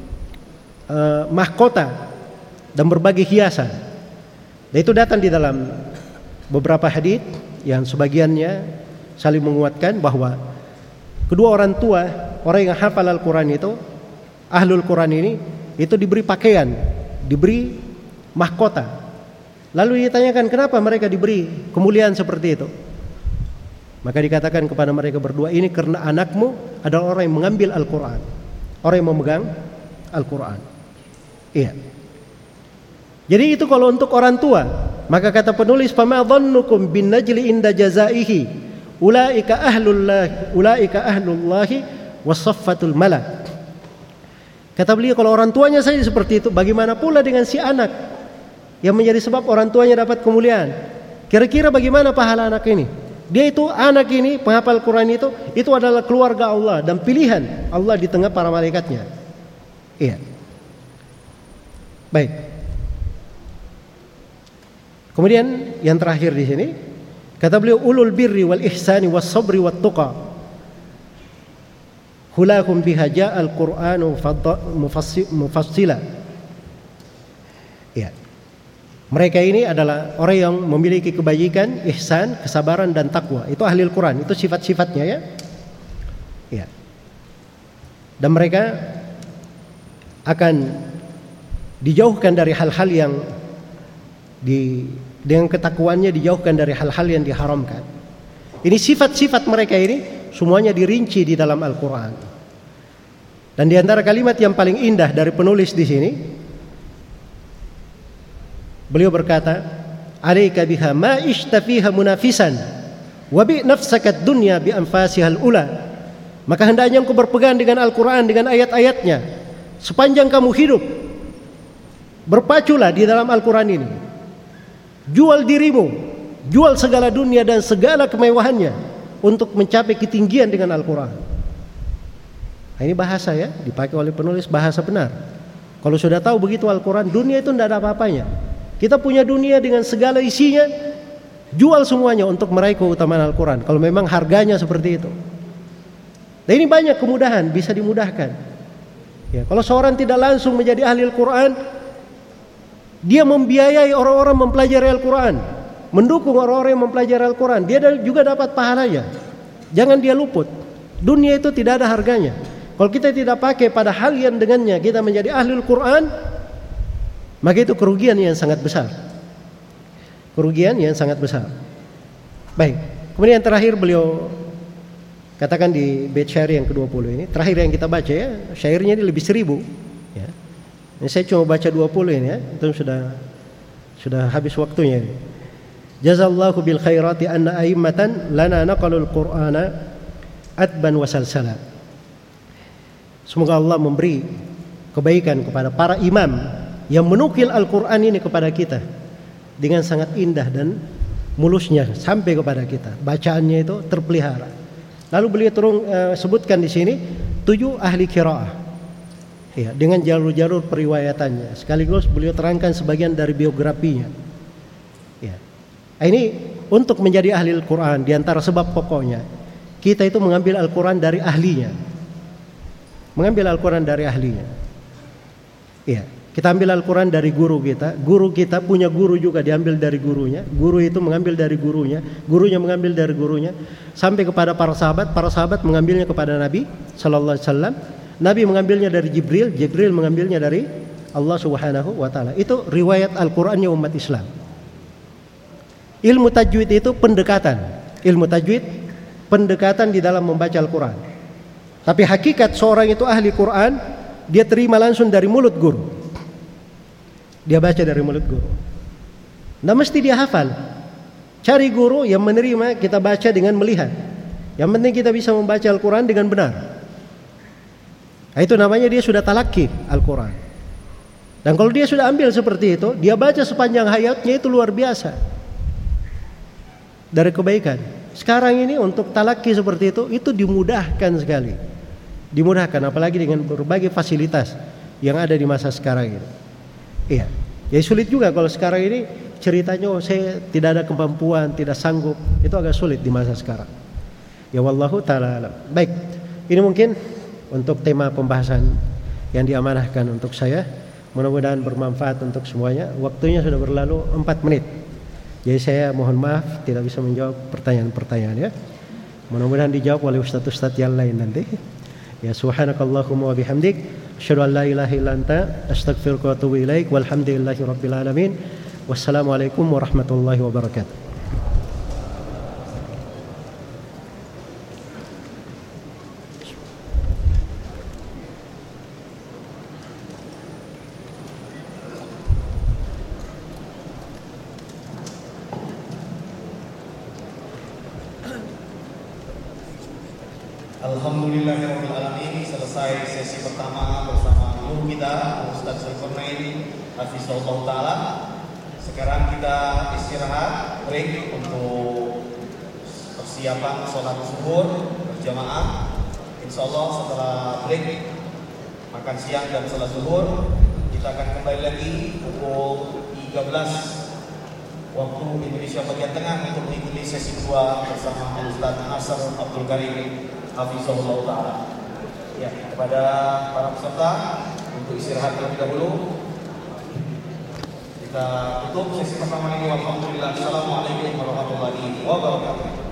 uh, mahkota dan berbagai hiasan. Dan itu datang di dalam beberapa hadis yang sebagiannya saling menguatkan bahwa kedua orang tua orang yang hafal Al-Quran itu, ahlul Quran ini, itu diberi pakaian, diberi mahkota. Lalu ditanyakan kenapa mereka diberi kemuliaan seperti itu. Maka dikatakan kepada mereka berdua, ini karena anakmu adalah orang yang mengambil Al-Quran, orang yang memegang Al-Quran. Iya. Jadi itu kalau untuk orang tua. Maka kata penulis, fama dhannukum bin najli inda jazaihi ulaika ahlullah ulaika ahlullahi wasaffatul malak. Kata beliau, kalau orang tuanya saja seperti itu, bagaimana pula dengan si anak yang menjadi sebab orang tuanya dapat kemuliaan? Kira-kira bagaimana pahala anak ini? Dia itu, anak ini, penghafal Quran itu, itu adalah keluarga Allah dan pilihan Allah di tengah para malaikatnya. Iya. Baik. Kemudian yang terakhir di sini kata beliau, ulul birri wal ihsani was sabri wat tuqa hulakum biha ja'al qur'anu mufassila. Ya. Mereka ini adalah orang yang memiliki kebajikan, ihsan, kesabaran dan takwa. Itu ahli Al-Quran, itu sifat-sifatnya ya. Ya. Dan mereka akan dijauhkan dari hal-hal yang di, dengan ketakwaannya dijauhkan dari hal-hal yang diharamkan. Ini sifat-sifat mereka ini semuanya dirinci di dalam Al-Quran. Dan di antara kalimat yang paling indah dari penulis di sini, beliau berkata, "Alaika biha ma ishtafiha munafisan wa bi nafsaka dunya bi anfasihal ula." Maka hendaknya engkau berpegang dengan Al-Quran, dengan ayat-ayatnya sepanjang kamu hidup. Berpaculah di dalam Al-Quran ini. Jual dirimu, jual segala dunia dan segala kemewahannya untuk mencapai ketinggian dengan Al-Quran. Nah, ini bahasa ya, dipakai oleh penulis, bahasa benar. Kalau sudah tahu begitu Al-Quran, dunia itu tidak ada apa-apanya. Kita punya dunia dengan segala isinya, jual semuanya untuk meraih keutamaan Al-Quran. Kalau memang harganya seperti itu. Nah, ini banyak kemudahan, bisa dimudahkan. Ya, kalau seorang tidak langsung menjadi ahli Al-Quran, dia membiayai orang-orang mempelajari Al-Quran, mendukung orang-orang yang mempelajari Al-Quran, dia juga dapat pahalanya. Jangan dia luput. Dunia itu tidak ada harganya. Kalau kita tidak pakai pada hal yang dengannya kita menjadi ahli Al-Quran, maka itu kerugian yang sangat besar. Kerugian yang sangat besar. Baik, kemudian yang terakhir beliau katakan di bait syair yang kedua puluh ini, terakhir yang kita baca ya, syairnya ini lebih seribu ya. Ini saya cuma baca dua puluh ini ya, itu sudah sudah habis waktunya ini. Jazallahu bil khairati anna a'immatan lana naqalul qur'ana adban wa salsala. Semoga Allah memberi kebaikan kepada para imam yang menukil Al-Quran ini kepada kita dengan sangat indah dan mulusnya sampai kepada kita. Bacaannya itu terpelihara. Lalu beliau turun uh, sebutkan di sini tujuh ahli qiraah, ya, dengan jalur-jalur periwayatannya. Sekaligus beliau terangkan sebagian dari biografinya. Ya. Ini untuk menjadi ahli Al-Quran, di antara sebab pokoknya kita itu mengambil Al-Quran dari ahlinya, mengambil Al-Quran dari ahlinya. Ya. Kita ambil Al-Quran dari guru kita. Guru kita punya guru juga, diambil dari gurunya. Guru itu mengambil dari gurunya. Gurunya mengambil dari gurunya. Sampai kepada para sahabat. Para sahabat mengambilnya kepada Nabi Sallallahu Alaihi Wasallam. Nabi mengambilnya dari Jibril. Jibril mengambilnya dari Allah Subhanahu Wa Taala. Itu riwayat Al-Qurannya umat Islam. Ilmu tajwid itu pendekatan. Ilmu tajwid pendekatan di dalam membaca Al-Quran. Tapi hakikat seorang itu ahli Quran, dia terima langsung dari mulut guru. Dia baca dari mulut guru. Nah, mesti dia hafal. Cari guru yang menerima kita baca dengan melihat. Yang penting kita bisa membaca Al-Quran dengan benar. Nah, itu namanya dia sudah talaki Al-Quran. Dan kalau dia sudah ambil seperti itu, dia baca sepanjang hayatnya, itu luar biasa. Dari kebaikan. Sekarang ini untuk talaki seperti itu, itu dimudahkan sekali. Dimudahkan, apalagi dengan berbagai fasilitas yang ada di masa sekarang ini. Iya, ya sulit juga kalau sekarang ini ceritanya oh, saya tidak ada kemampuan, tidak sanggup, itu agak sulit di masa sekarang. Ya wallahu ta'ala alam. Baik, ini mungkin untuk tema pembahasan yang diamanahkan untuk saya. Mudah-mudahan bermanfaat untuk semuanya. Waktunya sudah berlalu empat menit. Jadi saya mohon maaf tidak bisa menjawab pertanyaan-pertanyaan ya. Mudah-mudahan dijawab oleh ustaz-ustaz yang lain nanti. Ya subhanakallahumma wa bihamdik asyhadu an la ilaha illa anta astaghfiruka wa atubu ilaik walhamdulillahi rabbil alamin. Wassalamualaikum warahmatullahi wabarakatuh. Alhamdulillahirrahmanirrahim. Selesai sesi pertama bersama guru kita Ustaz Zulkarnain hafizahullah ta'ala. Sekarang kita istirahat, break untuk persiapan sholat zuhur berjamaah. Insyaallah setelah break makan siang dan sholat zuhur, kita akan kembali lagi pukul tiga belas waktu Indonesia bagian tengah untuk mengikuti sesi kedua bersama Ustaz Nasr Abdul Karim Hafizahullah Ta'ala. Ya, kepada para peserta untuk istirahat terlebih dahulu. Kita tutup sesi pertama ini. Alhamdulillah. Assalamualaikum warahmatullahi wabarakatuh.